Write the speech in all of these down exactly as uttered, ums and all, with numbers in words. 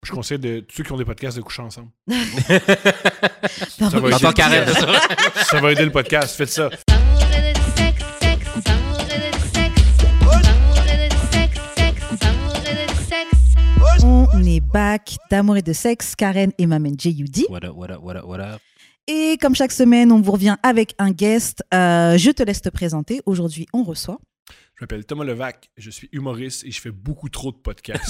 je conseille de tous ceux qui ont des podcasts de coucher ensemble. ça, va aider, carré, ça va aider le podcast. Faites ça. On est back d'amour et de sexe. Karen et Mamen J U D. What up, what up, what up, what up. Et comme chaque semaine, on vous revient avec un guest. Euh, je te laisse te présenter. Aujourd'hui, on reçoit... Je m'appelle Thomas Levac, je suis humoriste et je fais beaucoup trop de podcasts.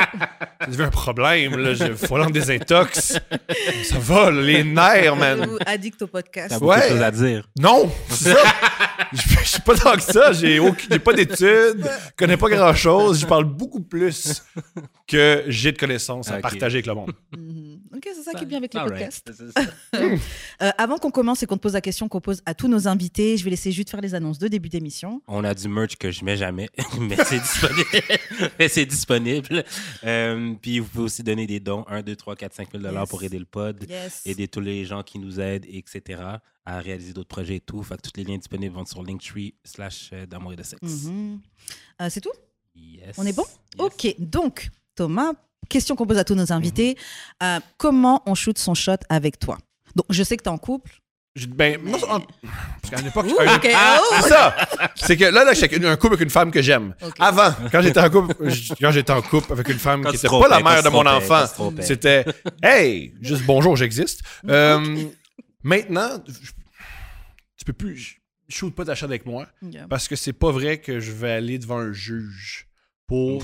Ça devient un problème, là. Il faut aller en désintox. Ça va, là, les nerfs, man. Addict au podcast. T'as beaucoup Ouais. de choses à dire. Non, c'est ça. Je je suis pas tant que ça. J'ai, aucun, j'ai pas d'études, je connais pas grand-chose. Je parle beaucoup plus que j'ai de connaissances à Ok. partager avec le monde. Mhm. Ok, c'est ça qui est bien avec les All podcasts. right. C'est ça. Euh, avant qu'on commence et qu'on te pose la question qu'on pose à tous nos invités, je vais laisser juste faire les annonces de début d'émission. On a du merch que je mets jamais, mais c'est disponible. mais c'est disponible. Euh, puis vous pouvez aussi donner des dons, un, deux, trois, quatre, cinq mille dollars Yes. pour aider le pod, Yes. aider tous les gens qui nous aident, et cetera, à réaliser d'autres projets et tout. Fait que tous les liens disponibles vont sur Linktree slash euh, d'amour et de sexe. Mhm. Euh, c'est tout? Yes. On est bon? Yes. Ok, donc Thomas, question qu'on pose à tous nos invités. Euh, comment on shoot son shot avec toi? Donc je sais que tu es en couple. Je- ben, non, en- parce qu'à une époque, Ouh, à une- ok. Ah, Oh. c'est ça. C'est que là, là, j'étais un couple avec une femme que j'aime. Ok. Avant, quand j'étais en couple, je- quand j'étais en couple avec une femme Quand qui tu était te pas la trompais, mère quand de tu mon te trompais, enfant, quand tu te trompais. c'était hey, juste bonjour, j'existe. Euh, maintenant, je- tu peux plus, je- shoot pas ta shot avec moi Ok. parce que c'est pas vrai que je vais aller devant un juge pour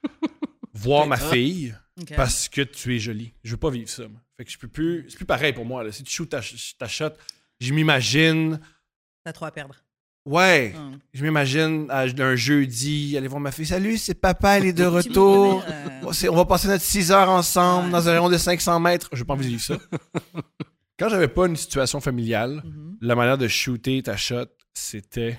voir ma fille Ok. parce que tu es jolie. Je veux pas vivre ça. moi. Fait que je peux plus, c'est plus pareil pour moi là. Si tu shoots ta, ta shot, je m'imagine. T'as trop à perdre. Ouais, Hum. je m'imagine à- un jeudi, aller voir ma fille. Salut, c'est papa, elle est de Tu me retour. connais, euh, Bon, c'est- on va passer notre six heures ensemble Ouais. dans un rayon de cinq cents mètres. Je n'ai pas envie de vivre ça. Quand j'avais pas une situation familiale, mhm. la manière de shooter ta shot, c'était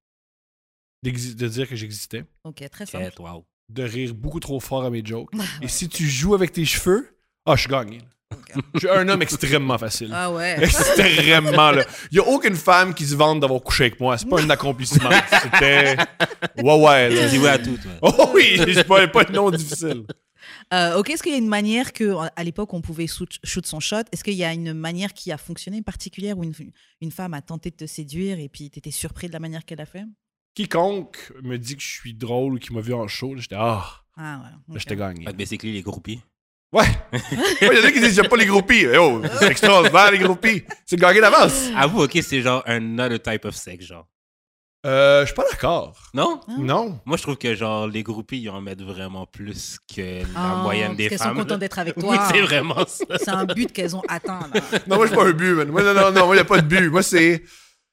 d'exi- de dire que j'existais, Ok, très simple. Quête, wow. de rire beaucoup trop fort à mes jokes. Et si tu joues avec tes cheveux, ah, je suis gagné. là. Ok. Je suis un homme extrêmement facile. Ah ouais. Extrêmement, là. Il n'y a aucune femme qui se vante d'avoir couché avec moi. C'est pas un accomplissement. C'était. Ouais, ouais, là. Tu dis oui à tout, toi. Oh oui, c'est pas, pas un nom difficile. Euh, ok, est-ce qu'il y a une manière que, à l'époque, on pouvait shoot, shoot son shot? Est-ce qu'il y a une manière qui a fonctionné particulière où une, une femme a tenté de te séduire et puis t'étais surpris de la manière qu'elle a fait? Quiconque me dit que je suis drôle ou qui m'a vu en show, là, j'étais ah, Ah ouais. là, ok. j'étais gagné. Fait que basically, les groupies. Ouais. Il y en a qui disent j'aime pas les groupies. Eh oh, c'est extraordinaire les groupies. C'est gagné d'avance. Avoue, OK, c'est genre un other type of sex, genre. Euh, je suis pas d'accord. Non? Ah. Non. Moi, je trouve que genre les groupies, ils en mettent vraiment plus que la Ah, moyenne des parce qu'elles femmes. sont contentes là. d'être avec toi. Oui, c'est vraiment ça. C'est un but qu'elles ont atteint. Là. Non, moi, j'ai pas un but, man. Moi, non, non, non, moi, il a pas de but. Moi, c'est.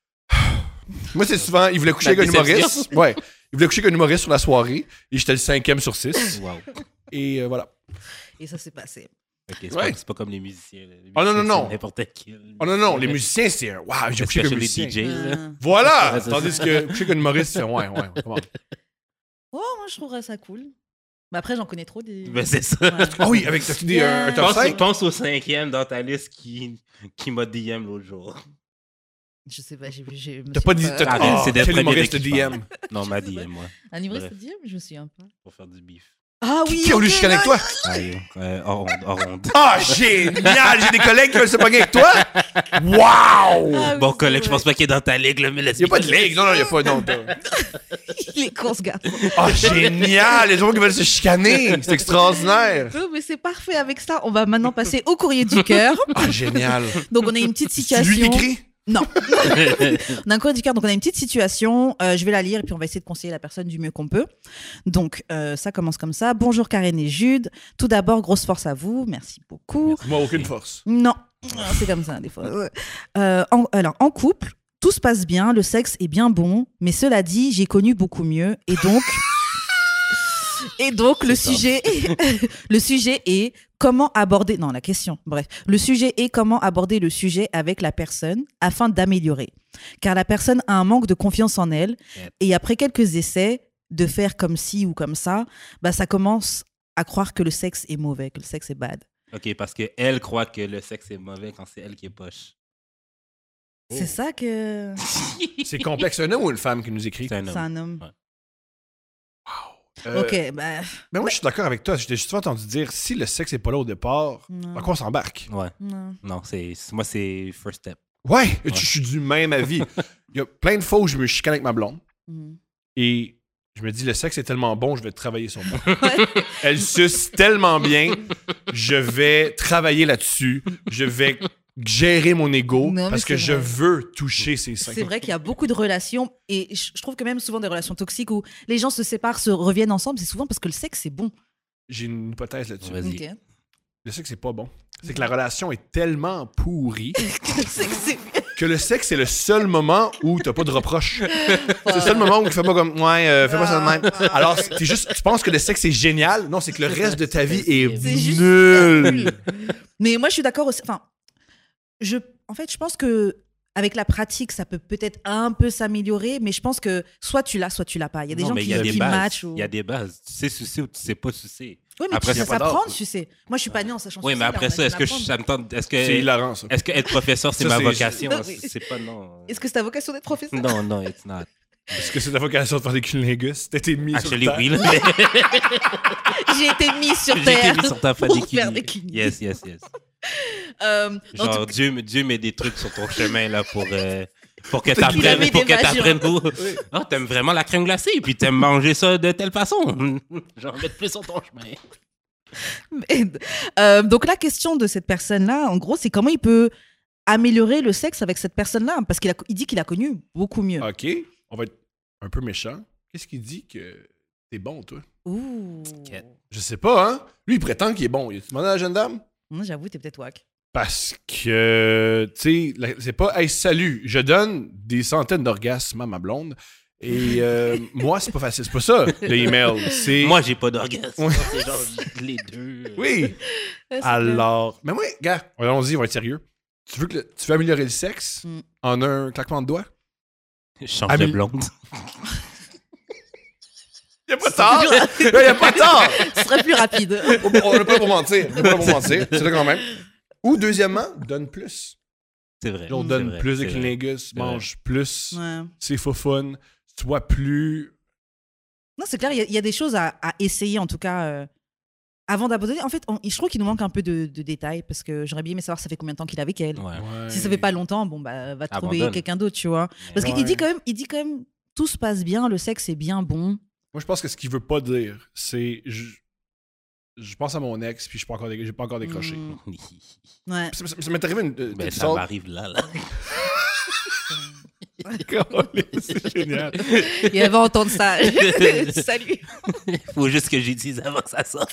Moi, c'est souvent, ils voulaient coucher La avec un déception. humoriste. Ouais. Ils voulaient coucher avec un humoriste sur la soirée. Et j'étais le cinquième sur six. Wow. Et euh, voilà. Et ça s'est passé. OK, c'est, Ouais. pas, c'est pas comme les musiciens. là. Les Oh, non, non, musiciens, non. c'est n'importe qui. Oh non, non, les musiciens, c'est un. Waouh, j'ai couché avec un Especially musicien. D Js, là. Euh, Voilà! Ouais, c'est Tandis ça. que coucher avec un humoriste, c'est ouais, ouais, comment? Oh, moi, je trouverais ça cool. Mais après, j'en connais trop des. Ben, c'est ça. Ouais. Ah oui, avec t'as-tu des, un, un top Pense, cinq? pense au cinquième dans ta liste qui, qui m'a D M l'autre jour. Je sais pas, j'ai vu. j'ai- me T'as suis pas dit. T'as, Arrête, oh, c'est des quel premiers humoriste de de qui D je M? Non, m'a D M, moi. Un humoriste Bref. de D M, je me souviens pas. Pour faire du beef. Ah oui, Qui a voulu ok, chicaner avec là, toi? Aïe, euh, hors honte, hors honte. Ah, génial! J'ai des collègues qui veulent se pogner avec toi? Wow! Ah oui, Bon c'est collègue, je vrai. pense pas qu'il est dans ta ligue, là, mais laisse Il n'y a pas de ligue. Non, non, il n'y a pas. Non, t'as- Il est con, ce gars. Ah, génial! Les gens qui veulent se chicaner. C'est extraordinaire. Oh, mais c'est parfait avec ça. On va maintenant passer au courrier du cœur. Ah, génial. Donc, on a une petite C'est situation. lui qui écrit? Non. On a un courrier du cœur, donc on a une petite situation. Euh, je vais la lire et puis on va essayer de conseiller la personne du mieux qu'on peut. Donc, euh, ça commence comme ça. Bonjour Karen et Jude. Tout d'abord, grosse force à vous. Merci beaucoup. Moi, aucune force. Non, c'est comme ça des fois. Ouais. Euh, en, alors, en couple, tout se passe bien, le sexe est bien bon, mais cela dit, j'ai connu beaucoup mieux et donc, et donc le sujet, le sujet est comment aborder. Non, la question. Bref, le sujet est comment aborder le sujet avec la personne afin d'améliorer, car la personne a un manque de confiance en elle Yep. et après quelques essais de faire comme ci ou comme ça, bah ça commence à croire que le sexe est mauvais, que le sexe est bad. OK, parce qu'elle croit que le sexe est mauvais quand c'est elle qui est poche. C'est ça que C'est complexe. Un homme ou une femme qui nous écrit? C'est un c'est homme. un homme. Ouais. Euh, Ok, bah. Mais moi, je suis d'accord avec toi. Je t'ai juste entendu dire si le sexe n'est pas là au départ, Non. à quoi on s'embarque? Ouais. Non. Non, c'est, c'est- moi, c'est first step. Ouais, je suis du même avis. Il y a plein de fois où je me chicane avec ma blonde Mhm. et je me dis le sexe est tellement bon, je vais travailler sur moi. Ouais. Elle suce tellement bien, je vais travailler là-dessus. Je vais gérer mon ego Non, mais parce que c'est je vrai. veux toucher ses seins. C'est vrai qu'il y a beaucoup de relations et je je trouve que même souvent des relations toxiques où les gens se séparent, se reviennent ensemble, c'est souvent parce que le sexe c'est bon. J'ai une hypothèse là-dessus. Vas-y. Ok. Le sexe c'est pas bon. C'est que la relation est tellement pourrie Le sexe, c'est- que le sexe c'est le seul moment où t'as pas de reproches. C'est le seul moment où tu fais pas comme ouais, euh, fais pas ça de même. Alors t'es juste, tu penses que le sexe est génial. Non, c'est que le reste de ta vie est C'est juste nul. Mais moi je suis d'accord aussi. Enfin, je, en fait, je pense que avec la pratique, ça peut peut-être un peu s'améliorer, mais je pense que soit tu l'as, soit tu l'as pas. Il y a des Non, gens mais qui, il y a des qui bases. matchent. Ou... Il y a des bases. Tu sais sucer ou tu sais pas sucer. Oui, mais Après, tu, y a ça pas s'apprend, d'ordre. tu sais. Moi, je suis pas née en sachant Oui, sucer, mais là, après on a ça, dû est-ce que m'apprendre. ça me tente. Est-ce C'est que, hilarant ça. est-ce que être professeur, c'est Ça, ma c'est- vocation? Non, mais- C'est pas non. Est-ce que c'est ta vocation d'être professeur? Non, non, it's not. Est-ce que c'est ta vocation de faire des cunnilingus? T'as été mis sur Actually, terre. oui. là. J'ai été mise sur J'ai terre été mis sur ta pour des faire des cunis. cunis. Yes, yes, yes. Euh, en Genre, tout- Dieu, Dieu met des trucs sur ton chemin là pour, euh, pour que Pour qu'il a t'apprennes. mis Pour des que t'apprennes. magions. où- Ah, t'aimes vraiment la crème glacée, puis t'aimes manger ça de telle façon. Genre, mettre plus sur ton chemin. Mais, euh, donc la question de cette personne-là, en gros, c'est comment il peut améliorer le sexe avec cette personne-là, parce qu'il a- il dit qu'il a connu beaucoup mieux. OK, on va être un peu méchant. Qu'est-ce qu'il dit que t'es bon, toi? Ouh. Quête. Je sais pas, hein? Lui, il prétend qu'il est bon. Il a demandé à la jeune dame? Moi, j'avoue, t'es peut-être wack. Parce que, tu sais, la- c'est pas, hey, salut, je donne des centaines d'orgasmes à ma blonde. Et euh, moi, c'est pas facile. C'est pas ça, le email. C'est. Moi, j'ai pas d'orgasme. Ouais. C'est genre les deux. Oui. Ouais, c'est Alors. Mais oui, gars, allons-y, on va être sérieux. Tu veux, que le- tu veux améliorer le sexe Mm. en un claquement de doigts? Je change Ami- de blonde. Y'a pas tard! Y'a pas tard! clair. Ce serait plus rapide. On n'a pas pour mentir. On n'a pas pour mentir. C'est ça quand même. Ou deuxièmement, donne plus. C'est vrai. On C'est donne vrai, plus de c'est vrai. cunnilingus, vrai. mange plus, Ouais. c'est faux fun, sois plus. Non, c'est clair, il y a- il y, a des choses à, à essayer, en tout cas, euh, avant d'abandonner. En fait, on- je trouve qu'il nous manque un peu de, de détails, parce que j'aurais bien aimé savoir ça fait combien de temps qu'il est avec elle. Ouais. Si ça fait pas longtemps, bon, bah, va trouver Abandonne. quelqu'un d'autre, tu vois. Parce qu'il Ouais. dit quand même, il dit quand même, tout se passe bien, le sexe est bien bon. Moi, je pense que ce qu'il veut pas dire, c'est. Je, je pense à mon ex, puis je suis pas encore dé- j'ai pas encore décroché. Mm. Ouais. Ça, ça- ça m'est arrivé une. euh, Ben, une ça sorte- m'arrive là, là. C'est génial. Il va entendre ça. Salut. Faut juste que j'utilise avant que ça sorte.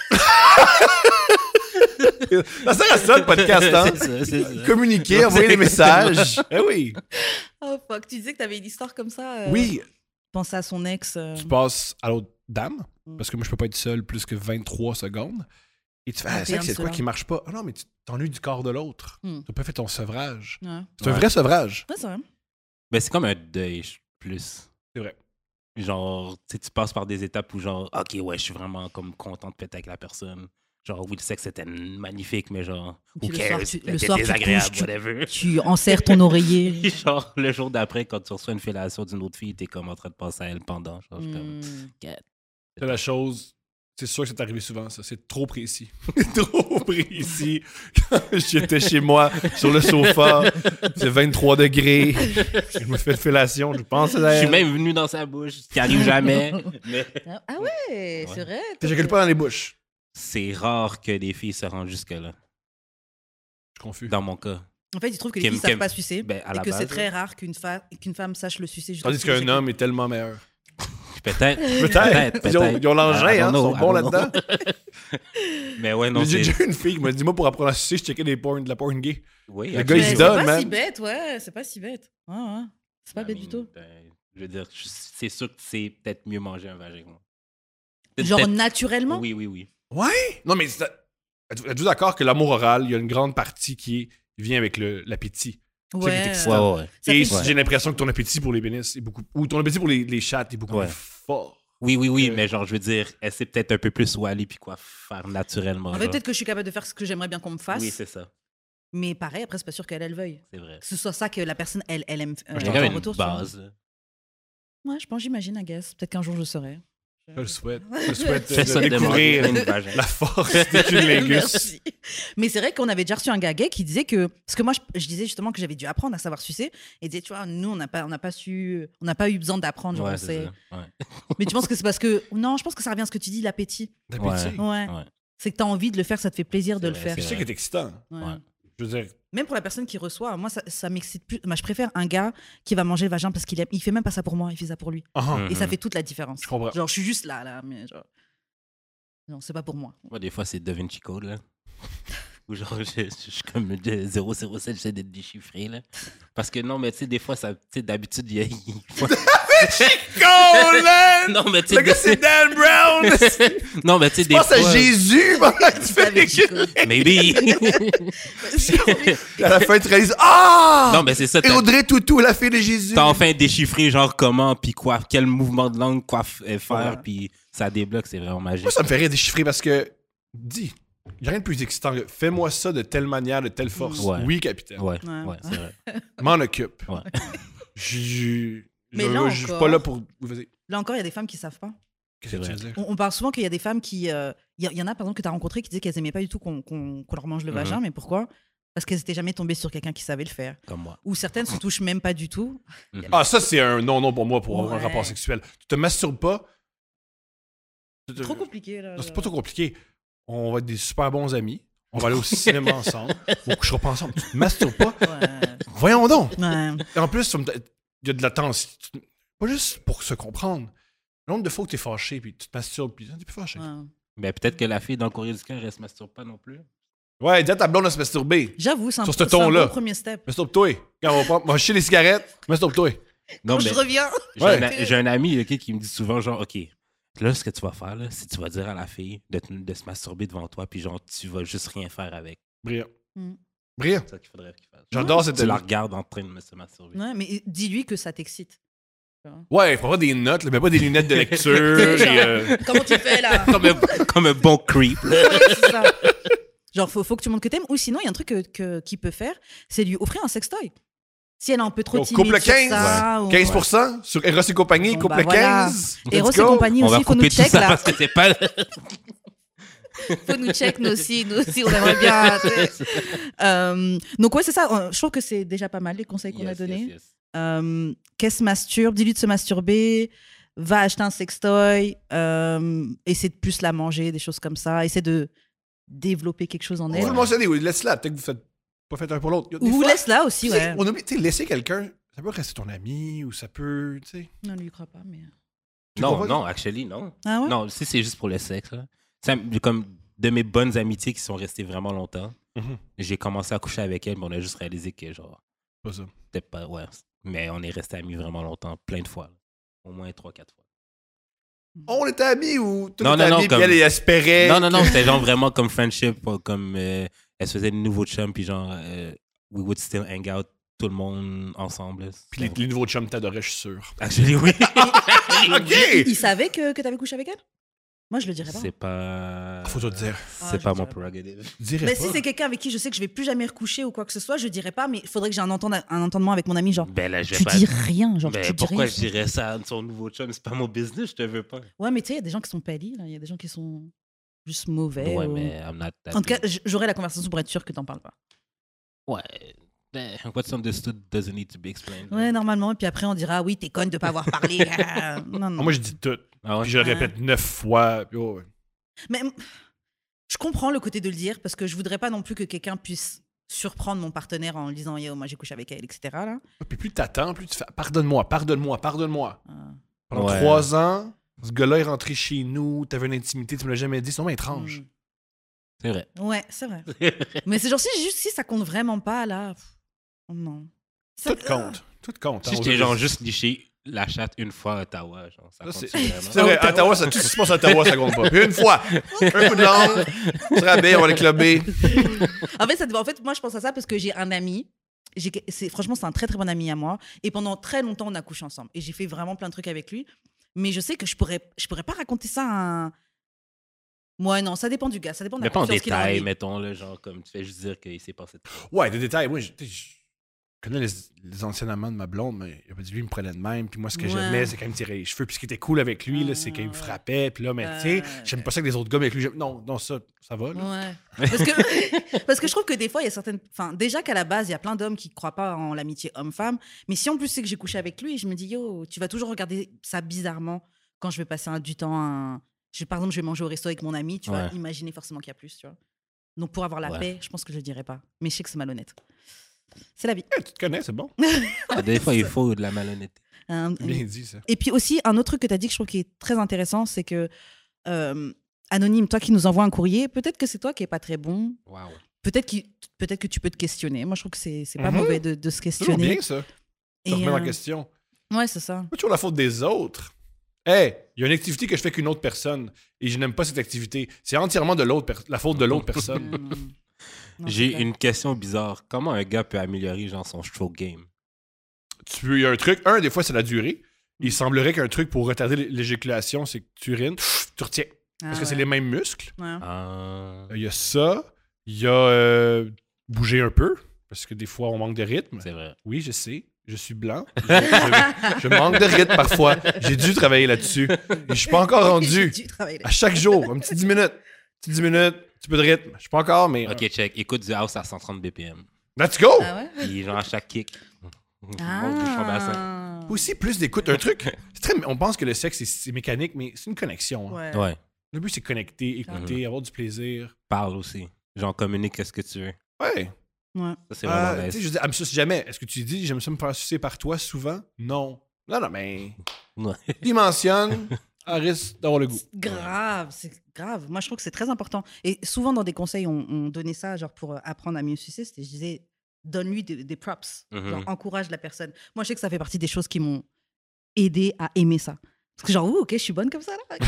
Ça sert à ça, le podcast, hein? C'est ça, c'est ça. Communiquer, envoyer des messages. Eh oui. Oh fuck, tu disais que t'avais une histoire comme ça. euh, Oui, Penser à son ex. euh, tu passes à l'autre dame, Mm. parce que moi, je peux pas être seul plus que vingt-trois secondes. Et tu fais, ah, Ah, c'est vrai que t'es c'est quoi un qui marche pas? Ah non, mais tu t'ennuies du corps de l'autre. Mm. Tu n'as pas fait ton sevrage. Ouais, C'est un Ouais. vrai sevrage. ouais c'est vrai. Ben, c'est comme un deuil, je- plus. C'est vrai. Genre, tu sais, tu passes par des étapes où, genre, OK, ouais, je suis vraiment comme content de péter avec la personne. Genre, oui, le sexe était magnifique, mais genre, Puis who le soir, cares? tu- C'était le soir, tu te désagréable, couches, tu- whatever. Tu enserres ton oreiller. Genre, le jour d'après, quand tu reçois une fellation d'une autre fille, t'es comme en train de penser à elle pendant. Genre, je suis comme, Hmm. Get. C'est la chose. C'est sûr que c'est arrivé souvent, ça. C'est trop précis. trop précis. Quand j'étais chez moi, sur le sofa, c'est vingt-trois degrés. Je me fais une fellation, je pense à Je elle. suis même venu dans sa bouche, ce qui arrive jamais. Mais Ah ah ouais, c'est vrai. J'éjacule pas dans les bouches. c'est rare que des filles se rendent jusque-là. Je suis confus. Dans mon cas. En fait, il trouve que les Kim- filles savent Kim- pas sucer. Ben, à Et la que c'est base, très rare qu'une fa- qu'une femme sache le sucer. Tandis qu'un homme est tellement meilleur. Peut-être. Peut-être. Ils ont, ils ont l'engin, I hein. don't Ils know, sont I bons don't know. là-dedans. Mais ouais, non, J'ai c'est... déjà eu une fille qui m'a dit, moi, pour apprendre à sucer, je checkais des porn, de la porn gay. Oui, Le ok. gars, il se C'est donne, pas man. si bête, ouais. C'est pas si bête. Ouais, ouais. C'est pas I bête mean, du tout. ben, je veux dire, je- c'est sûr que c'est peut-être mieux manger un vagin. moi. Genre Peut-être- naturellement. Oui, oui, oui. Ouais. Non, mais c'est- êtes-vous êtes-vous d'accord que l'amour oral, il y a une grande partie qui est- vient avec le- l'appétit. Ouais. C'est euh, excitant. Ouais, ouais, ouais. ça Et fait- j'ai l'impression que ton appétit pour les pénis est beaucoup. Ou ton appétit pour les, les chattes est beaucoup Ouais. plus fort. Oui, oui, oui, Euh, mais genre, je veux dire, essaie peut-être un peu plus où aller puis quoi faire naturellement. En fait, genre. peut-être que je suis capable de faire ce que j'aimerais bien qu'on me fasse. Oui, c'est ça. Mais pareil, après, c'est pas sûr qu'elle, elle veuille. C'est vrai. Que ce soit ça que la personne, elle, elle aime. euh, Il y a en quand même une retour, tu vois. base. là. Ouais, je pense, j'imagine, I guess. Peut-être qu'un jour, je saurai. Je le souhaite. Je le souhaite Fais de ça de découvrir demander une vagin. la force des cunnilingus. Merci. Mais c'est vrai qu'on avait déjà reçu un gars gay qui disait que. Parce que moi, je, je disais justement que j'avais dû apprendre à savoir sucer. Et il disait, tu vois, nous, on n'a pas, on n'a pas su. On n'a pas eu besoin d'apprendre. Genre, Ouais, on c'est sait. ça. Ouais. Mais tu penses que c'est parce que. Non, je pense que ça revient à ce que tu dis, l'appétit. D'appétit. Ouais. Ouais. C'est que tu as envie de le faire, ça te fait plaisir de C'est le vrai, faire. C'est c'est ça qui est excitant. Ouais. Ouais. Je veux dire, Même pour la personne qui reçoit, moi, ça, ça m'excite plus. Moi, je préfère un gars qui va manger le vagin parce qu'il aime. Il fait même pas ça pour moi, il fait ça pour lui. ah, Mm. Et ça Mhm. fait toute la différence. Je comprends. Genre, je suis juste là, là. Mais genre. Non, c'est pas pour moi. Moi, des fois, c'est Da Vinci Code, là. Ou genre, je, je, je suis comme de zéro zéro sept, j'essaie d'être déchiffré, là. Parce que non, mais tu sais, des fois, ça, tu sais, d'habitude, il y a. il faut- Go, man! Non, mais tu sais. Le gars, c'est Dan Brown! Non, mais tu sais, des Tu penses fois. à Jésus pendant que tu fais des Maybe. À la fin, tu réalises Ah! Non, mais c'est ça. Et t'as- Audrey Toutou, la fille de Jésus. T'as enfin déchiffré, genre, comment, puis quoi, quel mouvement de langue, quoi f- euh, faire, Ouais. puis ça débloque, c'est vraiment magique. Moi, ça me fait rire déchiffrer parce que, dis, il n'y a rien de plus excitant que fais-moi ça de telle manière, de telle force. Ouais. Oui, capitaine. Ouais, Ouais. ouais, c'est vrai. M'en occupe. Ouais. Je je- Mais je- là je suis encore- pas là pour. Vous faites- Là encore, il y a des femmes qui savent pas. Qu'est-ce que tu C'est veux dire? On, on parle souvent qu'il y a des femmes qui. euh, Il y, a- il y en a, par exemple, que tu as rencontré qui disaient qu'elles aimaient pas du tout qu'on qu'on- qu'on leur mange le Mhm. vagin. Mais pourquoi? Parce qu'elles étaient jamais tombées sur quelqu'un qui savait le faire. Comme moi. Ou certaines se touchent même pas du tout. Ah, ça, c'est un non-non pour moi pour avoir un Ouais. rapport sexuel. Tu te masturbes pas. C'est trop compliqué, là. Non, c'est pas trop compliqué. On va être des super bons amis. On va aller au cinéma ensemble. On couchera pas ensemble. Tu te masturbes pas. Ouais. Voyons donc. Ouais. Et en plus, il y a de la tension. Pas juste pour se comprendre. Le nombre de fois que t'es fâché, puis tu te masturbes, puis t'es plus fâché. Ouais. Mais peut-être que la fille dans le courrier du cœur, elle se masturbe pas non plus. Ouais, dis à ta blonde de se masturber. J'avoue, c'est un, Sur ce c'est un ton-là. bon premier step. Masturbe-toi. Quand on va pas, on va chier les cigarettes, masturbe-toi. Non, Quand mais je reviens. j'ai Ouais. un, j'ai un ami ok, qui me dit souvent, genre, OK, là, ce que tu vas faire, là, c'est que tu vas dire à la fille de, te- de se masturber devant toi, puis genre, tu vas juste rien faire avec. Brillant. Mm. Brillant. C'est ça qu'il faudrait qu'il fasse. J'adore cette Tu la ami. regardes en train de se masturber. Ouais, mais dis-lui que ça t'excite. Ouais, il faut pas des notes, là, mais pas des lunettes de lecture. et, euh, Comment tu fais là? Comme un, comme un bon creep. Ouais, c'est ça. Genre, faut, faut que tu montres que t'aimes. Ou sinon, il y a un truc que, que- qu'il peut faire, c'est lui offrir un sextoy. Si elle est un peu trop Donc, timide couple sur quinze. ça, ou- quinze pour cent sur Eros et compagnie, Bon, couple bah, voilà. quinze. Eros Let's et go. compagnie On va aussi, faut nous couper tout check ça là. parce que c'est pas. Faut nous check, nous aussi, nous aussi, on aimerait bien. tu sais. Euh, donc ouais, c'est ça. Euh, Je trouve que c'est déjà pas mal les conseils qu'on a Yes, donnés. yes, yes. Euh, Qu'elle se masturbe, dis-lui de se masturber, va acheter un sextoy, euh, essaie de plus la manger, des choses comme ça, essaie de développer quelque chose en On elle. va le mentionner, oui, laisse-la. Peut-être que vous faites pas fait un pour l'autre. Il y a des Ou fois, laisse là aussi, tu sais, ouais. On oublie, tu sais, laisser quelqu'un, ça peut rester ton ami ou ça peut, tu sais. Non, lui, il croit pas, mais. Tu Non, comprends? non, actually, non. Ah ouais? Non, si c'est juste pour le sexe. Là. Ça, comme de mes bonnes amitiés qui sont restées vraiment longtemps, Mhm. j'ai commencé à coucher avec elle, mais on a juste réalisé que, genre, Pas ça. peut-être pas, ouais. Mais on est restés amis vraiment longtemps, plein de fois. là. Au moins trois, quatre fois. On était amis ou tout Non, était non, non, amis, puis comme- elle, elle espérait. Non, non, non, que- c'était genre vraiment comme friendship, pas comme euh, elle se faisait de nouveaux chums, puis genre, euh, we would still hang out, tout le monde ensemble. là. Puis les, les nouveaux chums t'adoraient, je suis sûr. Actually, oui. OK! Il savait que, que t'avais couché avec elle? Moi, je le dirais pas. C'est pas. Faut te le dire. Ah, C'est je pas dirais mon pas. prerogative. Je dirais Mais pas. si c'est quelqu'un avec qui je sais que je vais plus jamais recoucher ou quoi que ce soit, je dirais pas, mais il faudrait que j'ai un, entend- un entendement avec mon ami, genre. Ben là, je vais Tu pas. dis rien, genre Ben, tu dis pourquoi rien. je dirais ça à son nouveau chum? C'est pas mon business, je te veux pas. Ouais, mais tu sais, il y a des gens qui sont palis, là. Il y a des gens qui sont juste mauvais. Ouais, ou- mais I'm not that En tout cas, big. j- j'aurai la conversation pour être sûr que t'en parles pas. Ouais. Ben, what's understood doesn't need to be explained. Ouais, normalement. Et puis après, on dira, ah oui, t'es conne de pas avoir parlé. Ah, non, non. Ah, moi, je dis tout. Ah ouais? Puis je le répète neuf fois. Puis oh, ouais. Mais mm, je comprends le côté de le dire parce que je voudrais pas non plus que quelqu'un puisse surprendre mon partenaire en lui disant, yo, moi j'ai couché avec elle, et cetera. Là. Puis plus t'attends, plus tu fais pardonne-moi, pardonne-moi, pardonne-moi. Ah. Pendant Ouais. trois ans, ce gars-là est rentré chez nous, t'avais une intimité, tu me l'as jamais dit, c'est vraiment étrange. Mm. C'est vrai. Ouais, c'est vrai. Mais c'est genre, si, juste si ça compte vraiment pas, là. pff, non. Ça- Tout compte. Tout compte. Si hein, j'étais aux genre États-Unis. juste liché la chatte une fois à Ottawa, genre, ça Ça, compte c'est- vraiment. C'est vrai, à Ottawa, ça, tout ce qui se passe à Ottawa, ça compte pas. Puis une fois, un coup de langue, tu rabais, on va les clubber. En fait, ça, dépend. En fait, moi, je pense à ça parce que j'ai un ami. J'ai, c'est, franchement, c'est un très, très bon ami à moi. Et pendant très longtemps, on a couché ensemble. Et j'ai fait vraiment plein de trucs avec lui. Mais je sais que je pourrais, je pourrais pas raconter ça à un... Moi, non, ça dépend du gars. Ça dépend de Mais la pas en confiance qu'il a en détail, lui. mettons, là, genre, comme tu fais juste dire qu'il s'est passé. Ouais, des détails. Moi, je, je connais les, les anciens amants de ma blonde, mais il a pas dit lui, il me prenait de même. Puis moi, ce que Ouais. j'aimais, c'est quand il me tirait les cheveux. Puis ce qui était cool avec lui, là, c'est qu'il me frappait. Puis là, mais tu sais, Ouais. j'aime pas ça que les autres gars, mais avec lui, j'aime- non, non, ça, ça va. Là. Ouais. Parce que, parce que je trouve que des fois, il y a certaines. Enfin, déjà qu'à la base, il y a plein d'hommes qui ne croient pas en l'amitié homme-femme. Mais si en plus c'est que j'ai couché avec lui, je me dis, yo, tu vas toujours regarder ça bizarrement quand je vais passer un, du temps. Un... Je, par exemple, je vais manger au resto avec mon ami, tu vas Ouais. imaginer forcément qu'il y a plus, tu vois. Donc pour avoir la Ouais. paix, je pense que je ne dirais pas. Mais je sais que c'est malhonnête. C'est la vie. Eh, tu te connais, c'est bon. Ah, des fois, il faut de la malhonnêteté. Euh, Bien dit, ça. Et puis aussi, un autre truc que tu as dit que je trouve qui est très intéressant, c'est que, euh, Anonyme, toi qui nous envoie un courrier, peut-être que c'est toi qui n'es pas très bon. Waouh. Peut-être qu'il- peut-être que tu peux te questionner. Moi, je trouve que c'est c'est pas Mhm. mauvais de, de se C'est toujours questionner. bien, ça. Et, Ça remet en euh, question. Ouais, c'est ça. Pas toujours la faute des autres. Hey, il y a une activité que je fais qu'une autre personne et je n'aime pas cette activité. C'est entièrement de l'autre per- la faute de l'autre personne. Mm. Non, J'ai c'est clair. une question bizarre. Comment un gars peut améliorer genre son stroke game? Tu peux- Il y a un truc. Un, des fois, c'est la durée. Il semblerait qu'un truc pour retarder l'é- l'éjaculation, c'est que tu urines, tu retiens. Parce Ah que c'est ouais. les mêmes muscles. Ouais. Ah, Il y a ça. Il y a euh, bouger un peu. Parce que des fois, on manque de rythme. c'est vrai. Oui, je sais. Je suis blanc. Je, je- je manque de rythme parfois. J'ai dû travailler là-dessus. Et je suis pas encore rendu. J'ai dû travailler À chaque jour, un petit dix minutes. Petit dix minutes, un petit peu de rythme. Je suis pas encore, mais. Ok, check. Écoute du house à cent trente B P M. Let's go! Ah ouais? Puis genre à chaque kick. On bouge son bassin. Ah. Aussi, plus d'écoute. Un truc. c'est Très, on pense que le sexe, c'est, c'est mécanique, mais c'est une connexion. hein. Ouais. Ouais. Le but, c'est connecter, écouter, avoir du plaisir. Parle aussi. Genre communique qu'est-ce que tu veux. Ouais. Ouais. Ça, c'est vraiment Euh, nice. tu sais, je dis, elle me suce jamais. Est-ce que tu dis, j'aime ça me faire sucer par toi souvent? Non. Non, non, mais. Ouais. Il mentionne, elle risque d'avoir le goût. C'est grave, c'est grave. Moi, je trouve que c'est très important. Et souvent, dans des conseils, on, on donnait ça, genre pour euh, apprendre à mieux sucer. C'était, je disais, donne-lui des, des props. Mhm. Genre, encourage la personne. Moi, je sais que ça fait partie des choses qui m'ont aidé à aimer ça. Parce que, genre, ouh, ok, je suis bonne comme ça, là.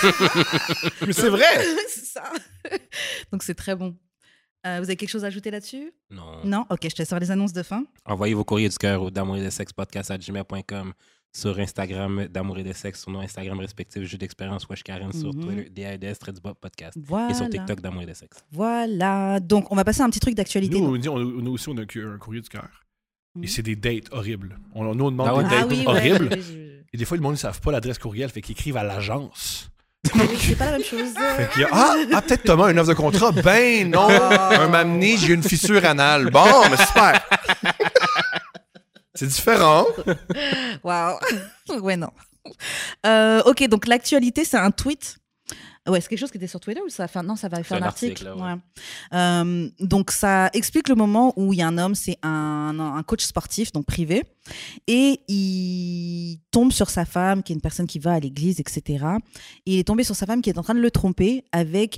Mais c'est vrai! c'est ça. Donc, c'est très bon. Euh, vous avez quelque chose à ajouter là-dessus? Non. Non? Ok, je te sors les annonces de fin. Envoyez vos courriers du cœur au d'amour et de sexe podcast à gmail point com, sur Instagram d'amour et de sexe, sur nos Instagram respectifs, jeu d'expérience, Wesh Karen, sur Mhm. Twitter, D A I D S, trait du bas, podcast. Voilà. Et sur TikTok d'amour et de sexe. Voilà. Donc, on va passer à un petit truc d'actualité. Nous, on, dit- on- nous aussi, on a un courrier du cœur. Mhm. Et c'est des dates horribles. On, nous, on demande Ah ouais? des dates Ah oui, ouais, horribles. oui, je- Et des fois, le monde ne savent pas l'adresse courriel, fait qu'ils écrivent à l'agence. C'est pas la même chose. Fait qu'il y a, ah, ah, peut-être Thomas, une offre de contrat. Ben non, un m'amener, j'ai une fissure anale. Bon, mais super. C'est différent. Waouh. Ouais, non. Euh, ok, donc l'actualité, c'est un tweet. Ouais, c'est quelque chose qui était sur Twitter ou ça a fait... Non, ça va faire C'est un un article. article, là, ouais. Ouais. Euh, donc, ça explique le moment où il y a un homme, c'est un, un coach sportif, donc privé, et il tombe sur sa femme, qui est une personne qui va à l'église, et cetera. Et il est tombé sur sa femme qui est en train de le tromper avec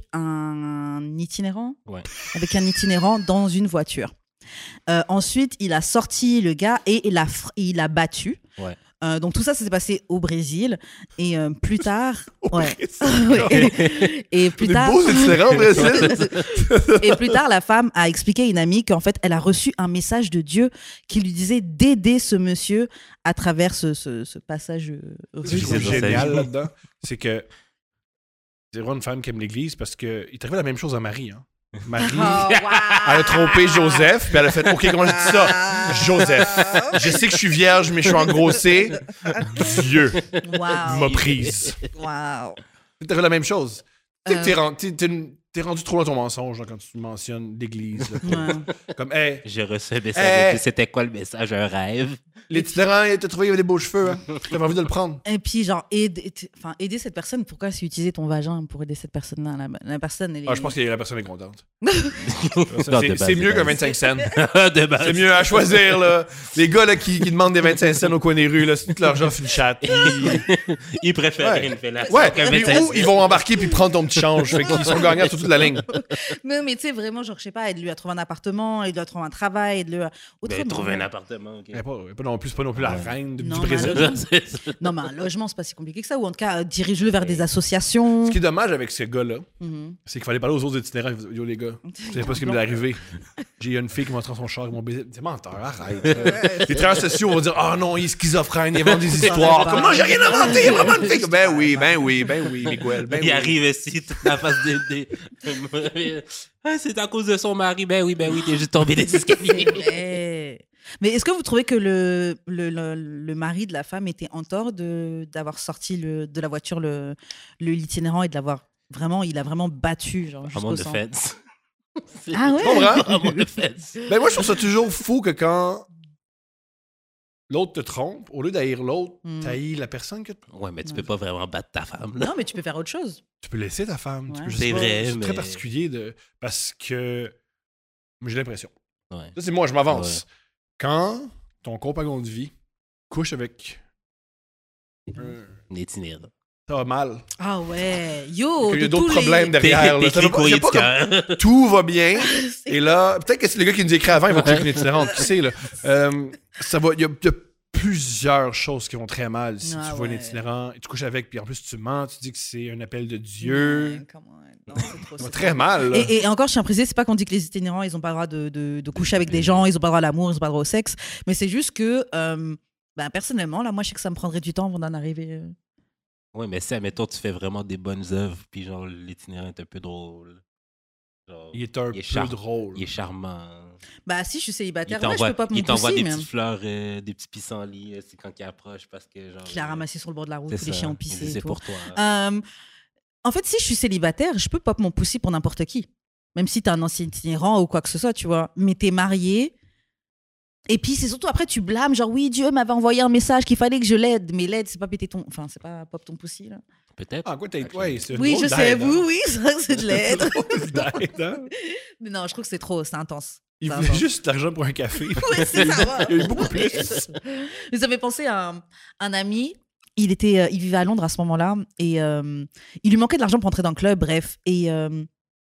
un itinérant, Ouais. avec un itinérant dans une voiture. Euh, ensuite, il a sorti le gars et il l'a fr- il l'a battu. Ouais. Euh, donc tout ça, ça s'est passé au Brésil. Et euh, plus tard, Au ouais. Brésil. Ouais. et plus Des tard, beaux itinérants au Brésil. et plus tard, la femme a expliqué à une amie qu'en fait, elle a reçu un message de Dieu qui lui disait d'aider ce monsieur à travers ce, ce, ce passage euh, Ce que je russe. trouve C'est ça, génial ça. là-dedans, c'est que c'est vraiment une femme qui aime l'Église parce qu'il est arrivé la même chose à Marie. Hein. Marie, Oh, wow. elle a trompé Joseph, puis elle a fait OK, comment je dis ça? Joseph. Je sais que je suis vierge, mais je suis engrossée. Dieu Wow. m'a prise. Wow. C'est arrivé la même chose. Tu sais que Euh. t'es ren- t'es- t'es- t'es rendu trop dans ton mensonge là, quand tu mentionnes l'Église. là. Ouais. Comme, hey, J'ai reçu un message. Eh. de Dieu. C'était quoi le message? Un rêve? l'itinérant, il t'a trouvé, il avait des beaux cheveux. Hein. T'avais envie de le prendre. Et puis, genre, aider, t- enfin, aider cette personne, pourquoi c'est utiliser ton vagin pour aider cette personne-là? La, la personne, elle est... Ah, je pense que la personne est contente. Non, Ça, de c'est base, c'est de mieux qu'un base. vingt-cinq cents. De base. C'est mieux à choisir, là. Les gars là, qui, qui demandent des vingt-cinq cents au coin des rues, là, c'est tout l'argent sur le chat. Ils- Il préfère Ouais. une fellation Ouais, qu'un puis médecin. ou ils vont embarquer puis prendre ton petit change. Fait qu'ils sont gagnants sur toute la ligne. Mais, mais tu sais, vraiment, genre, je sais pas, aide-lui à trouver un appartement, aide-lui à trouver un travail, aide-lui à... Ben, Autrement. trouver un appartement, ok. Elle est pas, elle est pas non plus, c'est pas non plus la reine de- Non, du mais Brésil. alors- C'est ça. Non, mais un logement, c'est pas si compliqué que ça. Ou en tout cas, euh, dirige-le vers des associations. Ce qui est dommage avec ce gars-là, Mhm. c'est qu'il fallait parler aux autres itinérants. Yo, les gars, vous savez pas ce qui m'est arrivé. J'ai une fille qui m'a montré son char, ils m'ont baisé. C'est menteur, arrête. là. Les travailleurs sociaux vont dire ah non, il est schizophrène, il invente des histoires. va. Comme non, j'ai rien inventé, il y a vraiment une fille. Ben oui, ben oui, ben oui, Miguel. Ben il oui. arrive ici, toute la face des. des... Ah, c'est à cause de son mari. Ben oui, ben oui, t'es juste tombé des C'est escaliers. vrai. Mais est-ce que vous trouvez que le, le, le, le mari de la femme était en tort de, d'avoir sorti le, de la voiture le, le l'itinérant et de l'avoir vraiment, il a vraiment battu genre, jusqu'au Vraiment de sang. fête. Ah ouais? Tu comprends? Vraiment de fête. Ben moi, je trouve ça toujours fou que quand l'autre te trompe, au lieu d'haïr l'autre, Mm. t'haïs la personne que Ouais, mais tu Ouais. peux pas vraiment battre ta femme. Là. Non, mais tu peux faire autre chose. tu peux laisser ta femme. Tu Ouais. peux, je C'est sais pas, vrai, c'est très mais- particulier de parce que moi, j'ai l'impression. Ouais. Ça, c'est moi, je m'avance. Quand ton compagnon de vie couche avec un... Une itinérante. ça va mal. Ah ouais, yo, Il y a de d'autres tous problèmes les... derrière. là. Ça va pas- courrier c'est pas du comme cœur. tout va bien. Et là, peut-être que c'est le gars qui nous écrit avant, il va coucher avec une itinérante. Qui sait, là. Euh, ça va, il y, a- il y a plusieurs choses qui vont très mal si Ah tu vois un ouais. itinérant et tu couches avec, puis en plus tu mens, tu dis que c'est un appel de Dieu. Ouais, come on. Non, c'est trop, Ça va c'est très trop. mal. Là. Et, et encore, je tiens à préciser, c'est pas qu'on dit que les itinérants, ils ont pas le droit de, de, de coucher avec des gens, ils ont pas le droit à l'amour, ils ont pas le droit au sexe. Mais c'est juste que, euh, ben, personnellement, là, moi, je sais que ça me prendrait du temps avant d'en arriver. euh. Ouais, mais si, admettons, tu fais vraiment des bonnes œuvres, puis genre, l'itinérant est un peu drôle. Genre, Il est un il est peu char- drôle. il est charmant. Bah, si je suis Il célibataire, ouais, je t'envoie peux pas il mon t'envoie pousser, des mais petites fleurs, euh, des petits pissenlits, euh, c'est quand il approche, parce que genre... qu'il a euh, ramassé sur le bord de la route, c'est tous les ça. chiens ont Il dit, pissé. et C'est tout. pour toi. Euh, en fait, si je suis célibataire, je peux pop mon poussi pour n'importe qui. Même si t'es un ancien itinérant ou quoi que ce soit, tu vois. Mais t'es marié. Et puis, c'est surtout après, tu blâmes, genre, oui, Dieu m'avait envoyé un message qu'il fallait que je l'aide. Mais l'aide, c'est pas péter ton. Enfin, c'est pas pop ton poussi, là. Peut-être. Ah, quoi, t'as. Ok. Ouais, c'est une Oui, drôle je sais, d'aide, oui, hein. oui, c'est vrai que c'est de l'aide. Drôle d'aide, hein. Mais non, je trouve que c'est trop, c'est intense. Il C'est voulait intense. juste de l'argent pour un café. Ouais, c'est ça, va. Il y a eu beaucoup plus. Mais ça fait penser à un, un ami. Il, était, euh, il vivait à Londres à ce moment-là. Et euh, il lui manquait de l'argent pour entrer dans le club, bref. Et. euh,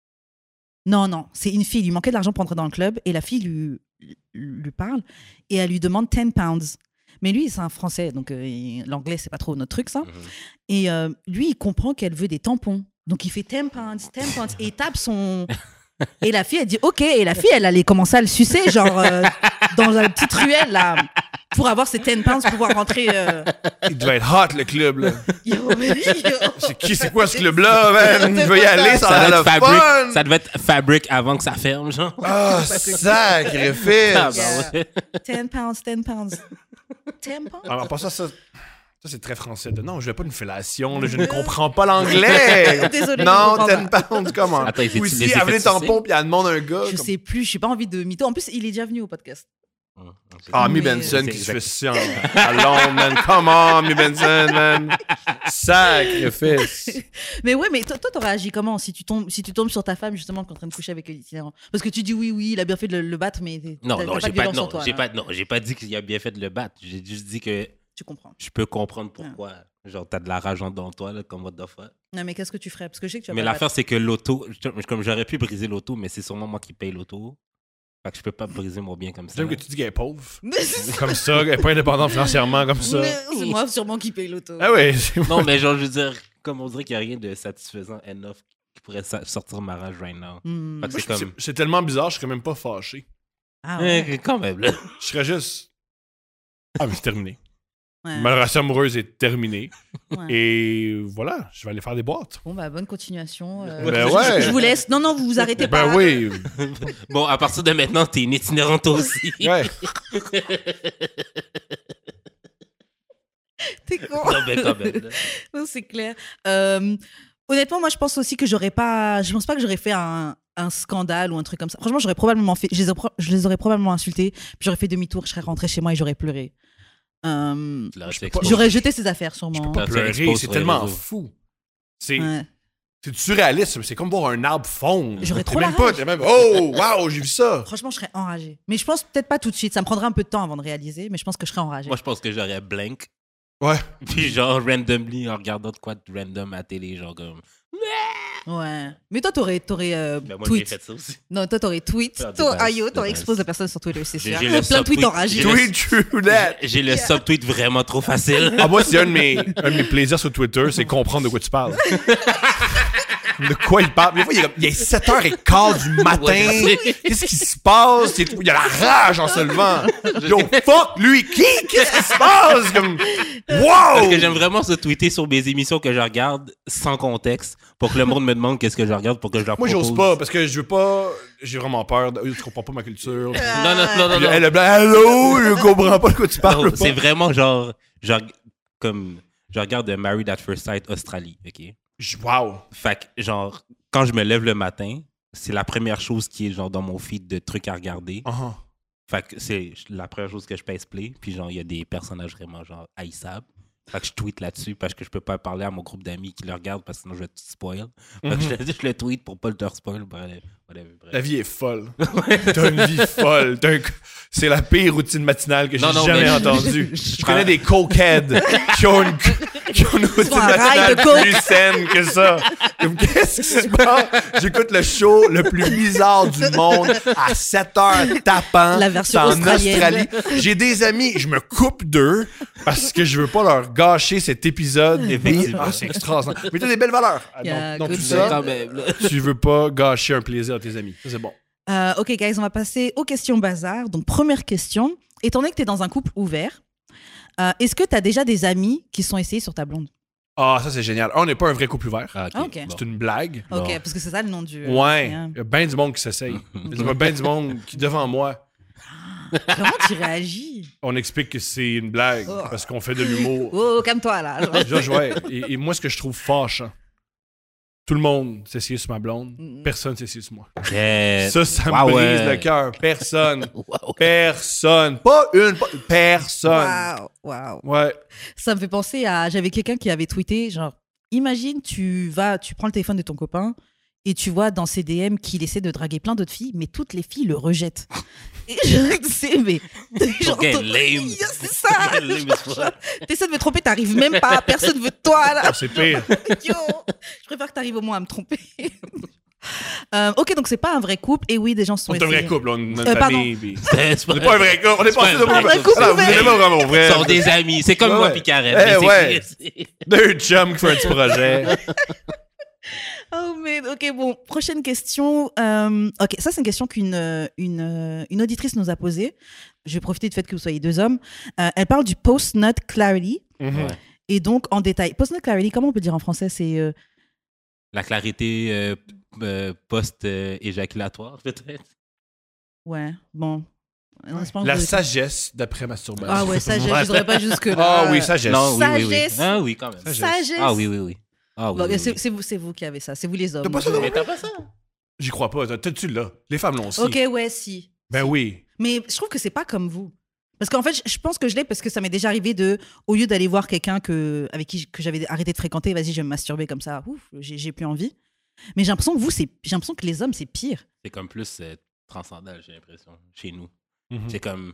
non, non, c'est une fille. Il lui manquait de l'argent pour entrer dans le club. Et la fille lui, lui parle. Et elle lui demande dix pounds. Mais lui, c'est un Français. Donc euh, il- l'anglais, c'est pas trop notre truc, ça. Mhm. Et euh, lui, il comprend qu'elle veut des tampons. Donc il fait dix pounds, dix pounds. Et il tape son. Et la fille, elle dit OK. Et la fille, elle allait commencer à le sucer, genre euh, dans la petite ruelle, là, pour avoir ses dix pounds, pour pouvoir rentrer. euh, Il devait être hot, le club, là. Yo, mais yo. C'est qui, c'est quoi ce club-là, man? Je veux y aller, ça Ça a devait, l'air être le fabric, fun! ça devait être Fabric avant que ça ferme, genre. Ah, sacrifice! Ah, bah ouais. dix pounds, dix pounds. dix pounds? Alors, en passant, ça, ça c'est très français. De, non, je veux pas une fellation, là, je ne comprends pas l'anglais! Désolée, Non, je comprends dix pounds, comment? Attends, ils Ou étaient- si les elle avait effets des tampons, sucés? puis elle demande un gars. Je comme- sais plus, j'ai pas envie de mytho. En plus, il est déjà venu au podcast. Ah, Mi Mais- Benson C'est qui se exact. fait ça en- à Londres, man. Come on, Mi Benson, man. Sacrifice. Mais ouais, mais toi, toi, t'aurais agi comment si tu tombes, si tu tombes sur ta femme justement qui est en train de coucher avec un itinérant? Parce que tu dis oui, oui, il a bien fait de le, le battre, mais t'es- Non, t'as- non, t'as j'ai de pas, violence en non, toi, j'ai là. pas, non, j'ai pas dit qu'il a bien fait de le battre. J'ai juste dit que Tu comprends. je peux comprendre pourquoi. Genre, t'as de la rage en dans toi, là, comme what the fuck. Non, mais qu'est-ce que tu ferais? Parce que je sais que tu vas Mais pas le l'affaire, c'est que l'auto, je- comme j'aurais pu briser l'auto, mais c'est sûrement moi qui paye l'auto. Fait que je peux pas briser mon bien comme ça. J'aime que là. tu dis qu'elle est pauvre. battre. Comme ça, qu'elle est pas indépendante financièrement, comme ça. C'est moi sûrement qui paye l'auto. Ah ouais, c'est moi. Non, mais genre, je veux dire, comme on dirait qu'il n'y a rien de satisfaisant enough qui pourrait sa- sortir ma rage right now. Hmm. Fait que c'est C'est- comme. C'est tellement bizarre, je serais même pas fâché. Ah ouais. Eh, quand même, là. Je serais juste. Ah, mais c'est terminé. Ouais. Ma relation amoureuse est terminée. Ouais. Et voilà, je vais aller faire des boîtes. Bon, bah, bonne continuation. euh, Ben je, ouais. je vous laisse. Non, non, vous vous arrêtez pas. Ben oui. Bon, à partir de maintenant, t'es une itinérante aussi. Ouais. T'es con. Non, mais quand même. là. Non, c'est clair. Euh, honnêtement, moi, je pense aussi que j'aurais pas. Je pense pas que j'aurais fait un, un scandale ou un truc comme ça. Franchement, j'aurais probablement fait. Je les, aurais pro- je les aurais probablement insultés. Puis j'aurais fait demi-tour. Je serais rentrée chez moi et j'aurais pleuré. Euh, Tu l'aurais Je fait peux pas- exposer. j'aurais jeté ses affaires, sûrement. Je peux pas Là, tu pleurer, exposes c'est sur les tellement réseaux. fou. C'est Ouais. c'est surréaliste, c'est comme voir un arbre fondre. J'aurais T'es trop la même pas, rage. t'es même, oh, wow, j'ai vu ça. Franchement, je serais enragée. Mais je pense peut-être pas tout de suite. Ça me prendrait un peu de temps avant de réaliser, mais je pense que je serais enragée. Moi, je pense que j'aurais blank. Ouais. Puis genre, randomly, en regardant de quoi de random à la télé, genre comme. Ouais. Mais toi, t'aurais, t'aurais euh, Ben, moi, j'ai tweet. fait ça aussi. Non, toi, t'aurais tweet. Ah, de Toi, base, Ayo, de t'aurais base. exposé la personne sur Twitter, c'est J'ai- sûr. j'ai le Plein de tweets sub-tweet. enragés. J'ai le- Tweet true that. J'ai le subtweet vraiment trop facile. Ah, moi, c'est un de mes, un de mes plaisirs sur Twitter, c'est comprendre de quoi tu parles. De quoi il parle? Des fois, il est, comme, il est sept heures quinze du matin. Ouais. Qu'est-ce qui se passe? Il y a la rage en se levant. Yo, fuck, lui, qui? Qu'est-ce qui se passe? Comme, Parce que wow! j'aime vraiment se tweeter sur mes émissions que je regarde sans contexte pour que le monde me demande qu'est-ce que je regarde pour que je leur Moi, propose. j'ose pas parce que je veux pas. J'ai vraiment peur. De... Tu comprends pas ma culture. Non, non, non, non. non. Elle est blanc. Allô? Je comprends pas de quoi tu parles. Non, pas. c'est vraiment genre, genre, comme, je regarde de Married at First Sight Australie, ok? Je- Wow. Fait que, genre, quand je me lève le matin, c'est la première chose qui est, genre, dans mon feed de trucs à regarder. Uh-huh. Fait que c'est la première chose que je pèse play, puis genre, il y a des personnages vraiment, genre, haïssables. Fait que je tweet là-dessus parce que je peux pas parler à mon groupe d'amis qui le regardent parce que sinon je vais tout spoil. Fait que je, le- je le tweet pour pas le leur spoil. Bref, bref, bref. La vie est folle. T'as une vie folle. T'as un- C'est la pire routine matinale que j'ai Non, non, jamais mais- entendue. je- Je connais des cokeheads qui ont une, qui ont une routine ont un rail matinale de coke. plus saine que ça. Comme, qu'est-ce qui se passe? J'écoute le show le plus bizarre du monde à sept heures tapant. La version C'est en australienne. Australie. J'ai des amis, je me coupe d'eux parce que je veux pas leur gâcher cet épisode. Effectivement. Ah, c'est extraordinaire. Mais t'as des belles valeurs. Yeah, Donc, donc good tout job. ça, Quand même, là. tu veux pas gâcher un plaisir à tes amis. Ça, c'est bon. Euh, ok, guys, on va passer aux questions bazar. Donc, première question. Étant donné que tu es dans un couple ouvert, euh, est-ce que tu as déjà des amis qui sont essayés sur ta blonde? Ah, ça, c'est génial. Un, on n'est pas un vrai couple ouvert. Ah, ok. Ah, ok. Bon. C'est une blague. Ok, Bon. parce que c'est ça le nom du. Ouais. euh, Il y a bien du monde qui s'essaye. Il y a bien du monde qui, devant moi, Comment tu réagis? on explique que c'est une blague Oh. parce qu'on fait de l'humour. Oh, oh, calme-toi là. genre. Genre, ouais. Et, et moi, ce que je trouve fâchant, tout le monde s'essaye sur ma blonde, Mm. personne s'essaye sur moi. Yeah. Ça, ça me Wow, brise ouais. le cœur. Personne. Wow. Personne. Pas une, pas... Personne. Waouh, waouh. Ouais. Ça me fait penser à. J'avais quelqu'un qui avait tweeté genre, imagine, tu vas, tu prends le téléphone de ton copain et tu vois dans ses D M qu'il essaie de draguer plein d'autres filles, mais toutes les filles le rejettent. Et je sais, mais. Genre, Quel ton- lame. C'est ça! Quel lame as fuck. T'essaies de me tromper, t'arrives même pas, personne veut de toi là. Ah, c'est pire. Yo, je préfère que t'arrives au moins à me tromper. Euh, ok, donc c'est pas un vrai couple. Et oui, des gens se sont On est un vrai essayés. couple, on a une Euh, famille. puis- C'est c'est On n'est pas un vrai couple, on est pas C'est de pas un vrai couple. Ah, vous n'êtes pas vraiment vrai. Ils sont des amis. C'est comme Ouais, moi ouais. puis Karen. Eh, mais c'est- ouais. c'est- Deux chums qui font un petit projet. Oh, mais ok, bon, prochaine question. Euh, ok, ça, c'est une question qu'une euh, une, euh, une auditrice nous a posée. Je vais profiter du fait que vous soyez deux hommes. Euh, elle parle du post-nut clarity. Mhm. Ouais. Et donc, en détail, post-nut clarity, comment on peut dire en français? C'est. euh, La clarité euh, euh, post-éjaculatoire, peut-être. Ouais, bon. Non, je pense La que- sagesse d'après masturbation. Ah ouais, ça, je Ouais. voudrais pas jusque-là. Ah oui, sagesse. Non, oui, oui, oui. Sagesse. Ah oui, quand même. Sagesse. Sagesse. Ah oui, oui, oui. Ah oui, Bon, oui, c'est oui. c'est vous, c'est vous qui avez ça. C'est vous les hommes. T'as pas ça, Donc, Mais t'as pas ça? J'y crois pas. T'as- T'as-tu là? Les femmes l'ont aussi. Ok, ouais, si. Ben oui. Mais je trouve que c'est pas comme vous. Parce qu'en fait, je- je pense que je l'ai parce que ça m'est déjà arrivé de, au lieu d'aller voir quelqu'un que, avec qui j- que j'avais arrêté de fréquenter, vas-y, je vais me masturber comme ça, ouf, j'ai j'ai plus envie. Mais j'ai l'impression que vous, c'est, j'ai l'impression que les hommes, c'est pire. C'est comme plus euh, transcendant, j'ai l'impression, chez nous. Mhm. C'est comme...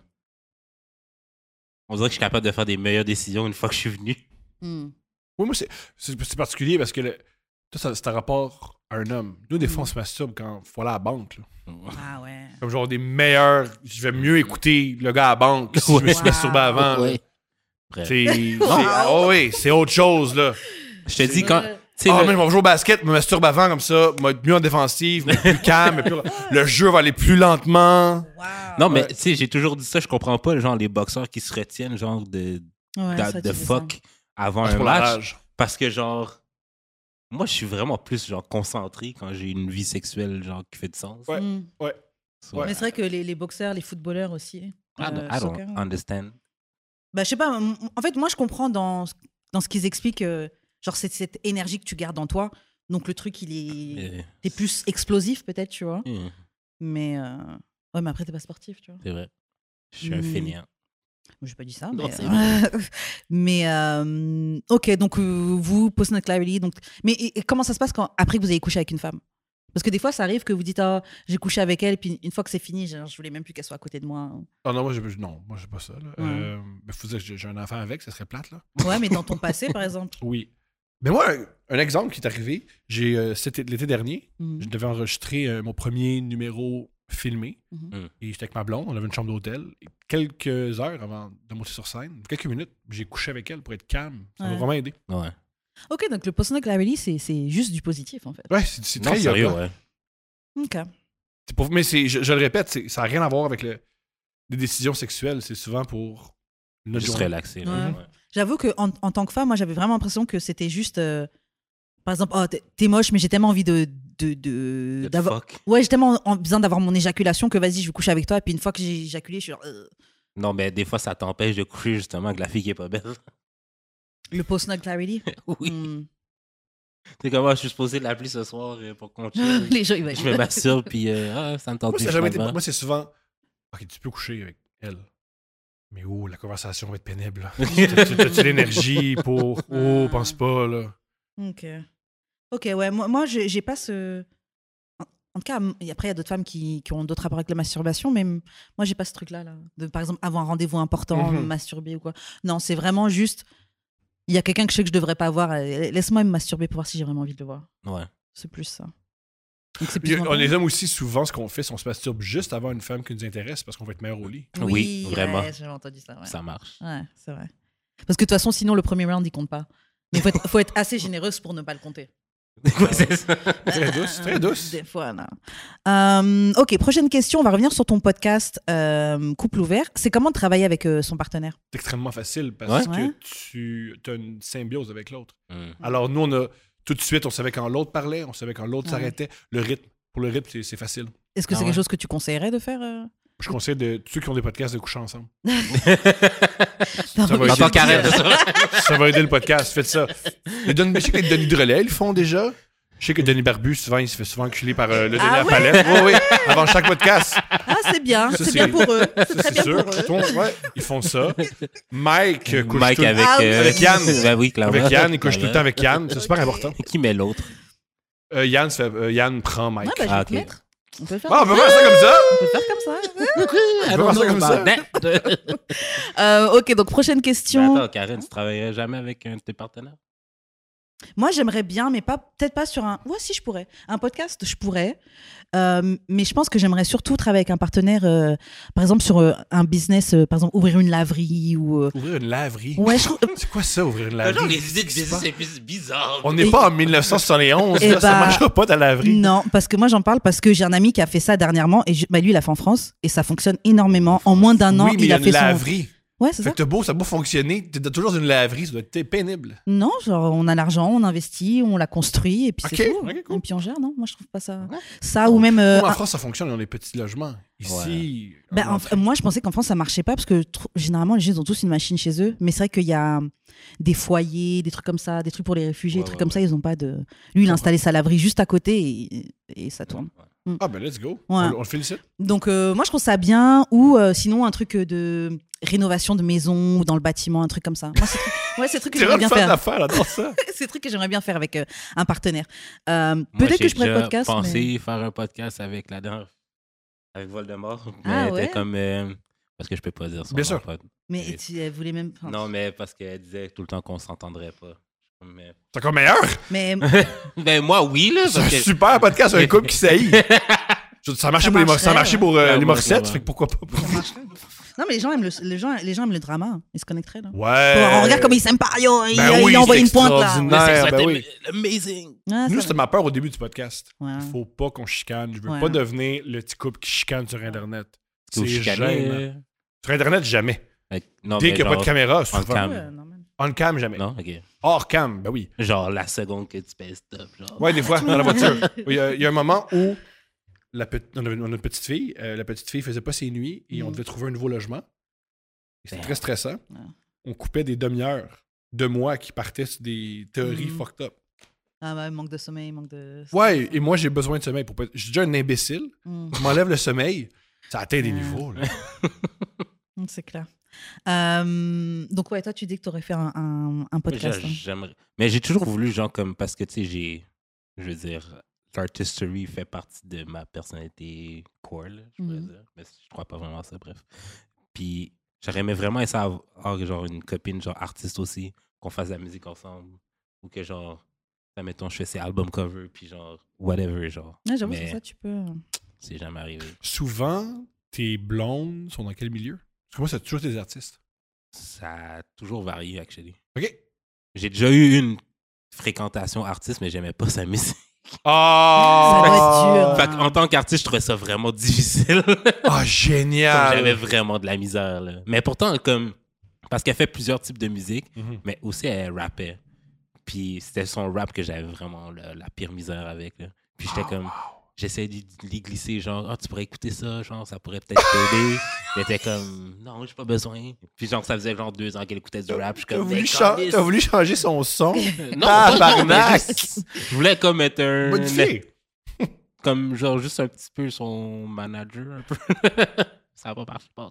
On dirait que je suis capable de faire des meilleures décisions une fois que je suis venu. Hmm. Oui, moi, c'est c'est- c'est particulier parce que le- ça, ça, c'est un rapport à un homme. Nous, des fois, on se masturbe quand il faut aller à la banque. là. Ah ouais. Comme genre des meilleurs. Je vais mieux écouter le gars à la banque que si je me suis Wow. masturbé avant. là. Ouais. Bref. C'est. c'est- Wow. Ah oui, c'est autre chose, là. Je te dis, quand... tu sais, Ah, le- mais je vais jouer au basket, me masturbe avant comme ça, me être mieux en défensive, me plus calme, me plus- le jeu va aller plus lentement. Wow. Non, mais Ouais. tu sais, j'ai toujours dit ça, je comprends pas, genre, les boxeurs qui se retiennent, genre, de, Ouais, de, ça, tu de dis ça. fuck avant Ah, c'est un pour la match. rage. Parce que, genre, moi, je suis vraiment plus, genre, concentré quand j'ai une vie sexuelle, genre, qui fait du sens. Ouais. Hmm. So, Ouais. Mais c'est vrai que les, les boxeurs, les footballeurs aussi. I euh, don't, I don't soccer. understand. Bah, je sais pas. m- En fait, moi, je comprends dans, dans ce qu'ils expliquent, euh, genre, c'est cette énergie que tu gardes en toi. Donc, le truc, il est. Euh, T'es plus explosif, peut-être, tu vois. hmm, Mais. euh, Ouais, mais après, t'es pas sportif, tu vois. c'est vrai. Je suis un Hmm. fainéant. J'ai pas dit ça, Non, mais. c'est euh, mais. euh, Ok, donc, euh, vous, post-nut clarity. Donc... Mais et- et comment ça se passe quand, après que vous avez couché avec une femme? Parce que des fois, ça arrive que vous dites, ah, j'ai couché avec elle, puis une fois que c'est fini, genre, je voulais même plus qu'elle soit à côté de moi. Ah non, moi, j'ai, non, moi, j'ai pas ça. Là. Euh, mais faut dire que j'ai j'ai un enfant avec, ça serait plate, là. Ouais, mais dans ton passé, par exemple. Oui. Mais moi, un, un exemple qui est arrivé, j'ai euh, cet été- l'été dernier, Mhm. je devais enregistrer euh, mon premier numéro filmé. Mhm. Et j'étais avec ma blonde, on avait une chambre d'hôtel. Et quelques heures avant de monter sur scène, quelques minutes, j'ai couché avec elle pour être calme. Ça m'a Ouais. vraiment aidé. Ouais. Ok, donc le personal clarity, c'est, c'est juste du positif, en fait. Ouais, c'est, c'est Non, très sérieux, yoga. ouais. Ok. C'est pour- mais c'est, je, je le répète, c'est, ça n'a rien à voir avec le, les décisions sexuelles. C'est souvent pour notre Juste journée. relaxer. là. Ouais. Ouais. J'avoue qu'en en tant que femme, moi, j'avais vraiment l'impression que c'était juste. euh, par exemple, oh, t'es, t'es moche, mais j'ai tellement envie de. de, de Get d'avoir... fuck. Ouais, j'ai tellement en- besoin d'avoir mon éjaculation que vas-y, je vais coucher avec toi. Et puis une fois que j'ai éjaculé, je suis genre. euh, Non, mais des fois, ça t'empêche de coucher justement avec la fille qui est pas belle. Le post-nut clarity. Oui. Hmm. C'est comme, ah, je suis supposé l'appeler ce soir euh, pour qu'on chill. Les gens, ils vont Je me masturbe, puis euh, ah, ça me tente Moi, plus. ça a jamais été- finalement. moi, c'est souvent. Ok, tu peux coucher avec elle. Mais oh, la conversation va être pénible. Là. T'as-tu, t'as-tu l'énergie pour. Oh, pense pas, là. Ok. Ok, ouais. Moi, moi j'ai, j'ai pas ce. En, en tout cas, m- et après, il y a d'autres femmes qui, qui ont d'autres rapports avec la masturbation, mais m- moi, j'ai pas ce truc-là. Là, de, par exemple, avoir un rendez-vous important, Mhm. me masturber ou quoi. Non, c'est vraiment juste. Il y a quelqu'un que je sais que je devrais pas voir. euh, Laisse-moi me masturber pour voir si j'ai vraiment envie de le voir. Ouais. C'est plus ça. Donc, c'est Puis, plus on, les hommes aussi, souvent, ce qu'on fait, c'est qu'on se masturbe juste avant une femme qui nous intéresse parce qu'on va être meilleur au lit. Oui, vraiment. Ouais, j'avais entendu ça. Ouais, Ça marche. ouais c'est vrai. Parce que de toute façon, sinon, le premier round, il compte pas. Mais il faut être, faut être assez généreuse pour ne pas le compter. Ouais, c'est ça. Très douce, très douce. Des fois, non. Euh, ok, prochaine question. On va revenir sur ton podcast euh, Couple ouvert. C'est comment de travailler avec euh, son partenaire? C'est extrêmement facile parce Ouais. que Ouais. tu as une symbiose avec l'autre. Mm. Alors, nous, on a tout de suite, on savait quand l'autre parlait, on savait quand l'autre Ouais. s'arrêtait. Le rythme, pour le rythme, c'est, c'est facile. Est-ce que Ah c'est ouais. quelque chose que tu conseillerais de faire euh Je conseille de tous ceux qui ont des podcasts de coucher ensemble. Non, Ça va mais- aider, T'entends Karen, de ça? ça va aider le podcast. Faites ça. Les Don- je sais que les Denis Drolet, ils le font déjà. Je sais que Denis Barbu, souvent, il se fait souvent enculer par euh, le Denis Ah à ouais? palette. Oui, oui, avant chaque podcast. Ah, c'est bien. Ça, c'est c'est- bien pour eux. Ça, Très c'est bien sûr. pour eux. Ton- ouais, ils font ça. Mike euh, couche Mike tout le- avec, Ah oui. euh, Avec Yann. Ben oui, clairement. avec Yann, il couche tout le temps avec Yann. C'est super important. Qui met l'autre? Euh, Yann, se fait- euh, Yann prend Mike. Ouais, bah, je Ah, vais te ok. mettre. On peut le faire. Ah, on peut faire ça comme ça? On peut le faire comme ça. On peut faire ça comme ça? Euh, ok, donc prochaine Mais question. attends, Karen, tu travaillerais jamais avec un de tes partenaires? Moi, j'aimerais bien, mais pas peut-être pas sur un. Ouais, si je pourrais. Un podcast, je pourrais. Euh, mais je pense que j'aimerais surtout travailler avec un partenaire, euh, par exemple sur euh, un business, euh, par exemple ouvrir une laverie ou. euh, Ouvrir une laverie. Ouais, je trouve. C'est quoi ça, ouvrir une laverie? Genre, les idées de Qu'est-ce qui se business, passe? c'est plus bizarre. On n'est pas en dix-neuf cent soixante et onze, Eh là, ça bah, marchera pas ta laverie. Non, parce que moi j'en parle parce que j'ai un ami qui a fait ça dernièrement et je- bah, lui il a fait en France et ça fonctionne énormément. En moins d'un an, Oui, mais il il y a a une fait son. laverie. Ouais, c'est Fait ça. que t'as beau, ça a beau fonctionner, t'es toujours dans une laverie, ça doit être pénible. Non, genre on a l'argent, on investit, on la construit et puis Ok, c'est tout. ok, cool. Et puis on gère, non? Moi je trouve pas ça. Ouais. Ça ou même. euh, Nous, en un- France, ça fonctionne dans les petits logements. Ici. Ben, en- en- moi, je pensais qu'en France, ça marchait pas parce que tr- généralement, les gens ils ont tous une machine chez eux. Mais c'est vrai qu'il y a des foyers, des trucs comme ça, des trucs pour les réfugiés, Ouais, des trucs ouais, comme ça. Ils ont pas de. Lui, il a installé sa laverie juste à côté et, et ça tourne. Ah, ben, let's go. Ouais. On, on le félicite. Donc, euh, moi, je trouve ça bien. Ou euh, sinon, un truc de rénovation de maison ou dans le bâtiment, un truc comme ça. Moi, c'est truc- ouais, c'est des trucs que C'est j'aimerais vraiment bien fun faire. d'affaires, j'adore ça. C'est des trucs que j'aimerais bien faire avec euh, un partenaire. Euh, Moi, Peut-être j'ai que je ferais le déjà podcast. pensé mais- faire un podcast avec la dernière, avec Voldemort. Mais Ah elle était ouais? comme. euh, parce que je peux pas dire son Bien nom, sûr. pas- Mais Et- tu elle voulait même. enfin, Non, mais parce qu'elle disait tout le temps qu'on s'entendrait pas. Mais... C'est encore meilleur. Mais ben, moi, oui, là. C'est un Parce que... super podcast, un couple qui saillit. Je- Ça a marché Ça pour les, marcherait, ça a marché pour euh, ouais. les Ouais, Morissettes, ouais, ouais. fait que pourquoi pas pour ça marcherait. Non, mais les gens aiment le, les gens, les gens aiment le drama. Ils se connecteraient là. Ouais. Oh, regarde comme il s'aime pas, yo, il, Ben il oui, a envoyé c'est une pointe là. extraordinaire. Mais ça ben serait oui. amazing. Ah, Nous, c'est c'était vrai. ma peur au début du podcast. Ouais. Il faut pas qu'on chicane. Je veux Ouais. pas devenir le petit couple qui chicane sur Internet. Vous C'est chicanez, gênant. euh, Sur Internet, jamais. avec- Non, Dès mais qu'il n'y a pas genre- de caméra, on souvent. cam. Ouais, normal. On cam, jamais. Non, ok. Hors cam, ben oui. Genre la seconde que tu pèses stop. Genre. Ouais, des fois, dans la voiture. Il y a, il y a un moment où la pe- on, avait, on a une petite fille. euh, la petite fille faisait pas ses nuits et on Mm. devait trouver un nouveau logement. Et C'était Damn. très stressant. Ouais. On coupait des demi-heures de moi qui partaient sur des théories Mm. fucked up. Ah ouais, manque de sommeil, manque de. Ouais, et moi, j'ai besoin de sommeil. Pour pas... J'ai déjà un imbécile. Mm. Je m'enlève le sommeil. Ça atteint des Ouais. niveaux. Là. Mm, c'est clair. Euh, donc ouais, toi tu dis que tu aurais fait un, un, un podcast. J'a- hein. J'aimerais. Mais j'ai toujours voulu, genre, comme. Parce que, tu sais, j'ai. Je veux dire, l'artistery fait partie de ma personnalité core, là, je pourrais Mhm. dire. Mais je crois pas vraiment à ça, bref. Puis, j'aurais aimé vraiment ça avoir, genre, une copine, genre, artiste aussi, qu'on fasse de la musique ensemble. Ou que, genre, mettons, je fais ses album cover, puis, genre, whatever, genre. Ouais, j'avoue, Mais c'est ça, tu peux. c'est jamais arrivé. Souvent, tes blondes sont dans quel milieu? Parce que moi, c'est toujours des artistes. Ça a toujours varié, actually. OK. J'ai déjà eu une fréquentation artiste, mais j'aimais pas sa musique. Oh! Ça doit être dur. Fait en tant qu'artiste, je trouvais ça vraiment difficile. Oh, génial! Comme j'avais vraiment de la misère, là. Mais pourtant, comme... Parce qu'elle fait plusieurs types de musique, Mm-hmm. mais aussi elle rappait. Puis c'était son rap que j'avais vraiment la, la pire misère avec, là. Puis j'étais Oh, comme... wow. J'essayais d'y d'y glisser, genre, ah, tu pourrais écouter ça, genre, ça pourrait peut-être t'aider. Elle était comme, non, j'ai pas besoin. Puis genre, ça faisait genre deux ans qu'elle écoutait du rap. Je suis T'as comme, voulu, mais cha- câlisse. t'as voulu changer son son? Non, pas, non, mais Tabarnak! juste- je voulais comme être un... Modifié! Comme genre juste un petit peu son manager, un peu. Ça va pas marcher pas.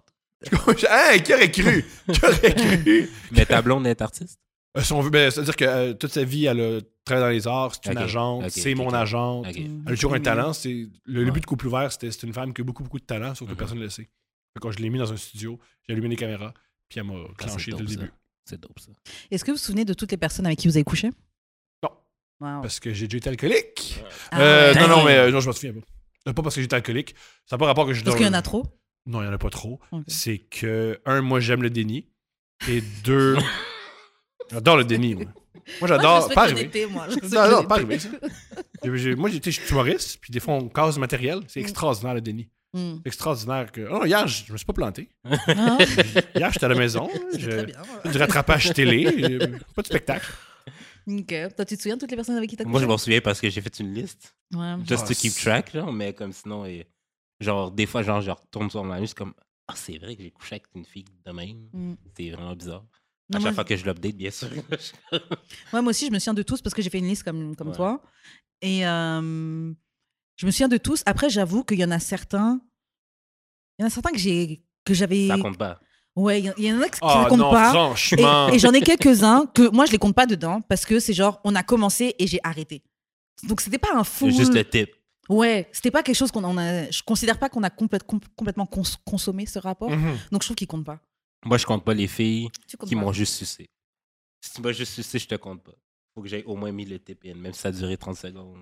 Hein, qui aurait cru? Qui aurait cru? Mais ta blonde est artiste? Euh, si on veut, ben, c'est-à-dire que euh, toute sa vie, elle a travaillé dans les arts, c'est une Ok, agente, ok, c'est ok, mon ok. agente. Ok. Elle a toujours un talent. C'est, le, le Ouais. but de Couple Ouvert, c'était c'est une femme qui a beaucoup, beaucoup de talent, sauf que Mhm. personne ne le sait. Fait que quand je l'ai mis dans un studio, j'ai allumé les caméras, puis elle m'a Ah, clenché c'est dès le dope, ça. début. C'est dope, ça. Est-ce que vous vous souvenez de toutes les personnes avec qui vous avez couché? Non. Wow. Parce que j'ai déjà été alcoolique. Ah Euh, ouais. non, non, Damn. mais euh, non, je m'en souviens pas. Euh, Pas parce que j'étais alcoolique. Ça n'a pas rapport que je Parce dors- qu'il y en a trop? Non, il n'y en a pas trop. Ok. C'est que, un, moi, j'aime le déni. Et deux, j'adore le déni. Moi, moi Moi, j'adore. je Pas respecte arrivé. l'honnêteté, moi. Je respecte Non, non, l'honnêteté. pas arrivé. ça. J'ai- j'ai- Moi, j'étais je suis humoriste, puis des fois, on casse du matériel. C'est extraordinaire, le déni. Hmm. C'est extraordinaire que. Oh, hier, je je me suis pas planté. Ah, Hier, j'étais à la maison. c'est Je... très bien. Du rattrapage télé. euh, Pas de spectacle. Ok. Toi, tu te souviens de toutes les personnes avec qui t'as couché? Moi, je m'en souviens parce que j'ai fait une liste. Ouais. Just Ah, to keep c'est- track, genre, mais comme sinon, et, genre, des fois, genre, je retourne sur ma liste comme, ah, c'est vrai que j'ai couché avec une fille de même. Hmm. C'est vraiment bizarre. Non, à chaque moi, fois que je l'update, bien sûr. Ouais, moi aussi, je me souviens de tous parce que j'ai fait une liste comme, comme Ouais. toi. Et euh, je me souviens de tous. Après, j'avoue qu'il y en a certains. Il y en a certains que j'ai que j'avais. Ça compte pas. Ouais, il y en- il y en a qui Oh ne comptent non, pas. franchement. Et, et j'en ai quelques-uns que moi, je les compte pas dedans parce que c'est genre, on a commencé et j'ai arrêté. Donc, c'était pas un fou. C'est juste le type. Ouais, c'était pas quelque chose qu'on on a. Je considère pas qu'on a complète- com- complètement cons- consommé ce rapport. Mhm. Donc, je trouve qu'il compte pas. Moi, je compte pas les filles Tu comptes qui pas. m'ont juste sucé. Si tu m'as juste sucé, je te compte pas. Faut que j'aie au moins mis le tip in, même si ça a duré trente secondes.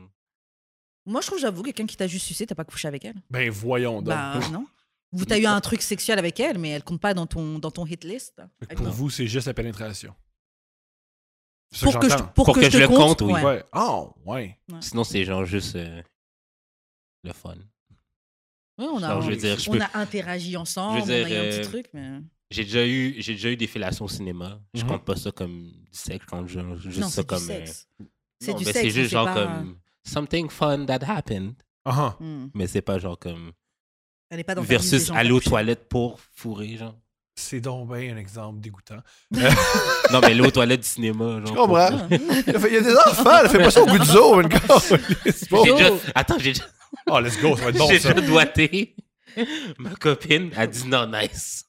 Moi, je trouve, j'avoue, quelqu'un qui t'a juste sucé, t'as pas couché avec elle. Ben voyons donc. Bah, non. Vous t'as eu un truc sexuel avec elle, mais elle compte pas dans ton, dans ton hit list. Fait que pour Non. vous, c'est juste la pénétration. C'est ça Pour que, je, j'entends. pour Pour que que je je te le compte, compte, oui. ouais. Ouais. Oh, ouais. Sinon, c'est genre juste euh, le fun. Ouais, on a, Alors, je veux dire, je on peux- a interagi ensemble, Je veux dire, on a eu un euh, petit truc, mais... J'ai déjà eu, j'ai déjà eu des fellations au cinéma. Je Mhm. compte pas ça comme du sexe, je compte genre juste non, ça c'est comme. du euh, sexe. C'est non, du mais sexe, c'est juste mais genre c'est pas- comme something fun that happened, Ah, Hmm. mais c'est pas genre comme Elle est pas dans ta liste des versus gens aller qui ont aux couché. toilettes pour fourrer genre. c'est donc bien un exemple dégoûtant. Non mais aller aux toilettes du cinéma genre. Je pour- comprends. Il y a des enfants, elle fait pas ça au bout du zoo, une C'est pas- J'ai Oh. déjà... Attends, j'ai déjà, Oh, let's go, ça va être bon j'ai ça. déjà doigté ma copine. Elle dit non nice.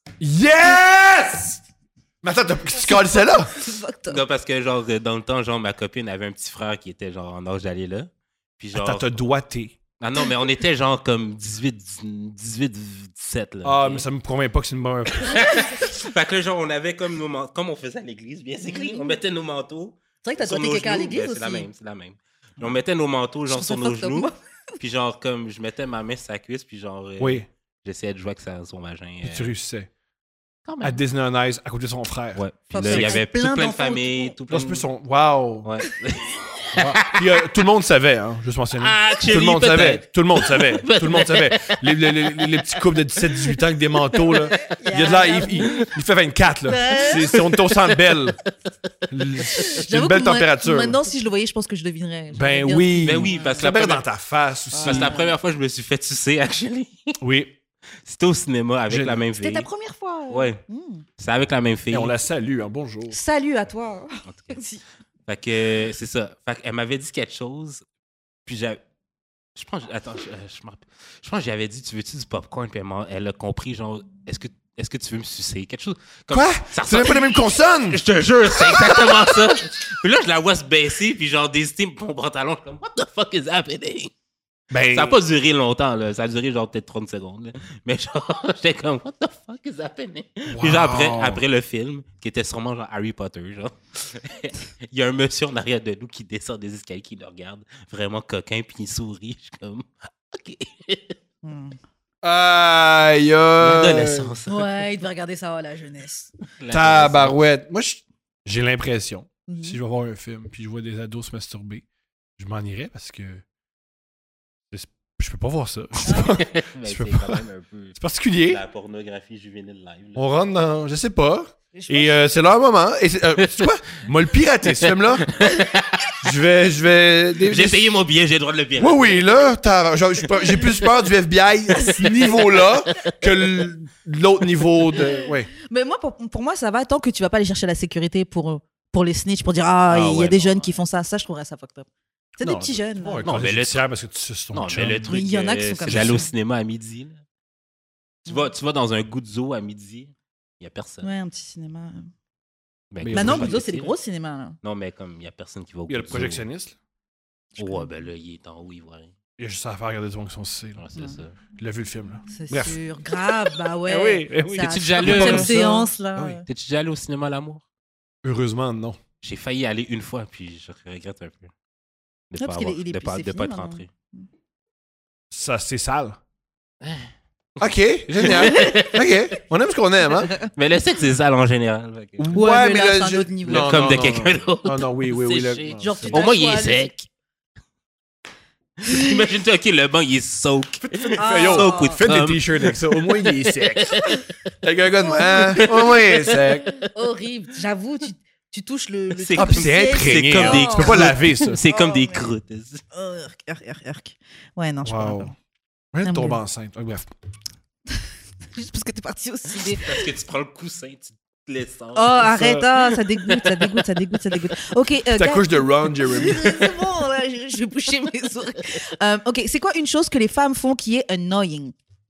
Yes! Mais attends, t'as- tu colles celle-là? Fucked up. Non parce que genre dans le temps genre ma copine avait un petit frère qui était genre en âge d'aller là. Puis genre. Attends, t'as doigté. Ah non mais on était genre comme dix-huit, dix-huit, dix-sept là. Ah, ok? mais ça me promet pas que c'est une bonne. Fait que là, genre, on avait comme nos manteaux, comme on faisait à l'église, bien c'est clair, on mettait nos manteaux. C'est vrai que t'as sur doigté nos quelqu'un à genoux. l'église Ben, aussi. C'est la même, c'est la même. On mettait nos manteaux, genre, Je sur trouve ça nos fucked up, genoux. moi. Puis, genre, comme je mettais ma main sur sa cuisse, puis, genre, euh, Oui, j'essayais de jouer avec sa- son vagin. puis tu euh, réussissais. quand À Disney on Ice, à côté de son frère. Ouais. Puis Fuck, là, ça il y fait avait plein tout plein de d'enfants familles, tout plein Là, c'est de... plus son. Waouh! Ouais. Puis euh, tout le monde savait, hein, juste mentionner. Ah, Tout le Chili, monde savait. peut-être. Tout le monde savait. Tout le monde savait. Les, les, les, les petits couples de dix-sept dix-huit ans avec des manteaux, là. Il y a de là, il, il, il fait vingt-quatre, là. C'est, c'est, on est au centre belle. C'est une J'avoue belle que moi- température. Maintenant, si je le voyais, je pense que je devinerais. Je Ben devrais bien- oui. Ben oui, parce que Ça la perd première... dans ta face aussi. Parce que la première fois, je me suis fait sucer, actually. Oui. C'était au cinéma avec Je- la même C'était fille. ta première fois. euh. Ouais. Hmm. C'est avec la même fille. Et on la salue, hein. Bonjour. Salut à toi. En tout cas. Merci. Fait que euh, c'est ça. Fait qu'elle m'avait dit quelque chose. Puis j'ai. Je pense. Attends, je, euh, je, me rappelle- je pense que j'avais dit tu veux-tu du popcorn? Puis elle, m'a- elle a compris, genre, est-ce que, est-ce que tu veux me sucer? Quelque chose. Comme, Quoi? Ça C'est même pas les mêmes consonnes! Je te jure, c'est exactement ça. Puis là, je la vois se baisser, puis genre, désister mon pantalon. Je suis comme, what the fuck is happening? Ben. Ça n'a pas duré longtemps, là. Ça a duré genre peut-être trente secondes. Là. Mais genre, j'étais comme, what the fuck is happening? Puis genre, après, Wow. après le film, qui était sûrement genre Harry Potter, genre, il y a un monsieur en arrière de nous qui descend des escaliers, qui le regarde, vraiment coquin, puis il sourit. Je suis comme, ok. Hmm. Aïe, aïe. L'adolescence. Ouais, il devait regarder ça, oh, la jeunesse. L'adolescence. Tabarouette. Moi, je- j'ai l'impression Mhm. Si je vais voir un film puis je vois des ados se masturber, je m'en irais parce que c'est- je peux pas voir ça. Mais Je c'est peux quand même un peu C'est particulier. la pornographie juvénile live. là. On rentre dans... Je sais pas. Je Et pense- euh, c'est leur moment. Et c'est, euh, tu quoi? Moi, le pirater, ce film-là. Je vais... Je vais... des- J'ai des- payé mon billet, j'ai le droit de le payer. Oui, oui, là, t'as- genre, j'ai pas- j'ai plus peur du F B I à ce niveau-là que l- l'autre niveau de... Ouais. Mais moi, pour, pour moi, ça va tant que tu vas pas aller chercher la sécurité pour, pour les snitch, pour dire ah, Ah il y a ouais, des non, jeunes ouais. qui font ça. Ça, je trouverais ça fucked up. C'est des Non, petits jeunes. là. Ouais, Non, non, mais mais le- le parce que tu suces ton Non, chum. mais le truc, il y en a qui euh, sont comme c'est ça. d'aller au cinéma à midi. Là. Tu, vas, tu vas dans un goût de zoo à midi, il n'y a personne. Ouais, un petit cinéma. Ben, Mais Bah il y non, a pas Goudzo, de c'est les gros cinémas. Là. Non, mais comme il n'y a personne qui va au Il y a le goût de zoo. projectionniste. là. Ouais, ben là, il est en haut, il voit rien. Il y a juste à faire regarder des gens qui sont cessés. Ouais, c'est Ouais. ça. Il a vu le film, là. C'est Bref. sûr. Grave, bah ouais. Eh oui, eh oui. C'est à T'es-tu déjà chaque allé, septième euh, séance, là. Ah oui. T'es-tu déjà allé au cinéma L'Amour? Heureusement, non. J'ai failli y aller une fois, puis je regrette un peu. De Ouais, pas, parce qu'il est- avoir- il est de plus- pas, c'est de fini pas être maintenant. rentré. Ça, c'est sale. OK, génial. OK, on aime ce qu'on aime, hein? Mais le sexe, c'est sale en général. fait que- Ouais, mais là, c'est un je- autre niveau. Le Non, com non, de non, quelqu'un non. d'autre. Non, non, oui, oui, oui. Séché. le- non, Genre, c'est- tu Au moins, il est t'assois, sec. Imagine-toi, OK, le banc, il est soak. Ah. Yo, Soak with faites des cum. t-shirts avec ça. Au moins, il est sec. Avec un gars de... Hein? Au moins, il est sec. Horrible. J'avoue, tu, tu touches le. le C'est truc Ah, puis du c'est ciel. imprégné. C'est comme hein. des Tu peux pas laver ça. C'est comme Oh, des mais- croûtes. Oh, urk, urk, urk, urk. Ouais, non, je peux Wow. pas. Ouais, Non, tombe mais- enceinte. Ouais, bref. Juste parce que t'es parti au ciné. Parce que tu prends le coussin, tu te laisses Oh, arrête, ah, ça dégoûte, ça dégoûte, ça dégoûte, ça dégoûte. Ok, euh, Ta gars- couche de Ron Jeremy. c'est bon, là, je, je vais boucher mes oreilles. Euh, ok, c'est quoi une chose que les femmes font qui est annoying?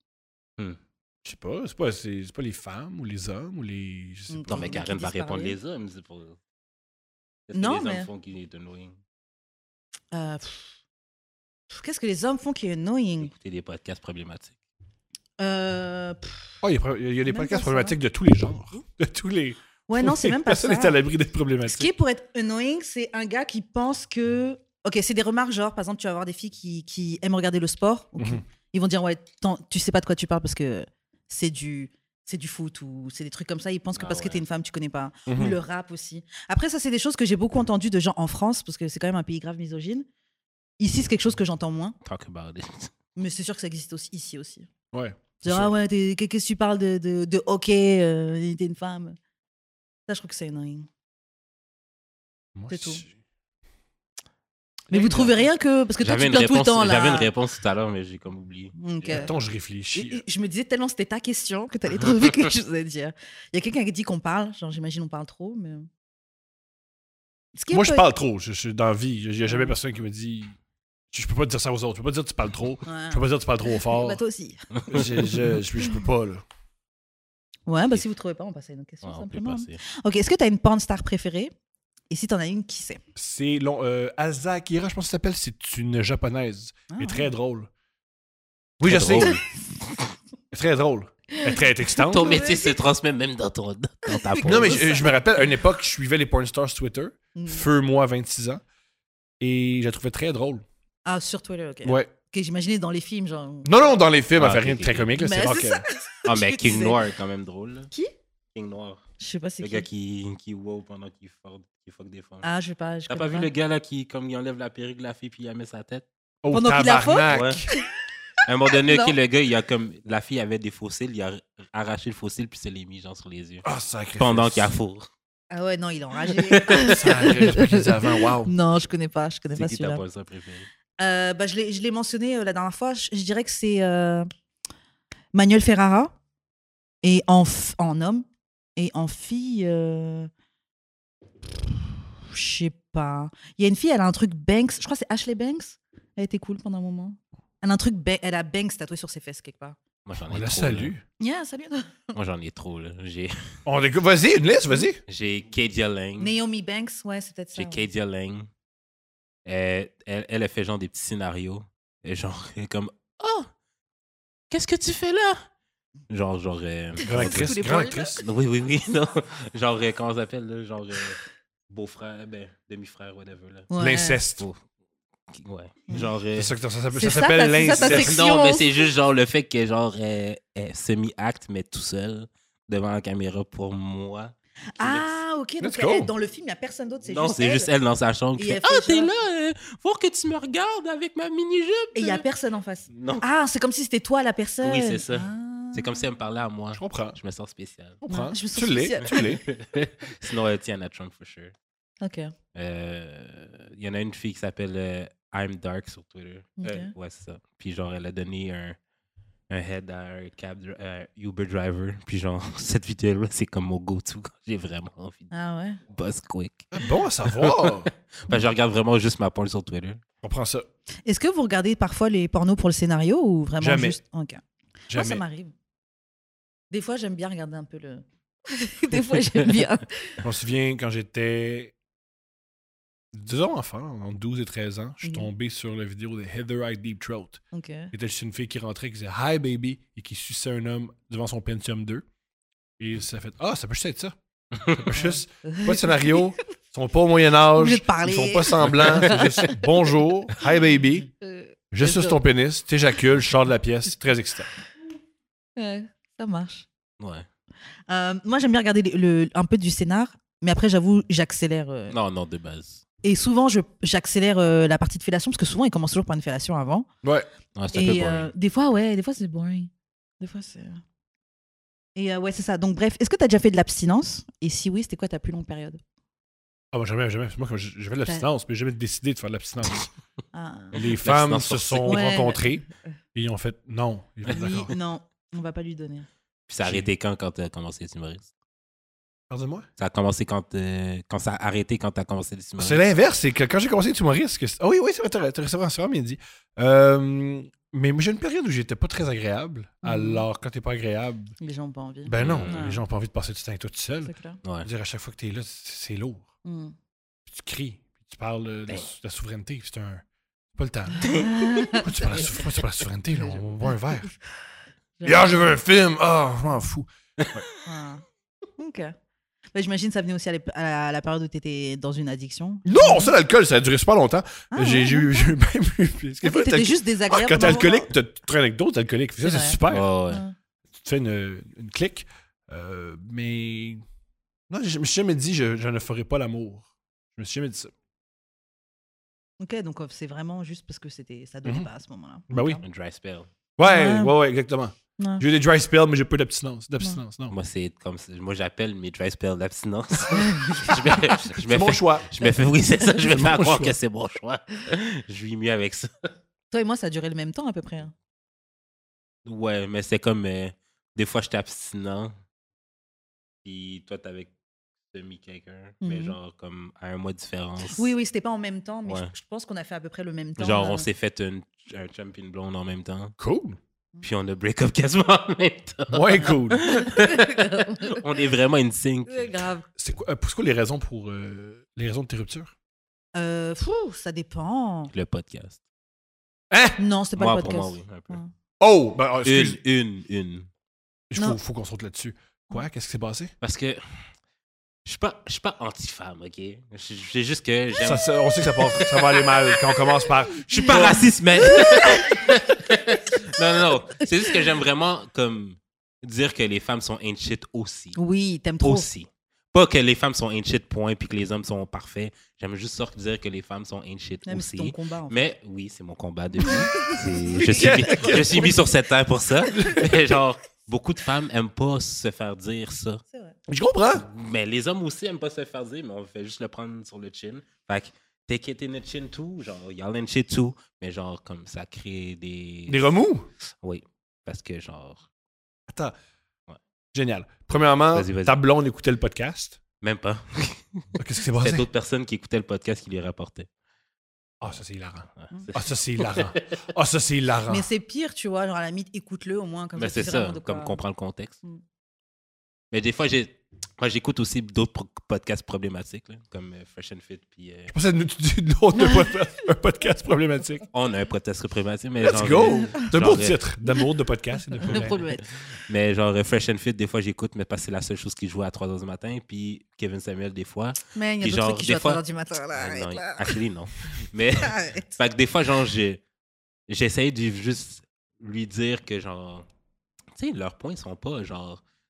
Je sais pas, c'est pas, c'est, c'est pas les femmes ou les hommes ou les. Je sais Mm. pas. Non, mais Qui Karen va disent répondre parler. les hommes. C'est pour... Qu'est-ce Non, que les mais- hommes font qui est annoying? Euh, pff, Qu'est-ce que les hommes font qui est annoying? Écouter des podcasts problématiques. Euh, pff, Oh, il y a, pro- il y a des Même podcasts pas ça. problématiques de tous les genres. De tous les. ouais, non, c'est même pas ça. Personne n'est à l'abri d'être Ce qui problématique. est pour être annoying, c'est un gars qui pense que. Ok, c'est des remarques genre, par exemple, tu vas avoir des filles qui, qui aiment regarder le sport. ou qui- Mhm. Ils vont dire, ouais, t'en- tu sais pas de quoi tu parles parce que c'est du, c'est du foot ou c'est des trucs comme ça. Ils pensent que Ah parce que ouais. t'es une femme, tu connais pas. Ou Mhm. le rap aussi. Après, ça, c'est des choses que j'ai beaucoup entendues de gens en France parce que c'est quand même un pays grave misogyne. Ici, c'est quelque chose que j'entends moins. Talk about it. Mais c'est sûr que ça existe aussi ici aussi. Ouais. c'est Genre, sûr. ah ouais, t'es- qu'est-ce que tu parles de, de, de hockey, euh, t'es une femme. Ça, je trouve que c'est annoying. Moi, c'est tout. je- Mais vous trouvez rien que. Parce que toi, J'avais tu une, plains tout le réponse, temps là. j'avais une réponse tout à l'heure, mais j'ai comme oublié. Ok. Attends, je réfléchis. Et- et Je me disais tellement c'était ta question que t'allais trouver quelque chose à dire. Il y a quelqu'un qui dit qu'on parle, genre j'imagine on parle trop, mais. Ce qui est Moi, je pas- parle trop. Je, je suis dans la vie. Il n'y a jamais personne qui me dit. Je, je peux pas dire ça aux autres. Je peux pas dire que tu parles trop. Ouais. Je peux pas dire que tu parles trop fort. Bah, toi aussi. je, je, je, je peux pas, là. Ouais, bah si vous trouvez pas, on passe à une autre question Ouais, on peut simplement. passer. Ok, est-ce que t'as une porn star préférée? Et si t'en as une, qui c'est? C'est long. Euh, Asa Akira, je pense que ça s'appelle. C'est une japonaise. Ah, Elle est ouais. très drôle. Oui, Très je sais. drôle. Elle est très drôle. Elle est très excitante. Ton métier se transmet même dans, ton, dans ta peau. Non, mais je, je me rappelle, à une époque, je suivais les porn stars sur Twitter. Mm. Feu, moi, vingt-six ans. Et je la trouvais très drôle. Ah, sur Twitter, ok. Ouais. Ok, j'imaginais dans les films, genre. Non, non, dans les films, Ah, elle fait ok, rien de ok, très ok. comique. Là, Mais c'est rare c'est que... ça. Ah, Je mais me King disais. Noir est quand même drôle. là. Qui? King Noir. Je sais pas c'est Le qui. gars qui, qui wow pendant qu'il fuck, qu'il fuck des femmes. Ah, je vais pas. je T'as connais pas vu le gars là qui, comme il enlève la perruque de la fille puis il la met sa tête? Oh, Pendant qu'il la tabarnak. Ouais. À un moment donné, ok, Non. le gars, il a comme. La fille avait des fossiles, il a arraché le fossile puis se les mis genre sur les yeux. Ah, sacré. Pendant qu'il a fourre. Ah ouais, non, il est enragé. Sacré, j'espère qu'il disait avant. Waouh. Non, je connais pas, je connais C'est pas qui celui-là. ta poisson préféré? Euh, bah, je l'ai je l'ai mentionné euh, la dernière fois. Je, je dirais que c'est euh, Manuel Ferrara. Et en, f- en homme. Et en fille. euh, Je sais pas. Il y a une fille, elle a un truc Banks. Je crois que c'est Ashley Banks. Elle était cool pendant un moment. Elle a un truc. Ba- Elle a Banks tatoué sur ses fesses quelque part. Moi, j'en On ai la trop. salue. Yeah, salut. là. Moi, j'en ai trop. là. J'ai, On découvre. Vas-y, une liste, vas-y. j'ai Kadia Lang. Naomi Banks, ouais, c'est peut-être ça. J'ai ouais. Kadia Lang. Euh, elle, elle a fait genre des petits scénarios. Et genre, elle est comme Oh, qu'est-ce que tu fais là? Genre, genre. euh, Grande actrice, Tous les grande points, là. actrice. Oui, oui, oui. Non. Genre, euh, comment ça s'appelle, là? Genre, euh, beau-frère, ben, demi-frère, whatever, là. Ouais. L'inceste. Beau- Ouais. Genre. euh, C'est ça que ça s'appelle. C'est Ça ça, s'appelle ta- c'est ça, ta l'inceste. section. Non, mais c'est juste genre le fait que genre euh, elle semi-acte, mais tout seul, devant la caméra pour moi. Ah, ok. Donc, Let's go. elle, dans le film, il n'y a personne d'autre. C'est Non, juste c'est elle. juste elle dans sa chambre qui Et fait elle « Ah, fait t'es genre- là, euh, voir que tu me regardes avec ma mini-jupe! » Et il n'y a personne en face. Non, Ah, c'est comme si c'était toi la personne. Oui, c'est ça. Ah. c'est comme si elle me parlait à moi. Je comprends. Je me sens spécial. Je comprends. Ouais, je me sens Tu l'es, spéciale. tu l'es. Sinon, elle tient à trunk for sure. Ok. Euh, Il y en a une fille qui s'appelle euh, I'm Dark sur Twitter. Ok. Euh, ouais, c'est ça. Puis genre, elle a donné un, un head à un cab, dri- euh, Uber driver. Puis genre, cette vidéo-là, c'est comme mon go-to quand j'ai vraiment envie de Ah ouais. buzz quick. Bon à savoir. Enfin, je regarde vraiment juste ma porn sur Twitter. Je comprends ça. Est-ce que vous regardez parfois les pornos pour le scénario ou vraiment Jamais. juste. Ok. Moi, Jamais. ça m'arrive. Des fois, j'aime bien regarder un peu le. Des fois, j'aime bien. Je me souviens quand j'étais, disons enfant, entre douze et treize ans, je suis Mhm. tombé sur la vidéo de Heather I Deep Throat. Ok. C'était juste une fille qui rentrait, qui disait « Hi baby » et qui suçait un homme devant son Pentium deux. Et ça fait « Ah, ça peut juste être ça. Ça peut juste... Pas de scénario. Ils sont pas au Moyen-Âge. Obligé de parler. Ils font pas semblant. C'est juste « Bonjour. Hi baby. Euh, Je C'est suce ça. ton pénis. T'éjacules. Je sors de la pièce. C'est très excitant. ouais, ça marche. Ouais. Euh, moi, j'aime bien regarder le, le- un peu du scénar, mais après, j'avoue, j'accélère. euh, Non, non, de base. Et souvent, je, j'accélère euh, la partie de fellation parce que souvent, ils commencent toujours par une fellation avant. Ouais. Ouais, c'est un peu Et boring. euh, des fois, ouais, des fois, c'est boring. Des fois, c'est. Et euh, ouais, c'est ça. Donc, bref, est-ce que tu as déjà fait de l'abstinence? Et si oui, c'était quoi ta plus longue période? Ah, moi, jamais, jamais. Moi, quand j'ai j'ai fait de l'abstinence, mais j'ai jamais décidé de faire de l'abstinence. Ah, Les femmes L'abstinence se forcée. sont Ouais. rencontrées et ils ont fait non. Ils ont fait, d'accord. oui, non, on va pas lui donner. Puis ça a arrêté quand, quand t'as commencé les humoristes? Pardonne-moi. Ça a commencé quand, euh, quand ça a arrêté quand t'as commencé les humoristes? C'est l'inverse, c'est que quand j'ai commencé à être humoriste, que c'est- ah oui, oui, c'est vrai, t'as- t'as- c'est vrai, c'est vraiment bien dit. Euh, mais moi, j'ai une période où j'étais pas très agréable. Mhm. Alors, quand t'es pas agréable, Les gens n'ont pas envie. ben non, Mhm. les gens ont pas envie de passer du temps avec toi tout seul. C'est clair. Ouais. Je veux dire, à chaque fois que t'es là, c'est c'est lourd. Mm. Puis tu cries, puis tu parles euh, de, Ben. de la souveraineté, puis c'est un... pas le temps. Pourquoi tu parles de la, sou- pourquoi tu parles de la souveraineté, là? On boit un verre. Hier, j'ai vu un film. Ah, je m'en fous. Ah. Ok. Bah, j'imagine que ça venait aussi à, l'ép- à la période où tu étais dans une addiction. Non, ça, l'alcool, ça a duré super longtemps. Ah, j'ai ouais, j'ai eu j'ai eu même eu... ce qui est Ok, fun, t'étais t'as- juste Ah, désagréable. quand t'es pendant un alcoolique, t'as d'autres anecdotes d'alcoolique. Ça, C'est c'est vrai. super. Ouais, ouais. moment. Tu te fais une, une clique. Euh, mais. Non, je me suis jamais dit je, je ne ferai pas l'amour. Je me suis jamais dit ça. Ok, donc euh, c'est vraiment juste parce que c'était, ça donnait Mhm. pas à ce moment-là. Ben oui. Un dry spell. Ouais, Ouais. ouais, ouais, exactement. Ouais. J'ai eu des dry spells, mais j'ai pas eu d'abstinence. D'abstinence, non. Moi, c'est comme ça. Moi, j'appelle mes dry spells d'abstinence. je me, je me C'est mon fais, choix. je me fais, oui, c'est ça. Je me C'est fais mon croire choix. que c'est mon choix. Je vis mieux avec ça. Toi et moi, ça a duré le même temps à peu près. hein. Ouais, mais c'est comme. euh, des fois, j'étais abstinent. Puis toi, t'avais semi quelqu'un. Mais Mhm. genre, comme à un mois de différence. Oui, oui, c'était pas en même temps, mais Ouais. je, je pense qu'on a fait à peu près le même temps. Genre, euh. on s'est fait une, un champion blonde en même temps. Cool. Puis on a break up quasiment en même temps. Ouais, cool. On est vraiment une sync. C'est grave. C'est quoi, euh, c'est quoi les raisons pour. euh, les raisons de tes ruptures? Euh, fou, ça dépend. Le podcast. Hein? Non, c'était pas Moi, le pour podcast. moi, oui. Un peu. Ouais. Oh! Ben, ah, excuse. Une, une, une. Il Non. faut, faut qu'on saute là-dessus. Quoi? Qu'est-ce qui s'est passé? Parce que je suis pas, je suis pas anti-femme, ok? Je- C'est juste que j'aime. Ça, ça- on sait que ça, part- ça va aller mal quand on commence par. Je suis pas raciste, mais. non, non, non. C'est juste que j'aime vraiment comme dire que les femmes sont ain't shit aussi. Oui, t'aimes trop. Aussi. Pas que les femmes sont ain't shit, point, puis que les hommes sont parfaits. J'aime juste ça dire que les femmes sont ain't shit Même si c'est ton aussi. combat. En fait. Mais oui, c'est mon combat de vie. C'est- je, suis, mis- je suis mis sur cette terre pour ça. Mais genre, beaucoup de femmes aiment pas se faire dire ça. C'est vrai. Je comprends. Mais les hommes aussi aiment pas se faire dire, mais on fait juste le prendre sur le chin. Fait que, take it in the chin too, genre, y'all in shit too. Mais genre, comme ça crée des. Des remous? Oui. Parce que, genre, Attends. Ouais. Génial. Premièrement, Vas-y, vas-y. ta blonde écoutait le podcast. même pas. Qu'est-ce qui s'est passé? C'était d'autres personnes qui écoutaient le podcast qui les rapportaient. Ah, ça, c'est hilarant. Ouais, Mm. c'est- Ah, ça, c'est hilarant. Ah, ça, c'est hilarant. Mais c'est pire, tu vois. Genre, à la limite, écoute-le au moins. Comme Ben, ça, c'est tu sais ça, vraiment de quoi- comme comprendre le contexte. Mm. Mais des fois, j'ai. Moi, j'écoute aussi d'autres pro- podcasts problématiques, là, comme euh, Fresh and Fit. Puis, euh, Je pensais que tu dis de l'autre podcast- un podcast problématique. on a un podcast problématique, mais Let's genre. go! euh, C'est un genre, beau euh, titre. D'amour de podcast et de Le problème. problème. Mais genre, euh, Fresh and Fit, des fois, j'écoute, mais parce que c'est la seule chose qui joue à trois heures du matin. Puis Kevin Samuel, des fois. Mais il y a Puis d'autres genre, trucs qui des jouent à fois- trois heures du matin. Là, Ah, arrête, non, là. actually, non. Mais. Arrête. Fait que des fois, genre, j'ai- j'essaye de juste lui dire que, genre, tu sais, leurs points sont pas, genre,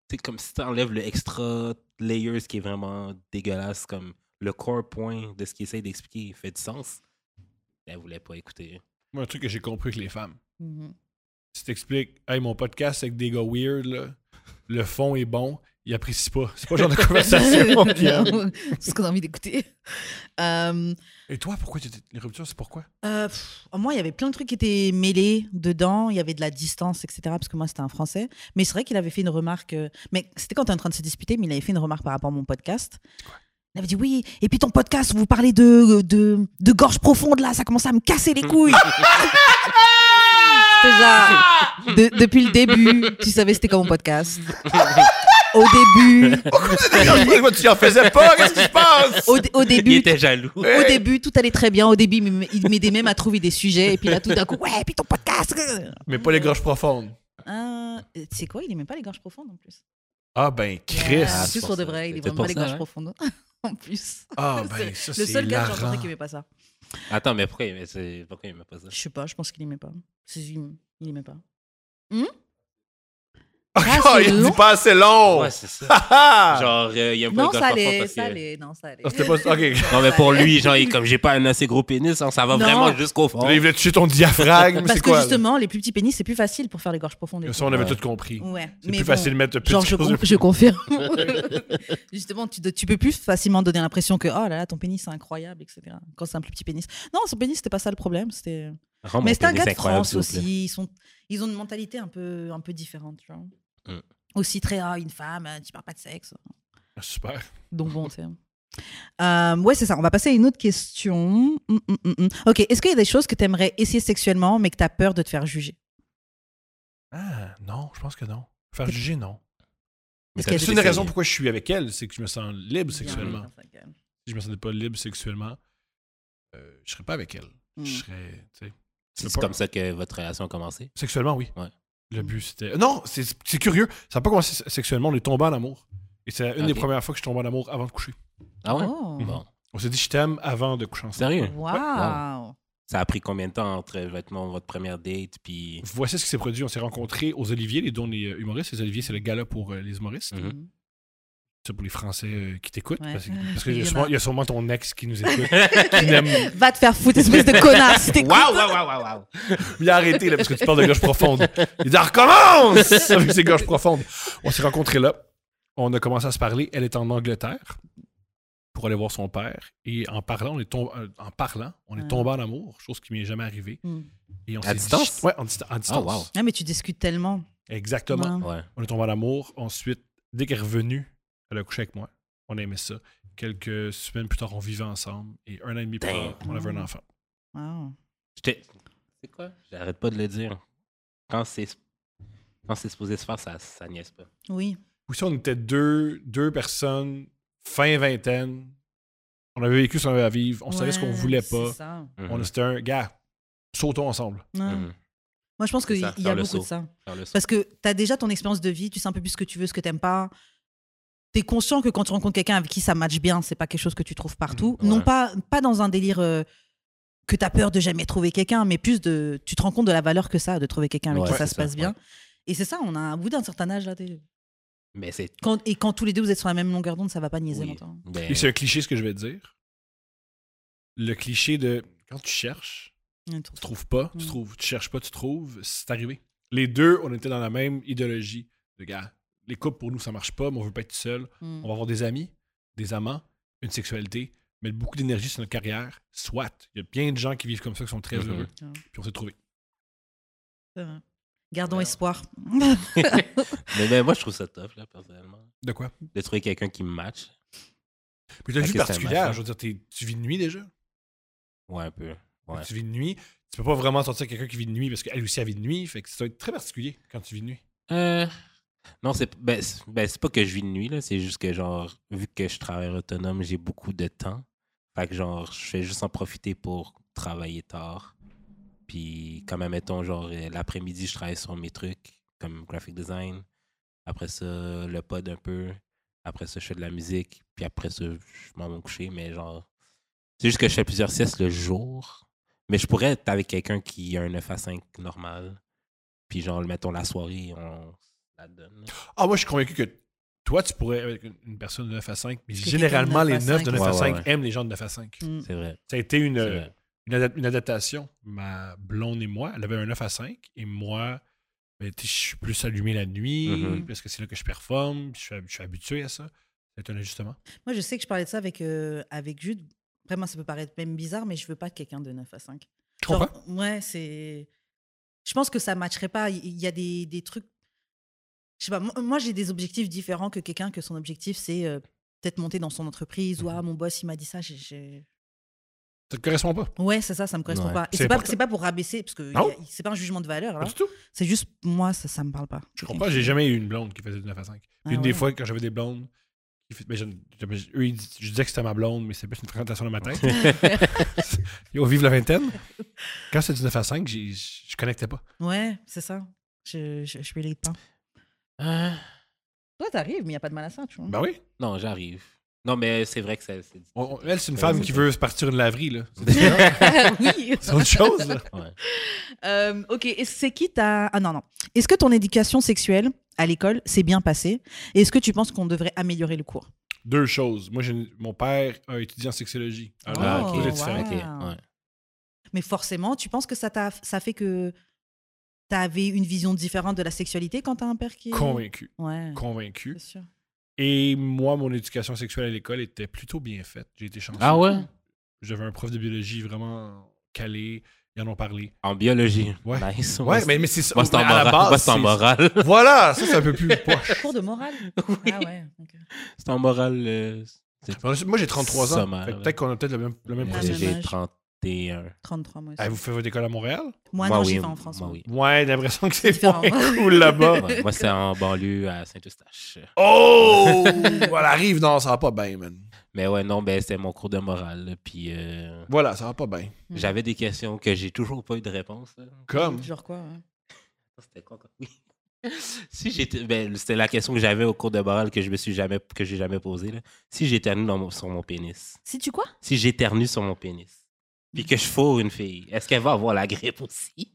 C'est comme si tu enlèves le extra layers qui est vraiment dégueulasse, comme le core point de ce qu'il essaie d'expliquer fait du sens. Elle voulait pas écouter. Moi, un truc que j'ai compris avec les femmes. Mhm. Si t'expliques, hey, mon podcast avec des gars weird, là, le fond est bon, ils apprécient pas. C'est pas le genre de conversation qu'ils aiment. C'est ce qu'on a envie d'écouter. Euh, Et toi, pourquoi tu étais... les ruptures, c'est pourquoi? euh, pff, moi, il y avait plein de trucs qui étaient mêlés dedans. Il y avait de la distance, et cetera. Parce que moi, c'était un Français. Mais c'est vrai qu'il avait fait une remarque. euh, Mais c'était quand on était en train de se disputer, mais il avait fait une remarque par rapport à mon podcast. Il avait dit oui. Et puis ton podcast, vous parlez de, de, de gorge profonde, là. Ça commence à me casser les couilles. C'était genre, de- depuis le début, tu savais c'était quoi mon podcast. Au début, Pourquoi tu en faisais pas? Qu'est-ce qui se passe? au, dé- au Il début, était jaloux. au début, tout allait très bien. Au début, il m- il m'aidait même à trouver des sujets. Et puis là, tout d'un coup, ouais, puis ton podcast. euh. Mais pas les gorges profondes. Euh, tu sais quoi, il aimait pas les gorges profondes en plus. Ah ben, Chris. Yeah, Ah, plus c'est pour pour de ça. vrai, il C'est aimait pour pas les ça, gorges hein. profondes. En plus. Ah ben, ça, Le c'est seul gars que j'ai hilarant. rencontré qui aimait pas ça. Attends, mais pourquoi il aimait, c'est- pourquoi il aimait pas ça? Je sais pas, je pense qu'il aimait pas. C'est- Il, il aimait pas. Ah, Ah, c'est il long. dit pas assez long. Ouais, c'est ça. Ah! Genre, euh, il aime pas Non, les ça gars profonds allait, parce ça que... allait, non, ça allait. Ah, c'était pas... OK. Non, mais pour lui, genre, il- comme j'ai pas un assez gros pénis, hein, ça va Non. vraiment jusqu'au fond. Là, il voulait toucher ton diaphragme. Parce C'est que quoi? justement, les plus petits pénis, c'est plus facile pour faire les gorges profondes. et Là? tout. Ça, on avait Ouais. tout compris. Ouais, C'est mais plus bon, facile de mettre plus genre, de je, choses con- de- je confirme. Justement, tu, tu peux plus facilement donner l'impression que, oh là là, ton pénis, c'est incroyable, et cetera. Quand c'est un plus petit pénis. Non, son pénis, c'était pas ça le problème. C'était... Rends mon Mais c'est un pénis gars de incroyable, France s'il vous plaît. aussi. Ils, sont, ils ont une mentalité un peu, un peu différente. Tu vois. Mm. Aussi très, ah, une femme, euh, tu parles pas de sexe. Ah, super. Donc bon, tu sais. Euh, ouais, c'est ça. On va passer à une autre question. Hum, hum, hum, hum. Ok, est-ce qu'il y a des choses que tu aimerais essayer sexuellement, mais que tu as peur de te faire juger? Ah, non, je pense que non. Faire juger, non. Mais Est-ce t'as qu'il y a C'est tout une essayé. raison pourquoi je suis avec elle, c'est que je me sens libre sexuellement. Bien, Si je me sentais pas libre sexuellement, euh, je serais pas avec elle. Mm. Je serais, tu sais... C'est pas- comme ça que votre relation a commencé? Sexuellement, oui. Ouais. Le but, c'était... Non, c'est c'est curieux. Ça n'a pas commencé sexuellement, on est tombé en amour. Et c'est une des Ok. premières fois que je tombe en amour avant de coucher. Ah ouais? Oh. Bon. On s'est dit je t'aime avant de coucher ensemble. Sérieux? Wow. Ça a pris combien de temps entre vêtements, votre première date, puis... Voici ce qui s'est produit. On s'est rencontrés aux Oliviers, les dons les euh, humoristes. Les Oliviers, c'est le gala pour euh, les humoristes. Mhm. C'est pour les Français euh, qui t'écoutent. Ouais. Parce, que- parce qu'il Il y, y a en sûrement- a. il y a sûrement ton ex qui nous écoute. qui n'aime... Va te faire foutre, espèce de connard, si t'écoutes. Waouh, waouh, waouh, waouh, waouh! Il a arrêté là, parce que tu parles de gorge profonde. Il dit, recommence avec ses gorges profondes. On s'est rencontrés là. On a commencé à se parler. Elle est en Angleterre pour aller voir son père. Et en parlant, on est, tom- euh, en parlant, on est Ouais. tombé en amour, chose qui m'est jamais arrivée. Mm. Et on À s'est distance? dit- Ouais, en, dista- en distance. wow. Ah, mais tu discutes tellement. Exactement. Ouais. Ouais. On est tombé en amour. Ensuite, dès qu'elle est revenue, elle a couché avec moi. On a aimé ça. Quelques semaines plus tard, on vivait ensemble. Et un an et demi plus tard, on avait un enfant. Wow. J'étais... C'est quoi? J'arrête pas de le dire. Quand c'est... Quand c'est supposé se faire, ça, ça niaise pas. Oui. Aussi, on était deux, deux personnes, fin vingtaine. On avait vécu ce qu'on avait à vivre. On savait ce qu'on Ouais, voulait c'est pas. ça. Mhm. On C'était un gars, sautons ensemble. Ouais. Mhm. Moi, je pense C'est qu'il ça, y faire a le beaucoup saut. de ça. Faire le saut. Parce que tu as déjà ton expérience de vie, tu sais un peu plus ce que tu veux, ce que tu n'aimes pas. Tu es conscient que quand tu rencontres quelqu'un avec qui ça matche bien, c'est pas quelque chose que tu trouves partout. Mhm. Non Ouais. pas, pas dans un délire euh, que tu as peur de jamais trouver quelqu'un, mais plus de. Tu te rends compte de la valeur que ça a de trouver quelqu'un avec Ouais, qui ça c'est se ça, passe bien. ouais. Et c'est ça, on a un bout d'un certain âge là. t'es- Mais c'est... Quand, et quand tous les deux vous êtes sur la même longueur d'onde, ça va pas niaiser Oui. longtemps. Ben, Et c'est un cliché ce que je vais te dire. Le cliché de quand tu cherches, Ouais, tu trouves pas, tu Mm. trouves, tu cherches pas, tu trouves, c'est arrivé. Les deux, on était dans la même idéologie. De gars, les couples pour nous ça marche pas, mais on veut pas être seul. Mm. On va avoir des amis, des amants, une sexualité, mettre beaucoup d'énergie sur notre carrière. Soit. Il y a bien de gens qui vivent comme ça, qui sont très Mhm. heureux. Ouais. Puis on s'est trouvé. C'est vrai. Gardons Ouais. espoir. mais, mais moi, je trouve ça tough, là, personnellement. De quoi? De trouver quelqu'un qui me match. Puis t'as une Fait vie que c'est un particulière. machin. Je veux dire, t'es- tu vis de nuit déjà. Ouais, un peu. Ouais. Tu vis de nuit. Tu peux pas vraiment sortir quelqu'un qui vit de nuit parce qu'elle aussi a vie de nuit. Fait que ça doit être très particulier quand tu vis de nuit. Euh, non, c'est ben, c'est- ben, c'est pas que je vis de nuit, là. C'est juste que, genre, vu que je travaille autonome, j'ai beaucoup de temps. Fait que, genre, je fais juste en profiter pour travailler tard. Puis, quand même, mettons, genre, euh, l'après-midi, je travaille sur mes trucs, comme graphic design. Après ça, le pod un peu. Après ça, je fais de la musique. Puis après ça, je m'en vais me coucher. Mais, genre, c'est juste que je fais plusieurs siestes le jour. Mais je pourrais être avec quelqu'un qui a un neuf à cinq normal. Puis, genre, mettons, la soirée, on... la donne. Ah, moi, je suis convaincu que toi, tu pourrais avec une- une personne de neuf à cinq, mais Parce que généralement, quelqu'un de les neuf à neuf de cinq. neuf à Ouais, cinq ouais, ouais. aiment les gens de neuf à cinq. Mm. C'est vrai. Ça a été une, C'est vrai. une, ada- une adaptation. Ma blonde et moi, elle avait un neuf à cinq, et moi, ben, tu sais, je suis plus allumé la nuit, Mhm. parce que c'est là que je performe, puis je suis, je suis habitué à ça. C'est un ajustement. Moi, je sais que je parlais de ça avec, euh, avec Jude. Vraiment, ça peut paraître même bizarre, mais je veux pas quelqu'un de neuf à cinq. Je comprends. Genre, ouais, c'est. Je pense que ça ne matcherait pas. Il il y a des, des trucs. Je sais pas, moi, moi, j'ai des objectifs différents que quelqu'un que son objectif, c'est euh, peut-être monter dans son entreprise ou ah, mon boss, il m'a dit ça. j'ai- j'ai- Ça te correspond pas? Ouais, c'est ça, ça me correspond Ouais. pas. Et C'est c'est pas, important. c'est pas pour rabaisser, parce que Non. y a- c'est pas un jugement de valeur, Pas là. du tout. C'est juste, moi, ça, ça me parle pas. Je comprends. J'ai jamais eu une blonde qui faisait du neuf à cinq. Puis Ah une des ouais. fois, quand j'avais des blondes, qui fait- ben, je, je- eux, ils dis- je disais que c'était ma blonde, mais c'est plus une fréquentation dans ma tête. Yo, vive la vingtaine. Quand c'était du neuf à cinq, j'ai- je je connectais pas. Ouais, c'est ça. Je, je, je relate pas. Euh, Toi, t'arrives, mais il n'y a pas de mal à ça, tu vois. Ben oui. non, j'arrive. Non, mais c'est vrai que c'est... c'est- On- on- elle, c'est une Ouais, femme c'est qui ça. veut se partir une laverie, là. C'est différent. oui. C'est autre chose, là. Ouais. Euh, ok, et c'est qui ta... Ah non, non. Est-ce que ton éducation sexuelle à l'école s'est bien passée? Et est-ce que tu penses qu'on devrait améliorer le cours? Deux choses. Moi, j'ai- mon père a étudié en sexologie. Alors, Ah, Oh, ok. c'est différent. Ok, wow. ouais. Mais forcément, tu penses que ça, t'a, ça fait que tu avais une vision différente de la sexualité quand t'as un père qui... Convaincu. Ouais, Convaincu. c'est sûr. Et moi, mon éducation sexuelle à l'école était plutôt bien faite. J'ai été chanceux. Ah ouais? J'avais un prof de biologie vraiment calé. Ils en ont parlé. En biologie. Ouais. Nice. Ouais, mais, mais c'est ça. Moi, c'est en à la morale. base, Moi, c'est en c'est- morale. Voilà, ça, c'est un peu plus poche. Cours de morale? Oui. Ah ouais, ok. C'est en morale. euh, c'est- Moi, j'ai trente-trois ans. Sommaire, Fait que là. peut-être qu'on a peut-être le même, le même Ah, processus. même J'ai âge. trente et un. trente-trois, moi aussi. Ah, vous faites votre école à Montréal? Moi, Moi, non, oui, j'ai fait en France. moi, ouais. oui. Ouais, j'ai l'impression que c'est différent. moins cool là-bas. Ouais, moi, c'est en banlieue à Saint-Eustache. Oh! Voilà, arrive, non, ça va pas bien, man. Mais ouais, non, ben, c'était mon cours de morale. là, Puis euh, Voilà, ça va pas bien. Mm. j'avais des questions que j'ai toujours pas eu de réponse. là. Comme. Genre quoi? hein? C'était quoi encore? Oui. Si j'étais, ben, c'était la question que j'avais au cours de morale que je me suis jamais, que j'ai jamais posée. Là. Si j'éternue dans mon- sur mon pénis, Si tu quoi? si j'éternue sur mon pénis, puis que je fourre une fille, est-ce qu'elle va avoir la grippe aussi?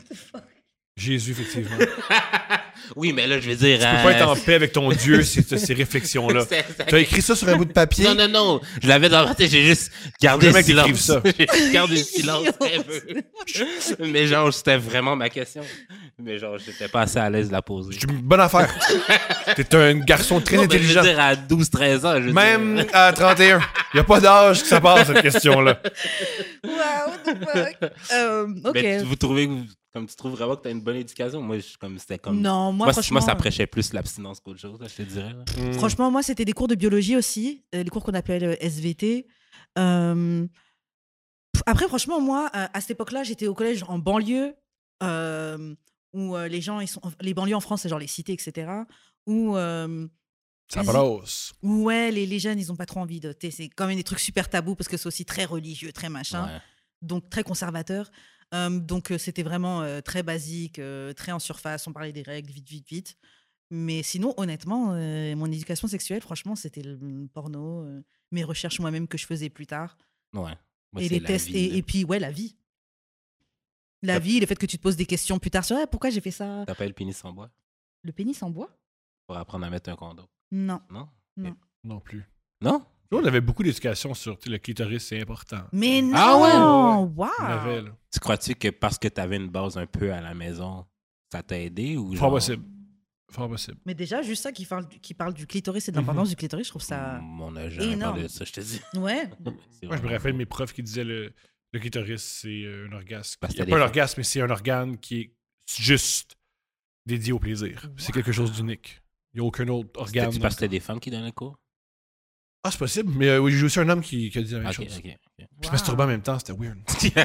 Jésus, effectivement. Oui, mais là, je veux dire. Tu peux pas être en paix avec ton Dieu si tu as ces réflexions-là. Tu as écrit ça sur un bout de papier? Non, non, non. Je l'avais dans ma tête, j'ai juste gardé Faut le jamais que silence. t'écrives ça. J'ai gardé le silence un peu. Mais genre, c'était vraiment ma question. Mais genre, j'étais pas assez à l'aise de la poser. C'est une bonne affaire. T'es un garçon très Non, mais intelligent. Je veux dire, à douze treize ans, je veux Même dire. à trente et un. Il n'y a pas d'âge que ça passe, cette question-là. Wow, what the fuck? Euh, ok. Mais tu- vous trouvez que vous- comme tu trouves vraiment que t'as une bonne éducation? Moi, je, comme c'était comme. Non, moi, moi, franchement... moi, ça prêchait plus l'abstinence qu'autre chose, là, je te dirais. là. Mm. Franchement, moi, c'était des cours de biologie aussi, euh, les cours qu'on appelle euh, S V T. Euh, pff, Après, franchement, moi, euh, à cette époque-là, j'étais au collège en banlieue, euh, où euh, les gens, ils sont, les banlieues en France, c'est genre les cités, et cetera. Où, euh, Ça vas-y. brosse. où ouais, les, les jeunes, ils ont pas trop envie de. t'sais, C'est quand même des trucs super tabous parce que c'est aussi très religieux, très machin, Ouais. donc très conservateur. Euh, donc euh, c'était vraiment euh, très basique, euh, très en surface. On parlait des règles, vite, vite, vite. Mais sinon, honnêtement, euh, mon éducation sexuelle, franchement, c'était le porno, euh, mes recherches moi-même que je faisais plus tard, Ouais. Moi, et c'est les la tests, vie, et, là. et puis ouais, la vie. La T'as- vie, le fait que tu te poses des questions plus tard sur ah, pourquoi j'ai fait ça. T'as pas le pénis en bois Le pénis en bois? pour apprendre à mettre un condom? Non. Non? Non plus. Non? Nous, on avait beaucoup d'éducation sur tu sais, le clitoris, c'est important. Mais non! Ah ouais? Wow! On avait, là. Tu crois-tu que parce que t'avais une base un peu à la maison, ça t'a aidé ou Fort genre- possible. Fort possible. Mais déjà, juste ça qui parle, qui parle du clitoris et de Mhm. l'importance du clitoris, je trouve ça. Mm, On a jamais énorme. parlé de ça, je te dis. Ouais. C'est Moi, je me vraiment- rappelle mes profs qui disaient le, le clitoris, c'est euh, un orgasme. Parce Il n'y a que pas un des- orgasme, mais c'est un organe qui est juste dédié au plaisir. C'est quelque chose d'unique. Il n'y a aucun autre organe. C'était-tu dans parce que le c'était des femmes qui donnaient le cours? Ah, c'est possible, mais euh, oui, j'ai aussi un homme qui, qui a dit la même Ok, chose. ok. ok. Puis se masturber en même temps, c'était weird.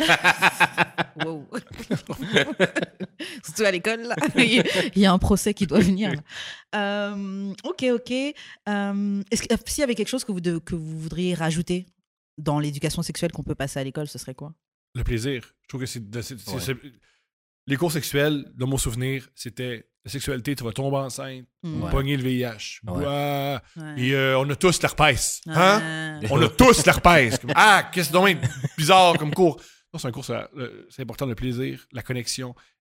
Wow. Surtout à l'école, là. Il y a un procès qui doit venir. là. Euh, ok, ok. Euh, est-ce que, s'il y avait quelque chose que vous, de- que vous voudriez rajouter dans l'éducation sexuelle qu'on peut passer à l'école, ce serait quoi? Le plaisir. Je trouve que c'est. de- c'est- c'est- Ouais. c'est- Les cours sexuels, de mon souvenir, c'était la sexualité, tu vas tomber enceinte, Mm. Ouais. pogner le V I H. Ouais. Ouah. Ouais. Et euh, on a tous l'herpès. Hein? Ah. On a tous l'herpès. Comme, ah, qu'est-ce que c'est donc bizarre comme cours. Non, c'est un cours, ça- le- c'est important le plaisir, la connexion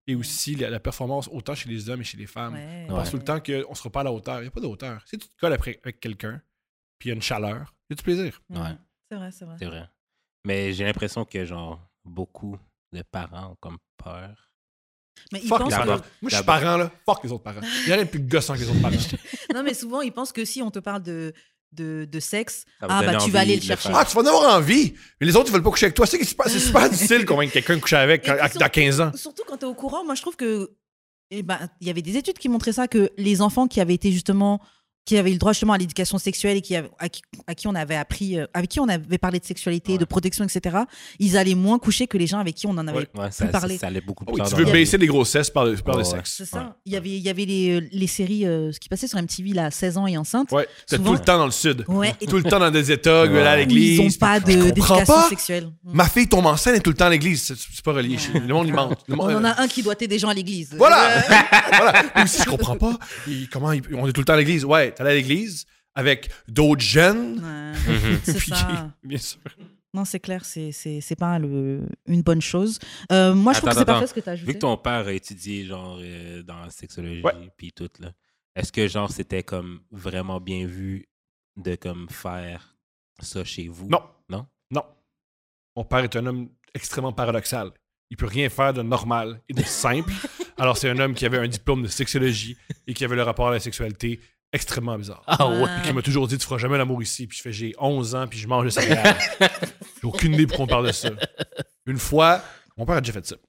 et aussi la, la performance autant chez les hommes et chez les femmes. Ouais. On pense Ouais. tout le temps qu'on ne sera pas à la hauteur. Il n'y a pas de hauteur. Si tu te colles après, avec quelqu'un, puis il y a une chaleur, il y a du plaisir. Ouais. Ouais. C'est vrai, c'est vrai. C'est vrai. Mais j'ai l'impression que, genre, beaucoup de parents ont comme peur. Mais ils Fuck pensent les d'abord. parents. Moi, je suis D'abord. parent, là. Fuck les autres parents. Il n'y a rien de plus gossant que les autres parents. que... Non, mais souvent, ils pensent que si on te parle de, de, de sexe, Ça va ah donner bah tu envie vas aller le de le chercher. faire. Ah, tu vas en avoir envie, mais les autres, ils veulent pas coucher avec toi. C'est super, c'est super difficile de convaincre quelqu'un de coucher avec Et à, puis à quinze ans. Surtout quand tu es au courant, moi je trouve que eh ben, il y avait des études qui montraient ça, que les enfants qui avaient été justement qui avaient eu le droit justement à l'éducation sexuelle et qui, avaient- à, qui, à qui on avait appris, euh, avec qui on avait parlé de sexualité, Ouais. de protection, et cetera, ils allaient moins coucher que les gens avec qui on en avait. Ouais. Ouais, ça, ça, parler. ça allait beaucoup Ah plus oui, tu tard veux dans la baisser vie. les grossesses par le, par le Ouais, ouais. sexe. C'est ça. Ouais. Il y avait, il y avait les, les séries, euh, ce qui passait sur M T V, là, seize ans et enceinte. Ouais, c'est Souvent- tout le temps dans le sud. Ouais. Et Tout le temps dans des états, Ouais. à où l'église. ils n'ont pas puis- de- Je comprends d'éducation pas. sexuelle. Ma fille tombe enceinte et tout le temps à l'église. C'est, c'est pas relié. Ouais. Le monde, il mente. Le On monde- en a un qui doit aider des gens à l'église. Voilà! Euh, voilà. Moi aussi, je comprends pas. Et comment ils- on est tout le temps à l'église. Ouais, t'es allé à l'église avec d'autres jeunes. ouais. Mhm. C'est Puis- ça. Bien sûr. Non, c'est clair, c'est, c'est, c'est pas le, une bonne chose. Euh, moi, je trouve Attends, que c'est attends. parfait ce que tu as ajouté. Vu que ton père a étudié genre euh, dans la sexologie Ouais. puis tout là, est-ce que genre c'était comme vraiment bien vu de comme faire ça chez vous? Non. Non? Non. Mon père est un homme extrêmement paradoxal. Il peut rien faire de normal et de simple. Alors, c'est un homme qui avait un diplôme de sexologie et qui avait le rapport à la sexualité extrêmement bizarre. Ah ouais. Ouais. Puis qui m'a toujours dit, tu feras jamais l'amour ici. Puis je fais, j'ai onze ans, puis je mange le céréales. J'ai aucune idée pourquoi on parle de ça. Une fois, mon père a déjà fait ça.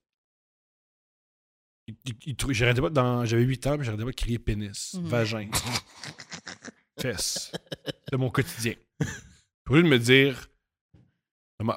Il, il- il trou- j'arrêtais pas dans, j'avais huit ans, mais j'arrêtais pas de crier pénis, Mhm. vagin, fesses. C'est mon quotidien. Puis au lieu de me dire, Thomas,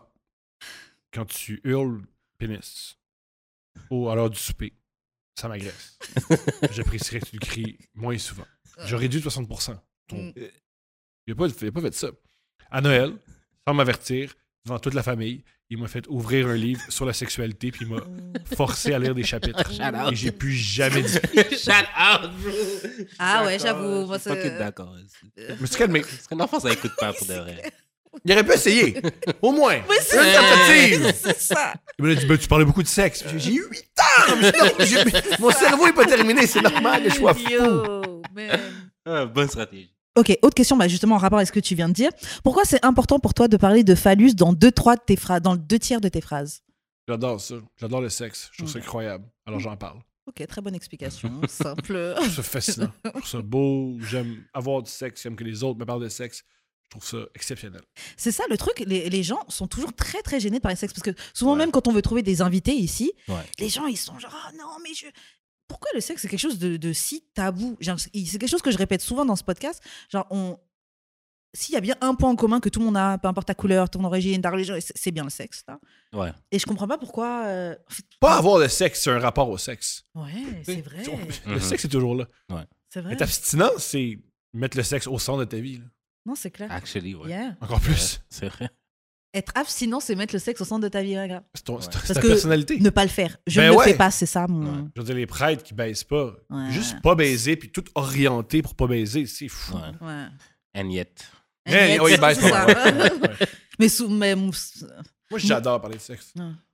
quand tu hurles pénis, ou à l'heure du souper, ça m'agresse. J'apprécierais que tu le cries moins souvent. J'ai réduit de soixante pour cent. Ton- Mm. Il n'a pas, il a pas fait ça. À Noël, sans m'avertir, devant toute la famille, il m'a fait ouvrir un livre sur la sexualité, puis il m'a forcé à lire des chapitres. Shout out. Et j'ai plus jamais dit. Shout out, bro! Ah ouais, D'accord. j'avoue, moi, Je suis pas c'est- que d'accord. aussi. Je me suis calmé. Parce qu'un enfant, ça écoute pas pour de vrai. Il aurait pu essayer. Au moins. Oui, c'est Une ça. tentative. C'est ça. Il m'a dit, ben, tu parlais beaucoup de sexe. J'ai j'ai eu huit ans. Mais non, j'ai- Mon cerveau n'est pas terminé. C'est normal que je sois fou. Yo, man. Ah, bonne stratégie. Ok, autre question, bah justement en rapport avec ce que tu viens de dire. Pourquoi c'est important pour toi de parler de phallus dans deux, trois de tes phrases, dans deux tiers de tes phrases? J'adore ça. J'adore le sexe. Je trouve ça Ouais. incroyable. Alors j'en parle. Ok, très bonne explication, simple. Je trouve ça fascinant. Je trouve ça beau. J'aime avoir du sexe. J'aime que les autres me parlent de sexe. Je trouve ça exceptionnel. C'est ça le truc, les, les gens sont toujours très très gênés de parler de sexe parce que souvent Ouais. même quand on veut trouver des invités ici, Ouais. les gens ils sont genre ah non mais je pourquoi le sexe c'est quelque chose de, de si tabou. Genre, c'est quelque chose que je répète souvent dans ce podcast, genre on s'il y a bien un point en commun que tout le monde a, peu importe ta couleur, ton origine, ta religion, c'est c'est bien le sexe. Là. Ouais. Et je comprends pas pourquoi. euh, en fait- Pas avoir de sexe, c'est un rapport au sexe. Ouais, c'est vrai. Le Mhm. sexe est toujours là. C'est vrai. Être abstinent, c'est mettre le sexe au centre de ta vie. là. Non, c'est clair. Actually, ouais. Yeah. Encore plus. C'est vrai. Être abstinent, c'est mettre le sexe au centre de ta vie. Regarde. C'est, ton- c'est ta- c'est Parce ta que personnalité. Ne pas le faire. Je Ben ne le ouais. fais pas, c'est ça mon. Ouais. Je veux dire, les prêtres qui baisent pas. Ouais. Juste pas baiser, puis tout orienté pour pas baiser, c'est fou. Ouais. Ouais. And yet. Mais, Et oh, ils baissent c'est pas. ça. Ouais, ouais, ouais. Mais, sous, mais Moi, j'adore parler de sexe.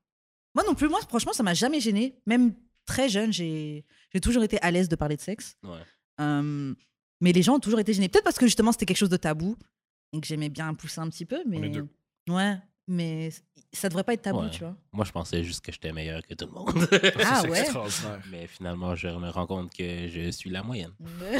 moi non plus, moi franchement, ça m'a jamais gêné. Même très jeune, j'ai j'ai toujours été à l'aise de parler de sexe. Ouais. Euh, mais les gens ont toujours été gênés. Peut-être parce que justement c'était quelque chose de tabou et que j'aimais bien pousser un petit peu. Mais On est deux. ouais, mais ça devrait pas être tabou, Ouais. tu vois. Moi, je pensais juste que j'étais meilleur que tout le monde. Ah, c'est ouais? extraordinaire. Mais finalement, je me rends compte que je suis la moyenne.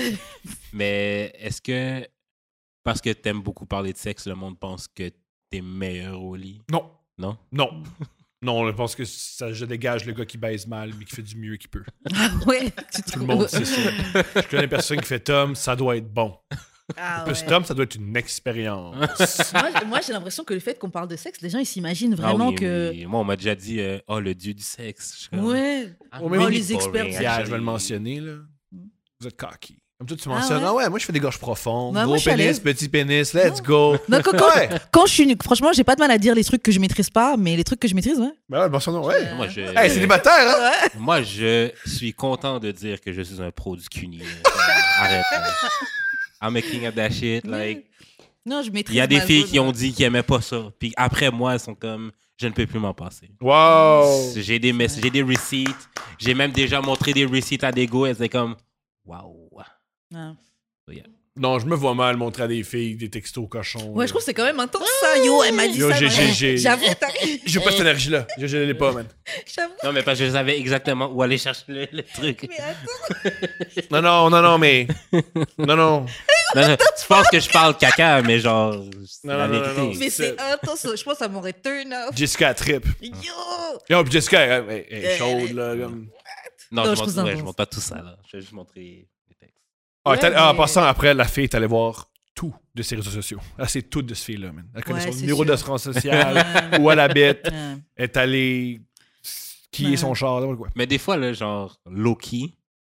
Mais est-ce que parce que t'aimes beaucoup parler de sexe, le monde pense que t'es meilleur au lit? Non, Non? non. Non, je pense que ça, je dégage le gars qui baise mal, mais qui fait du mieux qu'il peut. Ah ouais, tu Tout le monde sait ça. Je connais personne qui fait Tom, ça doit être bon. Ah Plus ouais. Tom, ça doit être une expérience. Moi, j- moi, j'ai l'impression que le fait qu'on parle de sexe, les gens ils s'imaginent Ah vraiment oui, que. oui. Moi, on m'a déjà dit euh, oh, le dieu du sexe. Je suis comme, Ouais. Ah, Oh, mais really les experts, boring, Pierre, je vais actually. le mentionner, là. Vous êtes cocky. Comme toi, tu Ah mentionnes, ouais? ah ouais, moi je fais des gorges profondes, Bah, moi, gros je suis à pénis, l'aise. petit pénis, let's go. Non, quand, quand- Ouais, quand je suis nulle, franchement, j'ai pas de mal à dire les trucs que je maîtrise pas, mais les trucs que je maîtrise, ouais. ben ouais, mentionnons, ouais. Moi, je, Hey, célibataire, hein? moi, je suis content de dire que je suis un pro du cuni. là. Arrête. là. I'm a king of that shit. Like, Non, je maîtrise. il y a des ma filles zone. qui ont dit qu'ils aimaient pas ça. Puis après moi, elles sont comme, Je ne peux plus m'en passer. Wow! J'ai des, mess- j'ai des receipts. J'ai même déjà montré des receipts à des gars. Elles étaient comme, waouh. Ah. So, yeah. Non, je me vois mal montrer à des filles des textos cochons. Ouais, là. je trouve que c'est quand même intense ça. Yo, elle m'a dit Yo, ça. j'ai- moi. j'ai- j'ai- J'avoue, t'as- J'ai pas cette énergie-là. Je, je l'ai pas, man. j'avoue. Non, mais parce que je savais exactement où aller chercher le, le truc. Mais attends. Non, non, non, non, mais... Non, non. Non, non, tu penses que je parle caca, mais genre, c'est Non, la non, non, vérité. non, non. Mais c'est intense. Je pense que ça m'aurait turn off. Jessica a trip. Yo! Yo, puis Jessica, elle, elle- elle est chaude, là. Comme... Non, Non, je, je trouve montre, ça ouais, je intense. montre pas tout ça, là. Je vais juste montrer les textes. Ah, Ouais, t'as- ah, en mais- passant, après, la fille est allée voir tout de ses réseaux sociaux. Elle sait tout de ce fille-là, man. Elle connaît Ouais, son c'est numéro sûr. d'assurance sociale, Ouais. où elle habite, Ouais. elle est allée... Qui Ouais. est son char, là, quoi. Mais des fois, là, genre, low-key,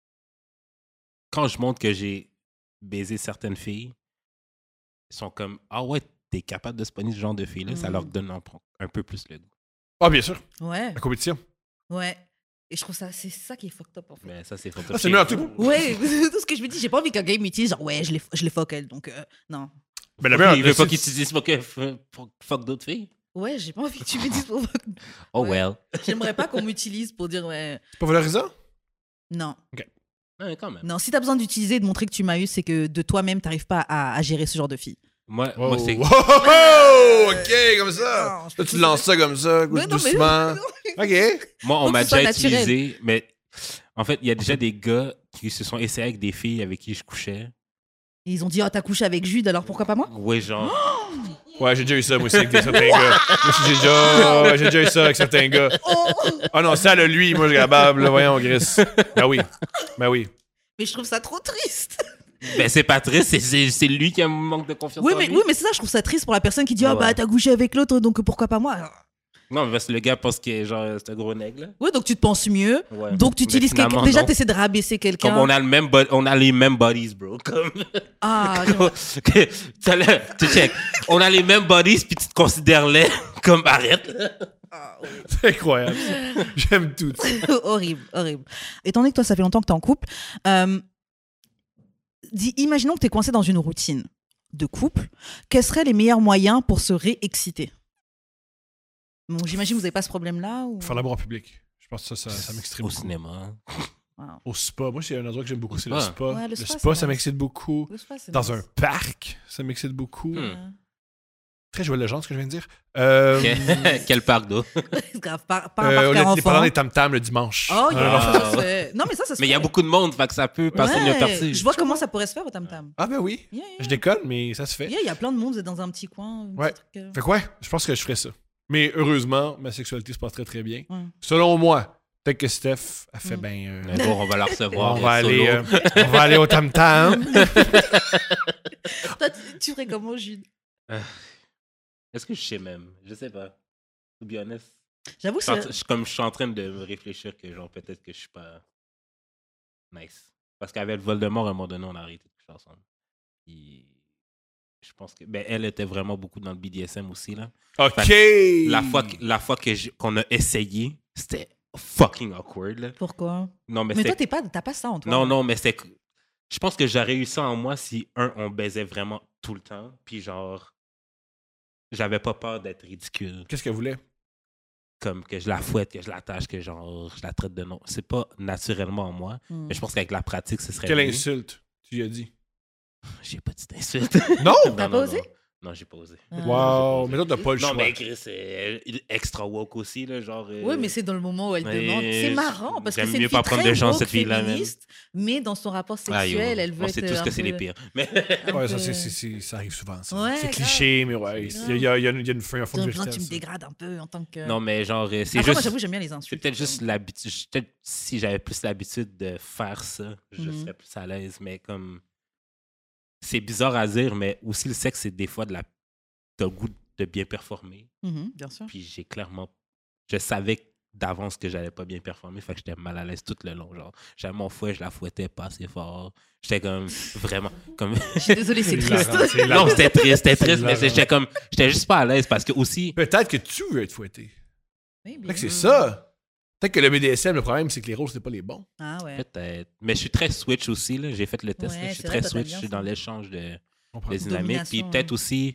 quand je montre que j'ai baisé certaines filles, ils sont comme, ah ouais, t'es capable de spawner ce genre de filles-là, ça Mm. leur donne un, un peu plus le goût. Ah, bien sûr. Ouais. La compétition. Ouais. Et je trouve ça, c'est ça qui est fucked up en fait. Mais ça, c'est Ah, c'est mieux en tout. Ouais, tout ce que je me dis, j'ai pas envie qu'un gars il m'utilise, genre ouais, je l'ai, je l'ai fuck elle, donc euh, non. Mais la meilleure, Il veut pas c'est- qu'ils utilisent pour que pour fuck d'autres filles. Ouais, j'ai pas envie que tu me dises pour fuck. Oh Ouais. well. J'aimerais pas qu'on m'utilise pour dire ouais. C'est pas valorisant? Non. Ouais, quand même. Non, si t'as besoin d'utiliser, de montrer que tu m'as eu, c'est que de toi-même, t'arrives pas à, à gérer ce genre de fille. Moi, Oh, moi c'est. oh, oh, oh, ok, comme ça. Non, je Là, peux tu lances ça comme ça, Mais non, mais- doucement. Ok. Moi, on Faut m'a que ce soit déjà naturel. utilisé, mais en fait, il y a déjà des gars qui se sont essayés avec des filles avec qui je couchais. Et ils ont dit, oh, t'as couché avec Jude, alors pourquoi pas moi? Ouais, genre. Ouais, j'ai déjà eu ça, moi aussi, avec des certains gars. Moi aussi, j'ai déjà, ouais, j'ai déjà eu ça avec certains gars. Oh! Ah non, ça, là, lui, moi, je suis capable, là, voyons, Gris. Ben oui. Ben oui. Mais je trouve ça trop triste. Ben, c'est pas triste, c'est- c'est c'est lui qui a un manque de confiance Oui, en mais, lui. oui, mais c'est ça, je trouve ça triste pour la personne qui dit, oh, Ouais, bah, ouais. t'as couché avec l'autre, donc pourquoi pas moi? Non, mais parce que le gars pense que genre, c'est un gros nègre, là. Ouais, donc tu te penses mieux. Ouais. Donc tu Mais utilises quelqu'un. finalement, Déjà, non. t'essaies de rabaisser quelqu'un. Comme on a, le même bo- on a les mêmes bodies, bro. Comme. Ah, que- t'as le- tu check. On a les mêmes bodies, puis tu te considères laid. Comme arrête. là. ah, oui. C'est incroyable. J'aime tout. horrible, horrible. Étant donné que toi, ça fait longtemps que t'es en couple, euh, dis, imaginons que t'es coincé dans une routine de couple. Quels seraient les meilleurs moyens pour se réexciter? Bon, j'imagine que vous n'avez pas ce problème-là ou... Faire l'amour en public. Je pense que ça, ça, ça m'excite Au beaucoup. cinéma. Wow. Au spa. Moi, c'est un endroit que j'aime beaucoup, c'est le Ouais. spa. Ouais, le le spa, spa, c'est ça nice. m'excite beaucoup. Le spa, c'est Dans nice. un parc, ça m'excite beaucoup. Hmm. Ouais. Très joyeux legende, ce que je viens de dire. Euh, Quel parc d'eau. C'est grave, pas, pas un euh, parc à les, les enfants. parents des tam-tams le dimanche. Oh, Non, yeah, non, non. ça se fait. Non, mais ça, ça se Mais il y a fait. beaucoup de monde, fait que ça peut passer Ouais, inaperçu. je vois comment ça pourrait se faire au Tam Tam. Ah ben oui. Yeah, yeah. Je déconne, mais ça se fait. Yeah, il y a plein de monde, vous êtes dans un petit coin. un petit Ouais. truc, euh. Fait que ouais, je pense que je ferais ça. Mais heureusement, ma sexualité se passe très très bien. Ouais. Selon moi, peut-être que Steph a fait Mm. ben. euh, Un jour, on va la recevoir. on, va solo. aller, euh, on va aller au tam tam. Toi, tu, tu ferais comment, Jude? Est-ce que je sais même? Je sais pas. To be honest. J'avoue que Je suis en- c'est... je- Comme je suis en train de me réfléchir que genre peut-être que je suis pas nice. Parce qu'avec Voldemort, à un moment donné, on a arrêté de coucher ensemble. Puis, je pense que. Ben, elle était vraiment beaucoup dans le B D S M aussi, là. OK. La fois, que- la fois que j'ai- qu'on a essayé, c'était fucking awkward, là. Pourquoi? Non, mais, Mais toi, c'était. t'es pas, t'as pas ça en toi. Non, non, mais c'est. Je pense que j'aurais eu ça en moi si, un, on baisait vraiment tout le temps. Puis, genre. J'avais pas peur d'être ridicule. Qu'est-ce qu'elle voulait? Comme que je la fouette, que je l'attache, que genre, je la traite de nom. C'est pas naturellement en moi. Hmm. Mais je pense qu'avec la pratique, ce serait. Quelle mieux. insulte tu lui as dit? J'ai pas dit d'insulte. Non! Non, T'as non, pas osé? non. Non, j'ai pas osé. Ah. Wow! Mais toi, t'as pas le Non, choix. mais Chris, c'est extra woke aussi, là, genre. euh, Oui, mais c'est dans le moment où elle mais demande. C'est marrant parce que j'aime c'est une mieux fille pas prendre très de chance, woke, cette fille-là, même. féministe, mais dans son rapport Ah, yo, sexuel, elle veut on être sait tous un que c'est peu- les pires. Mais un Ouais, ça, peu- c'est, c'est, c'est- ça arrive souvent, ça. Ouais, c'est grave. cliché, mais ouais. Il y a, il y a, il y a une, il y a une fin, un fond J'ai de besoin que tu vérité. me dégrades un peu en tant que. non, mais genre, euh, c'est Après, moi, juste. j'avoue, j'aime bien les C'est insultes. peut-être juste l'habitude. je- Peut-être si j'avais plus l'habitude de faire ça, je Mhm. serais plus à l'aise. Mais comme. C'est bizarre à dire, mais aussi le sexe, c'est des fois de la. T'as le goût de bien performer. Mhm, bien sûr. Puis j'ai clairement. Je savais d'avance que j'allais pas bien performer, fait que j'étais mal à l'aise tout le long. Genre, j'avais mon fouet, je la fouettais pas assez fort. J'étais comme vraiment. Comme... Je suis désolée, c'est C'est triste. hilarant, c'est hilarant. non, c'était triste, c'était C'est triste, mais hilarant. j'étais comme. J'étais juste pas à l'aise parce que aussi. Peut-être que tu veux être fouetté. Oui, bien. Peut-être que c'est ça. Peut-être que le B D S M, le problème, c'est que les rôles, c'est pas les bons. Ah ouais. Peut-être. Mais je suis très switch aussi, là. J'ai fait le test, Ouais, là. Je c'est suis vrai, très toi, t'aimes switch. bien Je suis ça. dans l'échange de, Je comprends. des dynamiques. Puis Domination, peut-être ouais. aussi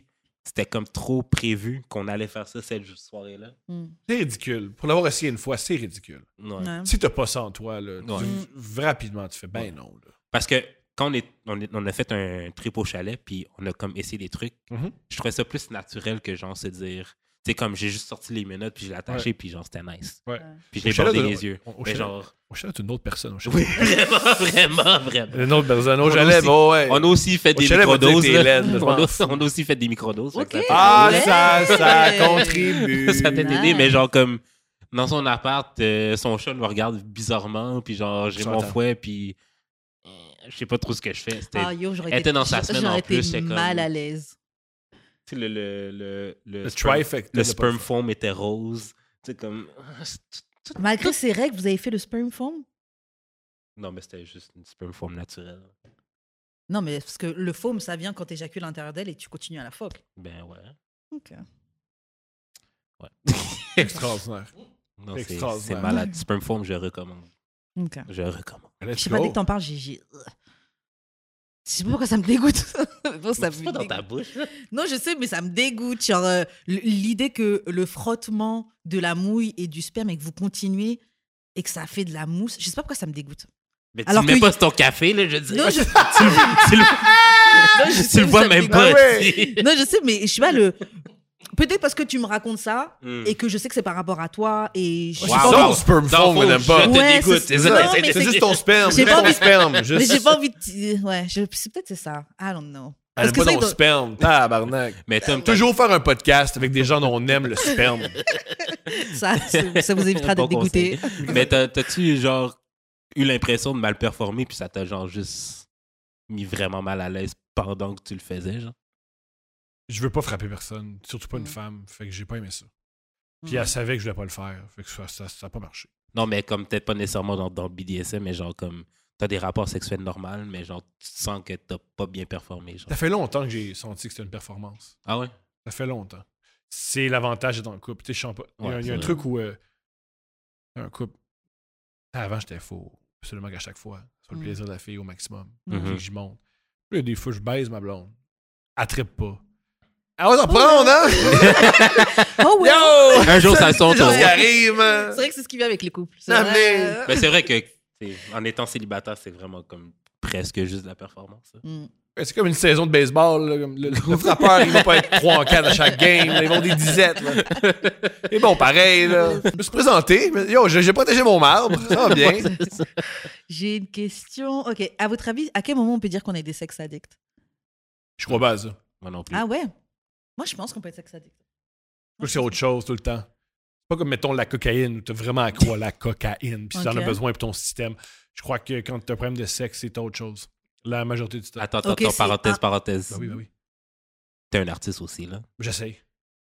c'était comme trop prévu qu'on allait faire ça cette soirée-là. Mm. C'est ridicule. Pour l'avoir essayé une fois, c'est ridicule. Ouais. Ouais. Si t'as pas ça en toi, là, tu- Ouais. v- rapidement, tu fais ben Ouais. non. Là. Parce que quand on, est, on, est- on a fait un trip au chalet, puis on a comme essayé des trucs, Mhm. je trouvais ça plus naturel que genre se dire... Tu sais, comme j'ai juste sorti les menottes, puis je l'ai attaché, Ouais. puis genre, c'était nice. Ouais. Puis je Au l'ai chalet bordé de- les yeux. au- au Mais chalet- genre... Au chalet, c'est une autre personne. Au chalet. Oui, vraiment, vraiment, vraiment. Une autre personne. Au On a chalet, aussi- bon, ouais. On a aussi fait Au des chalet, va dire que microdoses. t'es là. laide, je on, a, m'en fous. on a aussi fait des microdoses. Ok. fait que ça- Ah, Ouais. ça, ça contribue. ça t'a aidé, Nice. mais genre comme dans son appart, euh, son chat me regarde bizarrement, puis genre j'ai mon J'entends. fouet, puis euh, je sais pas trop ce que je fais. C'était Ah, yo, j'aurais Elle été, était dans sa j'a- semaine en j'aurais plus, été c'est comme- mal à l'aise. tu sais, le le le le, Le sperm, trifecta. le de sperm pas- foam était rose. Tu sais comme Malgré ces règles, vous avez fait le sperm foam? non mais c'était juste une sperm foam naturelle. Non, mais parce que le foam, ça vient quand t'éjacules à l'intérieur d'elle et tu continues à la phoque. Ben ouais. Ok. Ouais. Extraordinaire. Non, c'est Extraordinaire. c'est malade. Sperm foam, je recommande. Ok. Je recommande. Je Let's sais pas, go. dès que t'en parles, j'ai. j'ai- Je sais pas pourquoi ça me dégoûte. Bon, ça C'est me pas dans dégoûte. ta bouche. là. Non, je sais, mais ça me dégoûte. Genre, euh, l- l'idée que le frottement de la mouille et du sperme et que vous continuez et que ça fait de la mousse, je sais pas pourquoi ça me dégoûte. Mais tu Alors le mets que- pas sur ton café, là, je dis. Non, je, tu le, tu le- non, je sais, tu le mais vois ça me même dégoûte. pas. Ah ouais. tu sais. Non, je sais, mais je sais pas le. Peut-être parce que tu me racontes ça Hmm. et que je sais que c'est par rapport à toi et je C'est j'ai Wow. pas ça, envie- ton sperm Dans foam, le fond, elle aime pas. je te Ouais, dégoûte. c'est- C'est non, ça. mais C'est c'est- juste ton sperme. j'ai C'est pas juste ton envie- sperme. Mais Juste... j'ai pas envie de. Ouais, je... c'est peut-être c'est ça. I don't know. Elle aime pas c'est ton que- sperme. Tabarnak. Mais Tom, t'as- Toujours faire un podcast avec des gens dont on aime le sperme. ça, ça, ça vous évitera Bon d'être dégoûté. conseil. Mais t'as- t'as-tu, genre, eu l'impression de mal performer, puis ça t'a, genre, juste mis vraiment mal à l'aise pendant que tu le faisais, genre? Je veux pas frapper personne, surtout pas une Mm. femme. Fait que j'ai pas aimé ça. Puis Mm. elle savait que je voulais pas le faire. Fait que ça, ça, ça a pas marché. Non, mais comme peut-être pas nécessairement dans, dans le B D S M, mais genre, comme, t'as des rapports sexuels normaux, mais genre, tu sens que t'as pas bien performé, genre. Ça fait longtemps que j'ai senti que c'était une performance. Ah ouais? Ça fait longtemps. C'est l'avantage d'être en couple. Tu sais, je sens pas. Il y a, Ouais, un- il y a un c'est truc où. euh, un couple. Avant, j'étais faux. Absolument qu'à chaque fois. C'est le Mm. plaisir de la fille au maximum. Mhm. Puis que j'y monte. Puis là, des fois, je baise ma blonde. Elle trippe pas. Elle va t'en prendre, hein? Oh ouais! Yo! Un jour, ça son C'est tour. ce qui arrive. hein. C'est vrai que c'est ce qui vient avec les couples. C'est Non, vrai. Mais c'est vrai que, t'sais, en étant célibataire, c'est vraiment comme presque juste de la performance. ça. Mm. Ouais, C'est comme une saison de baseball. Là, comme le, le frappeur, il va pas être trois en quatre à chaque game. là, ils vont des disettes. Là. Et bon, pareil. Là. Je me suis présenté. Mais, yo, j'ai j'ai protégé mon marbre. Ça va bien. J'ai une question. Ok, à votre avis, à quel moment on peut dire qu'on est des sex addicts? Je crois pas à ça. Moi non plus. Ah ouais? Moi, je pense qu'on peut être sex addict. Moi, c'est autre chose tout le temps. C'est pas comme, mettons, la cocaïne où t'as vraiment accro à la cocaïne. Puis si t'en Ok. as besoin pour ton système. Je crois que quand t'as un problème de sexe, c'est autre chose. La majorité du temps. Attends, attends, Ok, attends, c'est- parenthèse, ah. parenthèse. Ben oui, ben oui. T'es un artiste aussi, là. J'essaye.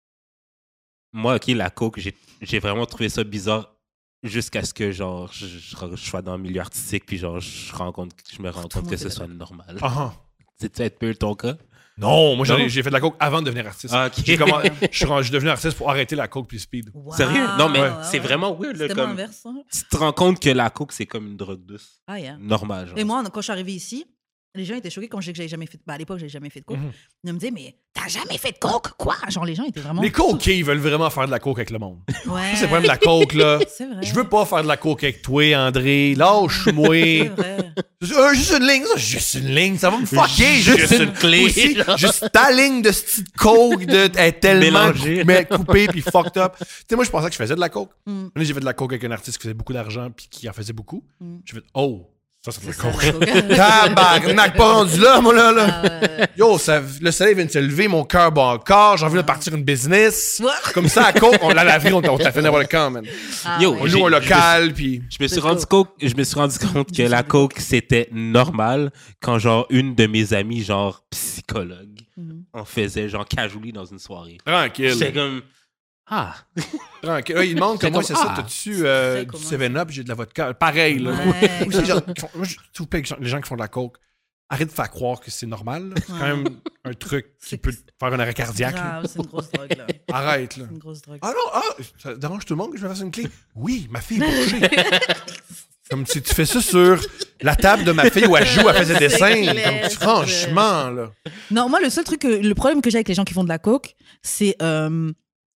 Moi, OK, la coke, j'ai j'ai vraiment trouvé ça bizarre jusqu'à ce que, genre, je, je- je sois dans le milieu artistique, puis, genre, je, rends compte, je me rends Tout le compte monde que est ce soit d'accord. normal. Ah, ah. C'est un peu ton cas? Non, moi, j'en ai- Non? j'ai fait de la coke avant de devenir artiste. Ah, OK. J'ai commandé- je, suis rendu- je suis devenu artiste pour arrêter la coke puis le speed. Wow. Sérieux? Non, mais Ouais, c'est ouais. vraiment weird, là, C'est tellement comme... inverse. hein. Tu te rends compte que la coke, c'est comme une drogue douce. Ah, yeah. Normale, genre. Et moi, quand je suis arrivée ici, les gens étaient choqués quand je disais que j'avais jamais fait. Bah, à l'époque, j'avais jamais fait de coke. Mhm. Ils me disaient, mais t'as jamais fait de coke? Quoi? Genre, les gens étaient vraiment. Les coquets, ils veulent vraiment faire de la coke avec le monde. Ouais. C'est le problème de la coke, là. C'est vrai. Je veux pas faire de la coke avec toi, André. Lâche-moi. C'est vrai. Euh, juste une ligne. Ça, Juste une ligne. Ça va me fucker. Juste une clé, Aussi, genre. juste ta ligne de petite coke de, est tellement Mélangée. cou- mais coupée puis fucked up. Tu sais, moi, je pensais que je faisais de la coke. Mm. Là, j'ai fait de la coke avec un artiste qui faisait beaucoup d'argent puis qui en faisait beaucoup. Mm. J'ai fait, oh, ça, c'est de la C'est ça, coke. la coke. Tabarnak, pas rendu là, moi, là. là. Ah, ouais. Yo, ça, le soleil vient de se lever, mon cœur bat encore, j'ai envie de partir une business. Ouais. Comme ça, à coke, on l'a lavé, on t'a on t'a fait n'importe quand, man. Ah, Yo, ouais. On J'ai- loue un local, puis... Je me suis C'est rendu compte, je me suis rendu compte que la coke, c'était normal quand, genre, une de mes amies, genre, psychologue, Mhm. en faisait, genre, casually dans une soirée. Tranquille. J'étais comme... Ah! Tranquille. Ouais, il demande comment C'est c'est comme, ça, ah, t'as-tu euh, c'est du comment seven up, j'ai de la vodka. Pareil, là. Ouais, Ou c'est genre, qui font- moi, je- s'il vous plaît, les gens qui font de la coke, arrête de faire croire que c'est normal. là. C'est quand Ouais. même un truc qui C'est- peut te faire un arrêt cardiaque. là. Grave, c'est une grosse drogue, là. Arrête, là. C'est une grosse drogue. Ah non, ah, ça dérange tout le monde que je me fasse une clé? Oui, ma fille est couchée. Comme si tu fais ça sur La table de ma fille où elle joue, elle fait ses dessins. clair, Comme, c'est franchement, là. Non, moi, le seul truc, que- le problème que j'ai avec les gens qui font de la coke, c'est euh,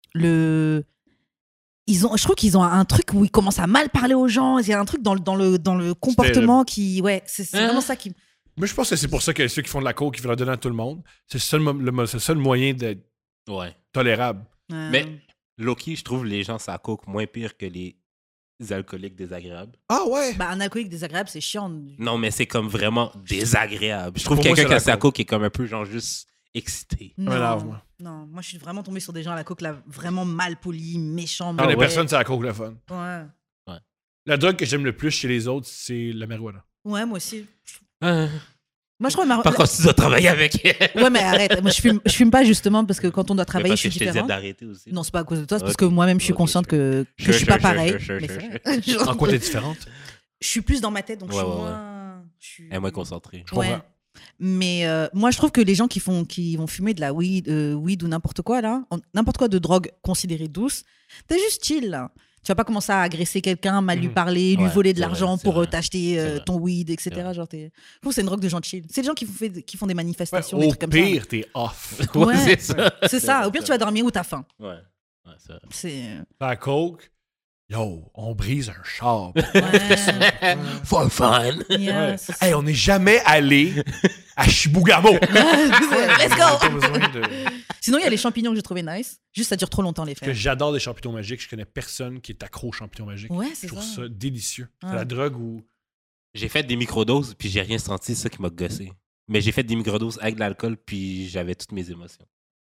le. Ils ont, je trouve qu'ils ont un truc où ils commencent à mal parler aux gens. Il y a un truc dans le, dans le, dans le comportement qui. Ouais, c'est c'est Hein? vraiment ça qui. Moi, je pense que c'est pour ça que ceux qui font de la coke, ils veulent la donner à tout le monde. C'est le seul, mo- le, c'est le seul moyen d'être Ouais. tolérable. Euh, Mais Loki, je trouve les gens ça coke moins pire que les alcooliques désagréables. Ah ouais? Bah, un alcoolique désagréable, c'est chiant. Non, mais c'est comme vraiment désagréable. Je trouve Pour moi, quelqu'un c'est qui a la sa coke. coke est comme un peu genre juste excité. Non, lave, moi. non, moi, je suis vraiment tombée sur des gens à la coke là, vraiment mal polis, méchants. Quand les mauvais. personnes, c'est la coke le fun. Ouais. La drogue que j'aime le plus chez les autres, c'est la marijuana. Ouais, moi aussi. Ah. Moi, je crois que ma- Par contre, tu dois travailler avec elle. Ouais, mais arrête. Moi, je fume, je fume pas justement parce que quand on doit Mais travailler, parce je que suis je te disais différente. d'arrêter aussi. Non, c'est pas à cause de toi, c'est parce Ok. que moi-même, je suis Ok, consciente ok. que, que Sure, je suis sure, pas sure, pareil. sure, sure, Mais sure, c'est sure. vrai. En quoi t'es différente? Je suis plus dans ma tête, donc je suis Ouais, ouais, ouais. moins. je suis- Elle est moins concentrée. Je comprends. Ouais. Mais euh, moi, je trouve que les gens qui, font, qui vont fumer de la weed, euh, weed ou n'importe quoi, là, en- n'importe quoi de drogue considérée douce, t'es juste chill, là. Tu vas pas commencer à agresser quelqu'un, mal lui Mhm. parler, lui Ouais, voler de c'est l'argent vrai, c'est pour euh, vrai. t'acheter C'est euh, vrai. ton weed, et C'est cetera. vrai. Genre, t'es- je trouve que c'est une drogue de gens chill. C'est les gens qui font, fait- qui font des Ouais, manifestations, des au trucs comme pire, t'es off. Ouais, Ouais. c'est ça. ça. C'est ça. Au pire, tu vas dormir ou t'as faim. Ouais. Ouais, c'est vrai. C'est. La coke, yo, on brise un char. Ouais. For fun. Yeah, Ouais. c'est ça. Hey, on n'est jamais allé à Chibougamau. Let's On a pas go! besoin de... Sinon, il y a les champignons que j'ai trouvé nice. Juste, ça dure trop longtemps, les que faire. j'adore les champignons magiques. Je connais personne qui est accro aux champignons magiques. Ouais, Je c'est trouve ça. ça délicieux. C'est Ouais. la drogue où... J'ai fait des microdoses, puis j'ai rien senti, c'est ça qui m'a gossé. Mais j'ai fait des microdoses avec de l'alcool, puis j'avais toutes mes émotions.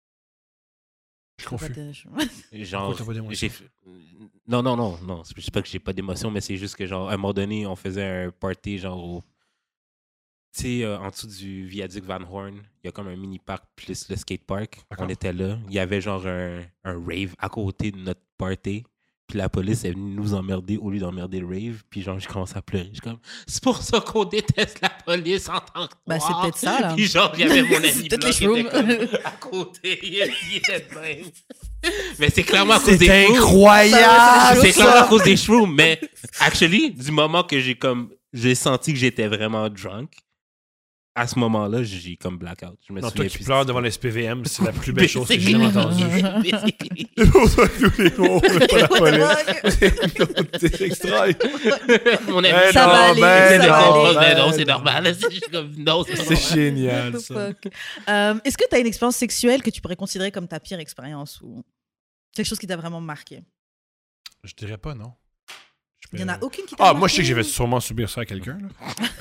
Je suis confus. Genre, Pourquoi t'as pas d'émotions? j'ai fait- Non, non, non, non. C'est pas que j'ai pas d'émotions, mais c'est juste que, genre, à un moment donné, on faisait un party, genre, au... tu sais, euh, en dessous du viaduc Van Horn, il y a comme un mini-parc plus le skatepark. D'accord. On était là. Il y avait, genre, un, un rave à côté de notre party. Puis la police est venue nous emmerder au lieu d'emmerder le rave. Puis, genre, j'ai commencé à pleurer. Je suis comme, c'est pour ça qu'on déteste la police en tant que Bah, c'est noir. peut-être ça, là. Puis, genre, j'avais mon C'est ami peut-être blanc les qui était shrooms. comme à côté. Il était de même. Mais c'est clairement à cause des C'est shrooms. incroyable! C'est ça. clairement à cause des shrooms, mais actually, du moment que j'ai comme j'ai senti que j'étais vraiment drunk, à ce moment-là, j'ai comme blackout. Je me Non, toi souviens qui plus. pleures devant les S P V M, c'est la plus belle chose que j'ai Basically. jamais entendue. Basically. C'est pour ça que tous les mots, on n'est pas la police. C'est extra. Mon ami, Eh Ça non, va aller, ben c'est ça de va non, comprendre, aller. mais ben non, c'est non. normal. Je suis comme, non, c'est C'est normal. génial, What the ça. fuck? Euh, Est-ce que tu as une expérience sexuelle que tu pourrais considérer comme ta pire expérience ou quelque chose qui t'a vraiment marqué? Je dirais pas, non. Je Il y en a peux- aucune qui t'a Ah, marqué? moi, je sais que je vais sûrement subir ça à quelqu'un. là.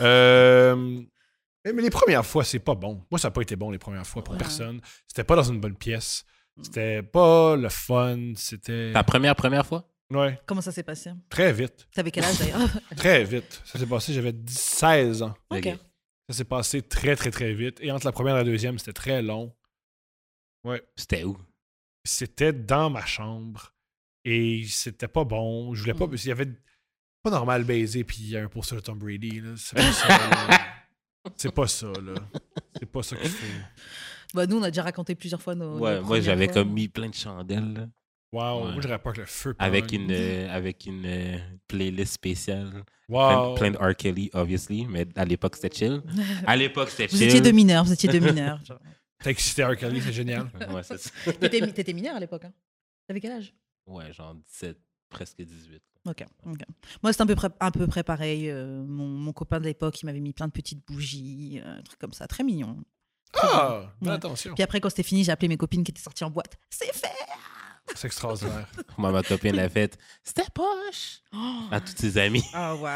Euh, Mais mais les premières fois, c'est pas bon. Moi, ça n'a pas été bon les premières fois pour Ouais. personne. C'était pas dans une bonne pièce. C'était pas le fun. C'était. Ta première, première fois? Ouais, Comment ça s'est passé? très vite. T'avais quel âge d'ailleurs? Très vite. Ça s'est passé, j'avais seize ans. Ok. Ok. Ça s'est passé très, très, très vite. Et entre la première et la deuxième, c'était très long. Ouais. C'était où? C'était dans ma chambre. Et c'était pas bon. Je voulais pas. Mm. Il y avait pas normal baiser, puis il y a un poster de Tom Brady. là. C'est pas ça. là. C'est pas ça, là. C'est pas ça qu'il faut. Bah, nous, on a déjà raconté plusieurs fois nos. Ouais, nos moi, premières j'avais fois. comme mis plein de chandelles, là, Wow. Ouais. Moi, j'aurais peur que le feu avec pogne. une, euh, avec une euh, playlist spéciale. Plein, Wow. plein de R. Kelly, obviously, mais à l'époque, c'était chill. À l'époque, c'était Vous chill. étiez deux mineurs, vous étiez deux mineurs. genre. T'as excité R. Kelly, c'est génial. Ouais, c'est ça. T'étais t'étais mineur à l'époque, hein? T'avais quel âge? Ouais, genre dix-sept, presque dix-huit. Ok, ok. Moi, c'était un peu près, un peu près pareil. euh, mon, mon copain de l'époque, il m'avait mis plein de petites bougies, euh, un truc comme ça, très mignon. Ah, fais Ouais. attention. Puis après, quand c'était fini, j'ai appelé mes copines qui étaient sorties en boîte. C'est fait! C'est extraordinaire. Moi, ma copine l'a fait. C'était poche! Oh, À tous ses amis. oh wow!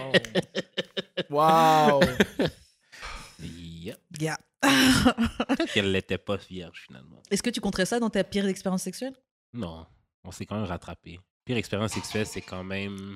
Wow. Yep. Yeah. Peut-être qu'elle l'était pas vierge, finalement. Est-ce que tu compterais ça dans ta pire expérience sexuelle? Non, on s'est quand même rattrapé. Pire expérience sexuelle, c'est quand même.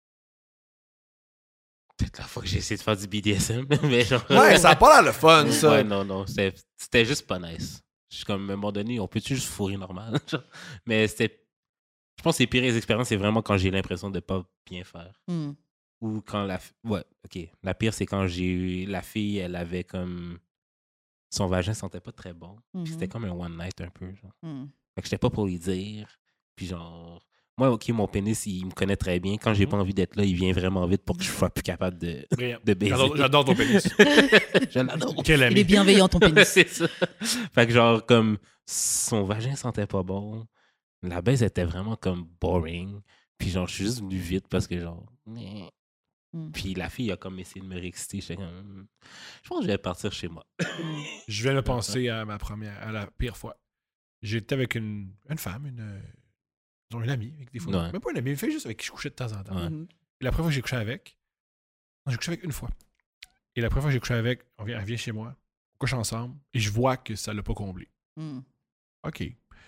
Peut-être la fois que j'ai essayé de faire du B D S M. Mais genre... Ouais, ça a pas l'air le fun, ça. Ouais, non, non. C'était c'était juste pas nice. Je suis comme, à un moment donné, on peut-tu juste fourrer normal? Genre, mais c'était. Je pense que les pires expériences, c'est vraiment quand j'ai l'impression de pas bien faire. Hmm. Ou quand la. f- Ouais, ok. La pire, c'est quand j'ai eu. La fille, elle avait comme. Son vagin sentait pas très bon. Puis Mhm. C'était comme un one night un peu. Genre. Hmm. Fait que j'étais pas pour lui dire. Puis genre. moi, OK, mon pénis, il me connaît très bien. Quand j'ai Mhm. pas envie d'être là, il vient vraiment vite pour que je sois plus capable de, Brillant. de baiser. J'adore, j'adore ton pénis. Je l'adore. Quel Il est ami. bienveillant, ton pénis. C'est ça. Fait que genre, comme, son vagin sentait pas bon. La baise était vraiment comme boring. Puis genre, je suis juste venu vite parce que genre... meh. Mm. Puis la fille a comme essayé de me réexciter. J'étais comme... hmm, je pense que je vais partir chez moi. Je viens de penser à ma première, à la pire fois. J'étais avec une, une femme, une, euh, disons, une amie, avec des fois. Ouais. Même pas une amie, une fille juste avec qui je couchais de temps en temps. Ouais. Mhm. Et la première fois que j'ai couché avec, non, j'ai couché avec une fois. Et la première fois que j'ai couché avec, on vient, elle vient chez moi, on couche ensemble, et je vois que ça l'a pas comblé. Mm. OK.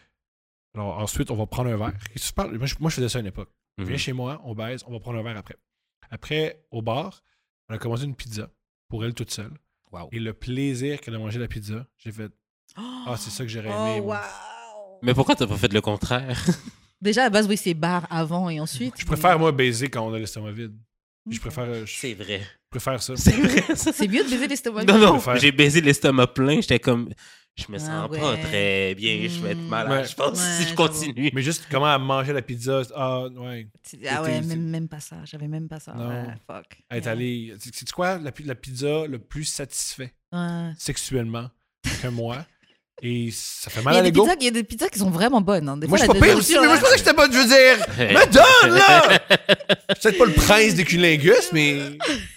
Alors ensuite, on va prendre un verre. Qu'est-ce que tu parles? Moi, je, moi, je faisais ça à une époque. Mhm. Viens chez moi, on baise, on va prendre un verre après. Après, au bar, on a commandé une pizza pour elle toute seule. Wow. Et le plaisir qu'elle a mangé la pizza, j'ai fait Ah, c'est ça que j'aurais aimé. Oh, moi. wow. Mais pourquoi t'as pas fait le contraire? Déjà, à la base, oui, c'est bar avant et ensuite. Je préfère, moi, baiser quand on a l'estomac vide. Je préfère, euh, je C'est vrai. préfère ça. C'est vrai, ça. C'est mieux de baiser l'estomac. Non, non, préfère. j'ai baisé l'estomac plein. J'étais comme... Je me Ah sens ouais. pas très bien. Je vais être Mm. malade, Ouais. je pense, Ouais, si je j'avoue. continue. Mais juste comment elle mangeait la pizza. Ah, ouais. Ah ouais, C'était- même, même pas ça. J'avais même pas ça. Non. Ouais, fuck. Elle est Ouais. allée. C'est quoi la, pi- la pizza le plus satisfait Ouais. sexuellement que moi? Et ça fait Il mal y, à a des l'ego. pizzas, il y a des pizzas qui sont vraiment bonnes. Hein. Des Moi, je fois, suis pas la pire aussi, deuxième mais moi, je fois, pensais que j'étais pas. Je veux dire, me donne, là! Je suis peut-être pas le prince des cunnilingus, mais.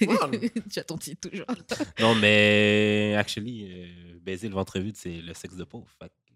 Tu as ton titre toujours. Non, mais actually, euh, baiser le ventre vide, c'est le sexe de pauvre. Fait que-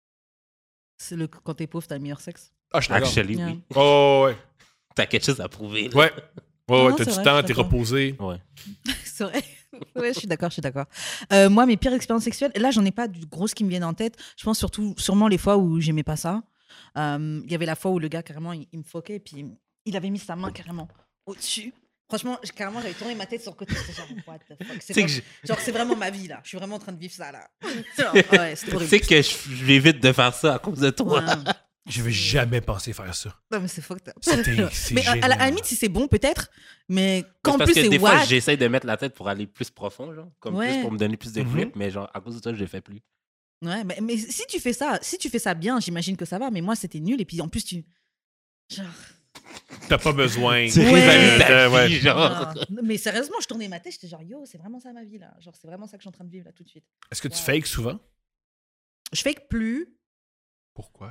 C'est le quand t'es pauvre, t'as le meilleur sexe. Ah, je suis d'accord. Actually, Yeah. oui. Oh, ouais. T'as quelque chose à prouver. là. Ouais. Ouais, Non, ouais, non, t'as c'est du vrai, temps, je t'es suis d'accord. reposé. Ouais. C'est vrai. Ouais, je suis d'accord, je suis d'accord. Euh, moi, mes pires expériences sexuelles, là, j'en ai pas de grosses qui me viennent en tête. Je pense surtout, sûrement les fois où j'aimais pas ça. Euh, Il y avait la fois où le gars, carrément, il, il me foquait, puis il avait mis sa main carrément au-dessus. Franchement, j- carrément, j'avais tourné ma tête sur le côté. J'étais genre, what the fuck. C'est Tu sais pas- que je- Genre, c'est vraiment ma vie, là. Je suis vraiment en train de vivre ça, là. Genre, ouais, c'est tu horrible. sais que je, je m'évite de faire ça à cause de toi. Ouais. Je vais jamais penser faire ça. Non, mais c'est fucked up. C'était- c'est Mais à, à la, à la génial. limite, si c'est bon, peut-être. Mais C'est quand en parce plus que des c'est fois, wack. j'essaie de mettre la tête pour aller plus profond, genre. Comme Ouais. plus pour me donner plus de Mhm. flip, mais genre, à cause de toi, je le fais plus. Ouais, mais, mais si tu fais ça, si tu fais ça bien, j'imagine que ça va. Mais moi, c'était nul. Et puis en plus, tu. Genre. T'as pas besoin. Tu Ouais. réévalues ta Euh, ouais. vie, genre. Ah. Mais sérieusement, je tournais ma tête. J'étais genre, yo, c'est vraiment ça ma vie là. Genre, c'est vraiment ça que je suis en train de vivre là tout de suite. Est-ce que tu Ouais. fakes souvent? Je fake plus. Pourquoi?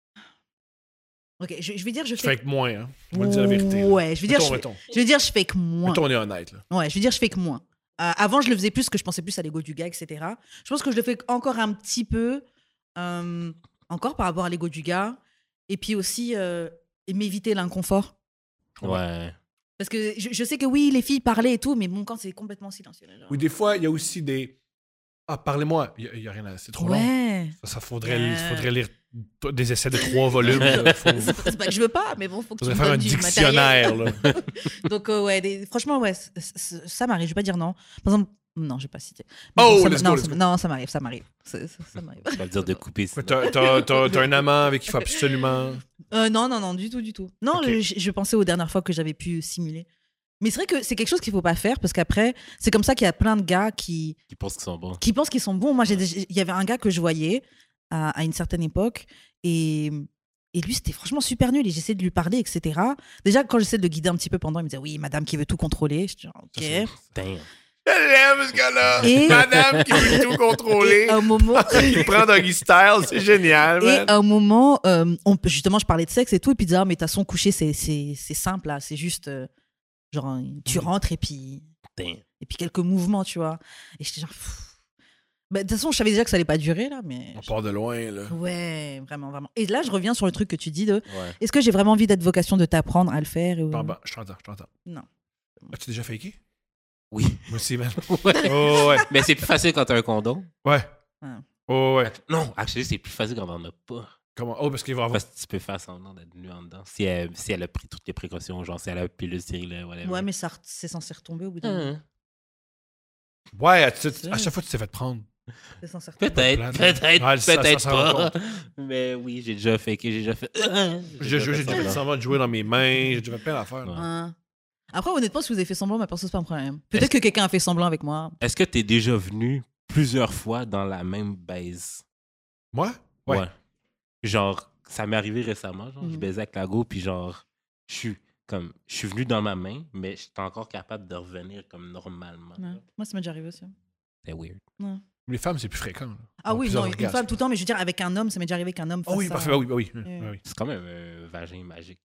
Ok, je, je vais dire, je Tu fake. fakes moins, hein? On va dire la vérité. là. Ouais, je vais dire, Mettons, je, mettons. je vais dire, je fake moins. Mettons, on est honnête, là. Ouais, je veux dire, je fais que moins. Euh, avant, je le faisais plus parce que je pensais plus à l'ego du gars, et cetera. Je pense que je le fais encore un petit peu, euh, encore par rapport à l'ego du gars. Et puis aussi, euh, et m'éviter l'inconfort. Ouais. Parce que je, je sais que oui, les filles parlaient et tout, mais bon, quand c'est complètement silencieux. là, genre. Ou des fois, il y a aussi des. Ah, parlez-moi. Il n'y a, rien à. C'est trop long. Ouais. Ça, ça faudrait, Ouais. faudrait lire t- des essais de trois volumes. là. Faut- C'est pas que je veux pas, mais bon, faut que tu faudrait me faire un donnes du matériel. dictionnaire, là. Donc, euh, ouais, des- franchement, ouais, c- c- ça m'arrive. Je vais pas dire non. Par exemple, non, je vais pas citer. Mais Oh, ça let's m- non, go, let's ça- go. non, ça m'arrive, ça m'arrive. Ça, ça- ça m'arrive. Tu vas le dire de couper. Mais sinon. T'as, t'as, t'as, t'as un amant avec qui il faut absolument. Euh, non, non, non, du tout, du tout. Non, Ok. je, je pensais aux dernières fois que j'avais pu simuler. Mais c'est vrai que c'est quelque chose qu'il faut pas faire parce qu'après, c'est comme ça qu'il y a plein de gars qui, Qui pensent qu'ils sont bons. qui pensent qu'ils sont bons. Moi, j'ai des- il y avait un gars que je voyais à, à une certaine époque et, et lui, c'était franchement super nul et j'essayais de lui parler, et cetera. Déjà, quand j'essayais de le guider un petit peu pendant, il me disait oui, madame qui veut tout contrôler. Je dis Ça, ok. c'est- Damn. Je l'aime, ce gars-là. Et- Madame qui veut tout contrôler. Et à un moment. Il prend Doggy Style, c'est génial, Et man. à un moment, euh, on, justement, je parlais de sexe et tout, et puis il disait, ah, mais de toute façon, coucher, c'est, c'est, c'est simple, là. C'est juste, euh, genre, tu rentres et puis, Damn. et puis quelques mouvements, tu vois. Et j'étais genre, pff. Bah, de toute façon, je savais déjà que ça allait pas durer, là, mais. On part de loin, là. Ouais, vraiment, vraiment. Et là, je reviens sur le truc que tu dis de, Ouais. est-ce que j'ai vraiment envie d'être vocation de t'apprendre à le faire ou- Non, ben, je t'entends, je t'entends. Non. As-tu déjà faké? Oui. Moi aussi, man. Ouais. Oh, ouais. Mais c'est plus facile quand t'as un condom. Ouais. Ouais. Oh, ouais. Non, actually, c'est plus facile quand on en a pas. Comment? Oh, parce qu'il va y avoir. Parce que tu peux faire semblant d'être nu en dedans. Si elle, si elle a pris toutes les précautions, genre si elle a pilule stérilet, whatever. Ouais, mais ça, re- c'est censé retomber au bout d'un moment. Hum. Ouais, à, tu- à chaque fois, tu t'es fait prendre. C'est censé retomber. Peut-être, plate, peut-être, Ouais, ça- peut-être ça s'en rend pas. Mais oui, j'ai déjà fait, j'ai déjà fait. J'ai j'ai- j'ai déjà fait semblant. semblant de jouer dans mes mains, j'ai déjà fait plein d'affaires. là. Ouais. Hein. Après, honnêtement, si vous avez fait semblant, ma perso, c'est pas un problème. Peut-être que quelqu'un a fait semblant avec moi. Est-ce que t'es déjà venu plusieurs fois dans la même baise? Moi? Ouais. Genre, ça m'est arrivé récemment. Genre, Mhm. Je baisais avec la go, puis genre, je suis comme, je suis venu dans ma main, mais j'étais encore capable de revenir comme normalement. Ouais. là. Moi, ça m'est déjà arrivé aussi. C'est weird. Les femmes, c'est plus fréquent. là. Ah Ils ont oui, plusieurs non, une orgasmes. femme tout le temps, mais je veux dire, avec un homme, ça m'est déjà arrivé qu'un homme fasse Ah oui, ça. parfait. Ah oui, ah oui. oui, Ouais. oui. C'est quand même un vagin magique.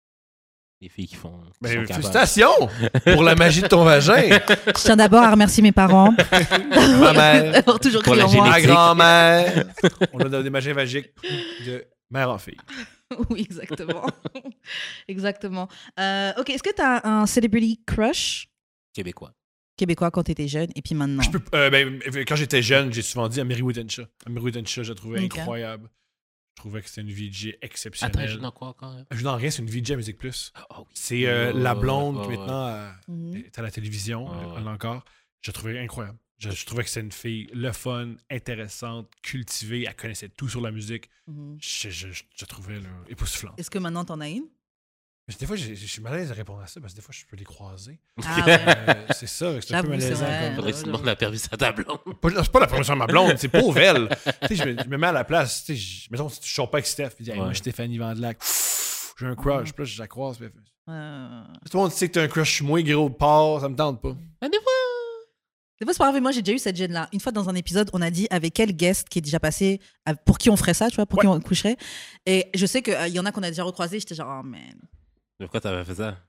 Les filles qui font. qui Ben, sont capables. félicitations pour la magie de ton vagin. Je tiens d'abord à remercier mes parents Ma mère, d'avoir toujours Pour cru la en moi. ma génétique. grand-mère. On a des magins magiques de mère en fille. Oui, exactement. Exactement. Euh, ok, est-ce que tu as un celebrity crush Québécois. québécois quand tu étais jeune et puis maintenant? Je peux, euh, ben, quand j'étais jeune, j'ai souvent dit Amiri Widenshaw. Amiri Widenshaw, je la trouvais Ok. incroyable. Je trouvais que c'était une V J Attends, exceptionnelle. je n'en quoi encore? hein? Je n'en rien, c'est une V J à Musique Plus. Ah oui. C'est euh, Ouais, la ouais, blonde ouais, qui ouais. maintenant euh, Mhm. est à la télévision, Ouais, ouais. elle l'a encore. Je la trouvais incroyable. Je, je trouvais que c'est une fille le fun, intéressante, cultivée. Elle connaissait tout sur la musique. Mhm. Je, je, je, je la trouvais là, époustouflante. Est-ce que maintenant t'en as une? Mais des fois, j'ai- je suis mal à l'aise de répondre à ça parce que des fois, je peux les croiser. Ah ouais. Euh, c'est ça, c'est un peu J'avoue, c'est malaisant. vrai. comme- Faudrait que tu demandes la permis à ta blonde. Pas- C'est pas la promotion de ma blonde, c'est pauvre elle. Tu sais, je, me, je me mets à la place. Tu sais, je- mettons, je sors pas avec Steph. Puis dis, hey, moi, Ouais. Stéphanie Vandelac, j'ai un crush. Puis là, je la croise. Puis, Euh, tout le monde sait que t'as un crush sur moi, gros, part, ça me tente pas. Mais des fois. Des fois, c'est pas grave, mais moi j'ai déjà eu cette gêne-là. Une fois dans un épisode, on a dit avec quel guest qui est déjà passé, à- pour qui on ferait ça, tu vois, pour qui on coucherait. Et je sais qu'il y en a qu'on a déjà recroisé, j'étais genre, oh man. Pourquoi t'avais fait ça?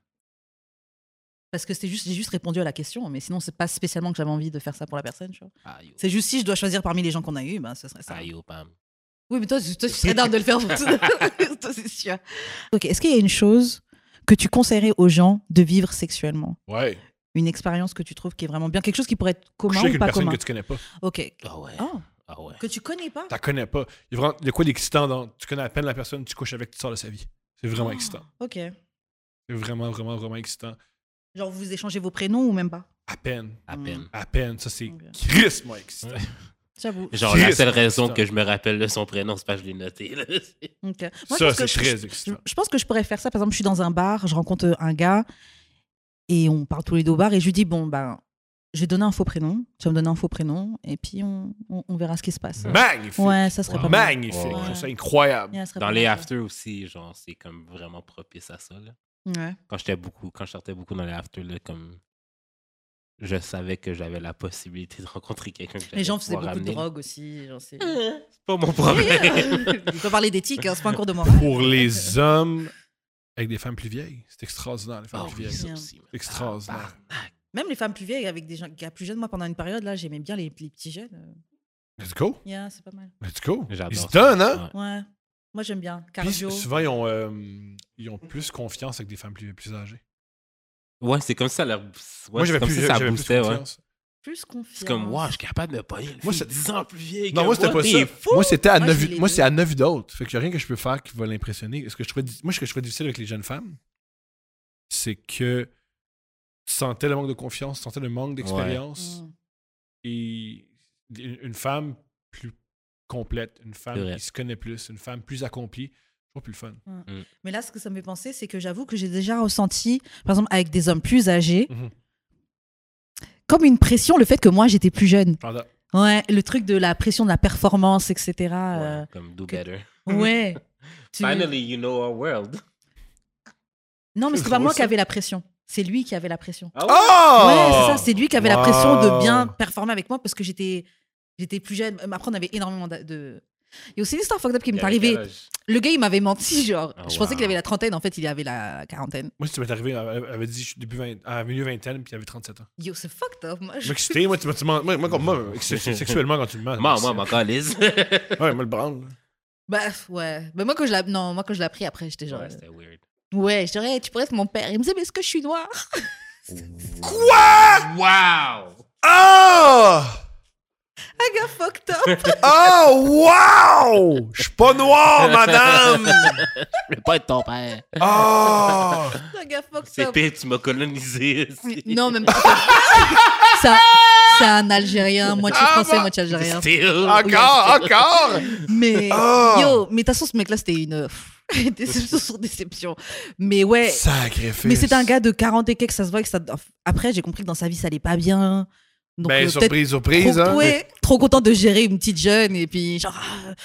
Parce que c'était juste, j'ai juste répondu à la question, mais sinon, c'est pas spécialement que j'avais envie de faire ça pour la personne, tu vois. Aïe, C'est juste si je dois choisir parmi les gens qu'on a eu, ben ce serait ça. aïe, Pam. Oui, mais toi, toi tu serais down de le faire pour tout. Toi, c'est sûr. Ok, est-ce qu'il y a une chose que tu conseillerais aux gens de vivre sexuellement? Ouais. Une expérience que tu trouves qui est vraiment bien? Quelque chose qui pourrait être commun Coucher avec ou une pas personne commun? que tu connais pas. Ok. Ah ouais. Oh, Ah ouais. que tu connais pas? Tu connais pas. Il y a vraiment il y a quoi d'excitant dans. Tu connais à peine la personne, tu couches avec, tu sors de sa vie. C'est vraiment Oh, excitant. Ok. C'est vraiment, vraiment, vraiment excitant. Genre, vous échangez vos prénoms ou même pas? À peine. À Mm. peine. À peine. Ça, c'est Ok. crissement excitant. J'avoue. Genre, la Christ, seule raison excitant. que je me rappelle de son prénom, c'est parce que je l'ai noté. Là. Ok. Moi, je Ça, pense que c'est je- très je, excitant. je pense que je pourrais faire ça. Par exemple, je suis dans un bar, je rencontre un gars et on parle tous les deux au bar et je lui dis, bon, ben, je vais donner un faux prénom, tu vas me donner un faux prénom et puis on, on, on verra ce qui se passe. Magnifique. Ouais, ça serait Wow. pas mal. Magnifique. Ouais. Je trouve ça incroyable. Yeah, ça serait Dans pas les mal, after aussi, genre, c'est comme vraiment propice à ça. Là. ça. Ouais. Quand j'étais beaucoup, quand je sortais beaucoup dans les after, là, comme je savais que j'avais la possibilité de rencontrer quelqu'un que Les j'allais gens faisaient pouvoir beaucoup de ramener. drogue aussi. Genre, c'est... C'est pas mon problème. On peut parler d'éthique, hein, c'est pas un cours de morale. Pour les hommes avec des femmes plus vieilles, c'est extraordinaire, les femmes Oh plus oui, vieilles. ça aussi. man. Extraordinaire. Ah, barnac. Même les femmes plus vieilles avec des gens gars plus jeunes, moi pendant une période là, j'aimais bien les, les petits jeunes. euh, Let's go. Yeah, c'est pas mal. Let's go. J'adore Ils se ça. donnent, hein? Ouais. Ouais. Moi j'aime bien. Puis Cardio. souvent, ils ont, euh, ils ont plus confiance avec des femmes plus, plus âgées. Ouais, c'est comme ça. Leur... Ouais, Moi, c'est j'avais comme plus, ça, ça j'avais plus boostait, ouais. confiance. Plus confiance. C'est comme, wow, je suis capable de me pogner une Moi, fille c'est- dix ans plus vieille Non, que moi, c'était moi, pas t'es ça. fou! Moi, c'était à Moi, neuf j'ai les moi, deux. c'est à neuf d'autres. Fait qu'il n'y a rien que je peux faire qui va l'impressionner. Ce que je trouvais, moi, ce que je trouvais difficile avec les jeunes femmes, c'est que tu sentais le manque de confiance, tu sentais le manque d'expérience. Mm. Et une une femme plus complète, une C'est femme vrai. qui se connaît plus, une femme plus accomplie, je trouve plus le fun. Mais là, ce que ça me fait penser, c'est que j'avoue que j'ai déjà ressenti, par exemple, avec des hommes plus âgés, Mhm. comme une pression, le fait que moi, j'étais plus jeune. Genre, Ouais, le truc de la pression de la performance, et cetera. Ouais, euh, comme do que- better. ouais. Tu- Finally, you know our world. Non, mais C'est c'est pas drôle, moi ça. qui avais la pression. C'est lui qui avait la pression. Ah Oh! Ouais, c'est ça. C'est lui qui avait la pression de bien Wow. performer avec moi parce que j'étais, j'étais plus jeune. Euh, Après, on avait énormément de. de- Il y a aussi une histoire fucked up qui m'est arrivée. Le gars, il m'avait menti, genre. Oh, je pensais wow. qu'il avait la trentaine, en fait, il avait la quarantaine. Moi, si tu m'es arrivé, elle avait dit je suis début vingt, à milieu vingtaine, puis il avait trente-sept ans. Yo, c'est fucked up. Moi, Je je... m'excitais, moi, tu m'as- tu m'as- moi, moi, comme moi, ex- sexuellement, quand tu me mens. Moi, moi, mon calise. Ouais, moi, le branle. Bah, ouais. Mais moi, quand je l'ai... Non, moi, quand je l'ai appris après, j'étais genre. Ouais, c'était weird. Ouais, je dirais, tu pourrais être mon père. Il me disait, mais est-ce que je suis noire? Quoi? Wow! Oh! Un gars fucked up. Oh, wow! Je suis pas noir, madame! Je veux pas être ton père. Oh! Un gars fucked C'est up. pire, tu m'as colonisé aussi. Non, même pas. Ça, c'est un Algérien, moitié Ah, français, bah. moitié algérien. Still. Encore, encore! Mais, Oh. yo, mais de toute façon, ce mec-là, c'était une pff, déception sur déception. Mais ouais, Sacrifice. mais c'était un gars de quarante et quelques, ça se voit que ça. Après, j'ai compris que dans sa vie, ça allait pas bien. Donc, Ben, euh, surprise, peut-être surprise, trop, hein? ouais, trop content de gérer une petite jeune et puis genre. ah,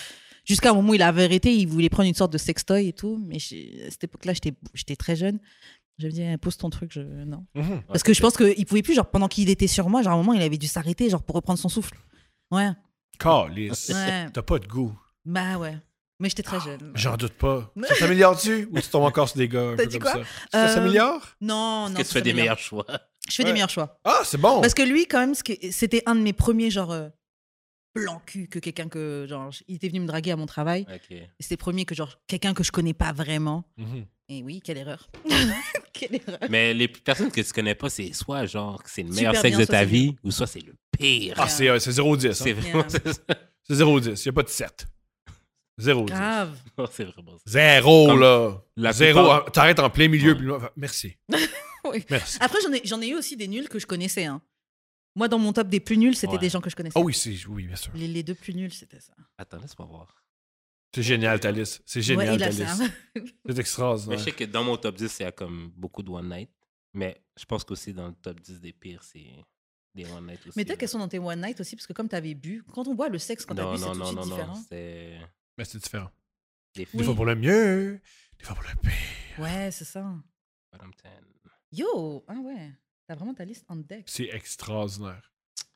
Jusqu'à un moment où il avait arrêté, il voulait prendre une sorte de sextoy et tout. Mais j'ai- à cette époque-là, j'étais, j'étais très jeune. Je me disais, pose ton truc. Je... Non. Mhm. Parce que je pense qu'il pouvait plus, genre, pendant qu'il était sur moi, genre, à un moment, il avait dû s'arrêter, genre, pour reprendre son souffle. Ouais. Calice. Ouais. T'as pas de goût. Bah ouais. Mais j'étais très jeune. J'en doute pas. Ça s'améliore-tu ou tu tombes encore sur des gars un T'as peu dit comme quoi? ça? Ça Euh, s'améliore? Non, non. Est-ce que tu ça fais des s'améliore. meilleurs choix? Je fais Ouais. des meilleurs choix. Ah, c'est bon. Parce que lui, quand même, ce que- c'était un de mes premiers, genre, euh, blanc cul que quelqu'un que, genre, il était venu me draguer à mon travail. Ok. Et c'était le premier que, genre, quelqu'un que je connais pas vraiment. Mhm. Et oui, quelle erreur. Quelle erreur. Mais les personnes que tu connais pas, c'est soit genre que c'est le meilleur Super sexe bien, de soit ta c'est vie, ou soit c'est le pire. Ah, c'est, euh, c'est zéro dix. C'est Hein? vraiment Yeah. c'est ça. C'est zéro dix. Il n'y a pas de sept. zéro dix. Grave. C'est vraiment ça. Zéro, Comme là. la Zéro. plupart- Ah, T'arrêtes en plein milieu. Ouais. Puis là, merci. Oui. Merci. Après, j'en ai, j'en ai eu aussi des nuls que je connaissais. Hein. Moi, dans mon top des plus nuls, c'était Ouais. des gens que je connaissais. Ah oui, c'est, oui, bien sûr. Les, les deux plus nuls, c'était ça. Attends, laisse-moi voir. C'est génial, ta liste. C'est génial, Ouais, il ta a liste. ça. C'est Mais extraordinaire. je sais que dans mon top dix, il y a comme beaucoup de One Night. Mais je pense qu'aussi dans le top dix des pires, c'est des One Night aussi. Mais toi, là. quels sont dans tes one night aussi? Parce que comme tu avais bu, quand on boit le sexe, quand t'as Non, bu, c'est non, tout de non, suite non, différent. non. C'est Mais c'est différent. des Des filles. fois pour le mieux, des fois pour le pire. Ouais, c'est ça. Bottom ten. Yo, ah ouais. T'as vraiment ta liste en deck. C'est extraordinaire.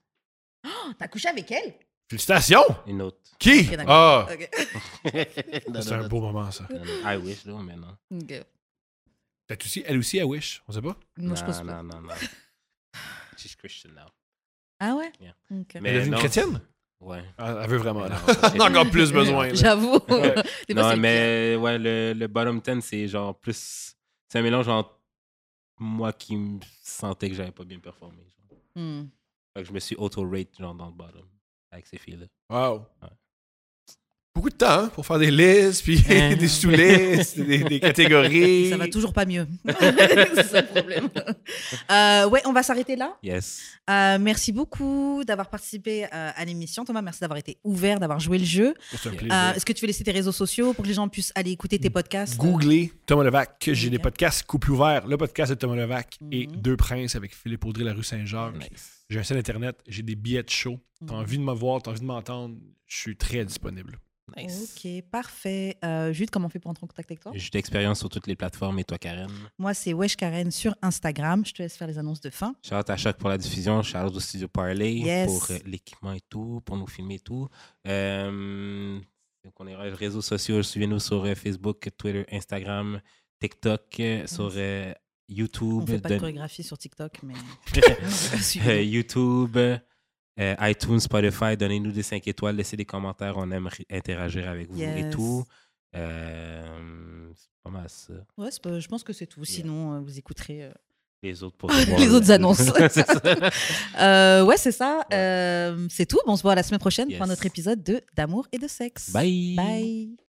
Oh, t'as couché avec elle? Félicitations! Une autre. Qui? Ok, d'accord. Ah! Ok. Non, C'est non, un non, beau moment, ça. non, non. I wish, là, mais non. Ok. Peut-être aussi, elle aussi, à Wish. On sait pas. Moi, je non, pense pas. non, non, non. She's Christian now. Ah ouais? Yeah. Ok. Mais Elle est devenue non, chrétienne? Ouais. Ah, elle veut vraiment, Mais là. non, ça, c'est- On a encore plus besoin, là. J'avoue. Ouais. Des fois, Non, c'est le mais ouais, le, le bottom ten, c'est genre plus. C'est un mélange entre moi qui me sentais que j'avais pas bien performé. Genre. pire. Hmm. Fait que je me suis auto-rate genre dans le bottom avec ces filles-là. Wow. Ouais. Beaucoup de temps hein, pour faire des listes, puis Hein. des sous-listes, des, des catégories. Ça va toujours pas mieux. C'est ça le problème. Euh, ouais, on va s'arrêter là. Yes. Euh, merci beaucoup d'avoir participé euh, à l'émission. Thomas, merci d'avoir été ouvert, d'avoir joué le jeu. C'est un Euh, plaisir. Euh, Est-ce que tu veux laisser tes réseaux sociaux pour que les gens puissent aller écouter tes podcasts? Googlez Thomas Levac. J'ai Ok. des podcasts couple ouvert, le podcast de Thomas Levac et Mhm. Deux Princes avec Philippe Audrey, la rue Saint-Jacques. Nice. J'ai un site internet, j'ai des billets de show. T'as Mhm. envie de me voir, t'as envie de m'entendre, je suis très disponible. Nice. Ok, parfait. Euh, Jude, comment on fait pour entrer en contact avec toi? J'ai d'expérience sur toutes les plateformes et toi, Karen. Moi, c'est Wesh Karen sur Instagram. Je te laisse faire les annonces de fin. Shout out à Choc pour la diffusion, shout out au Studio Parley Yes. pour euh, l'équipement et tout, pour nous filmer et tout. Euh, donc on est sur les réseaux sociaux, suivez-nous sur euh, Facebook, Twitter, Instagram, TikTok, euh, sur euh, YouTube. On fait pas de Don- chorégraphie sur TikTok, mais... Euh, Suivez-nous. YouTube, euh, iTunes, Spotify, donnez-nous des cinq étoiles, laissez des commentaires, on aime ri- interagir avec vous et Yes. tout. Euh, c'est pas mal ça. Ouais, c'est pas- je pense que c'est tout. Yeah. Sinon, euh, vous écouterez euh, Les autres pour les autres annonces. C'est ça. Euh, ouais, c'est ça. Ouais. Euh, c'est tout. Bon, on se voit la semaine prochaine pour un Yes. autre épisode de D'amour et de sexe. Bye. Bye.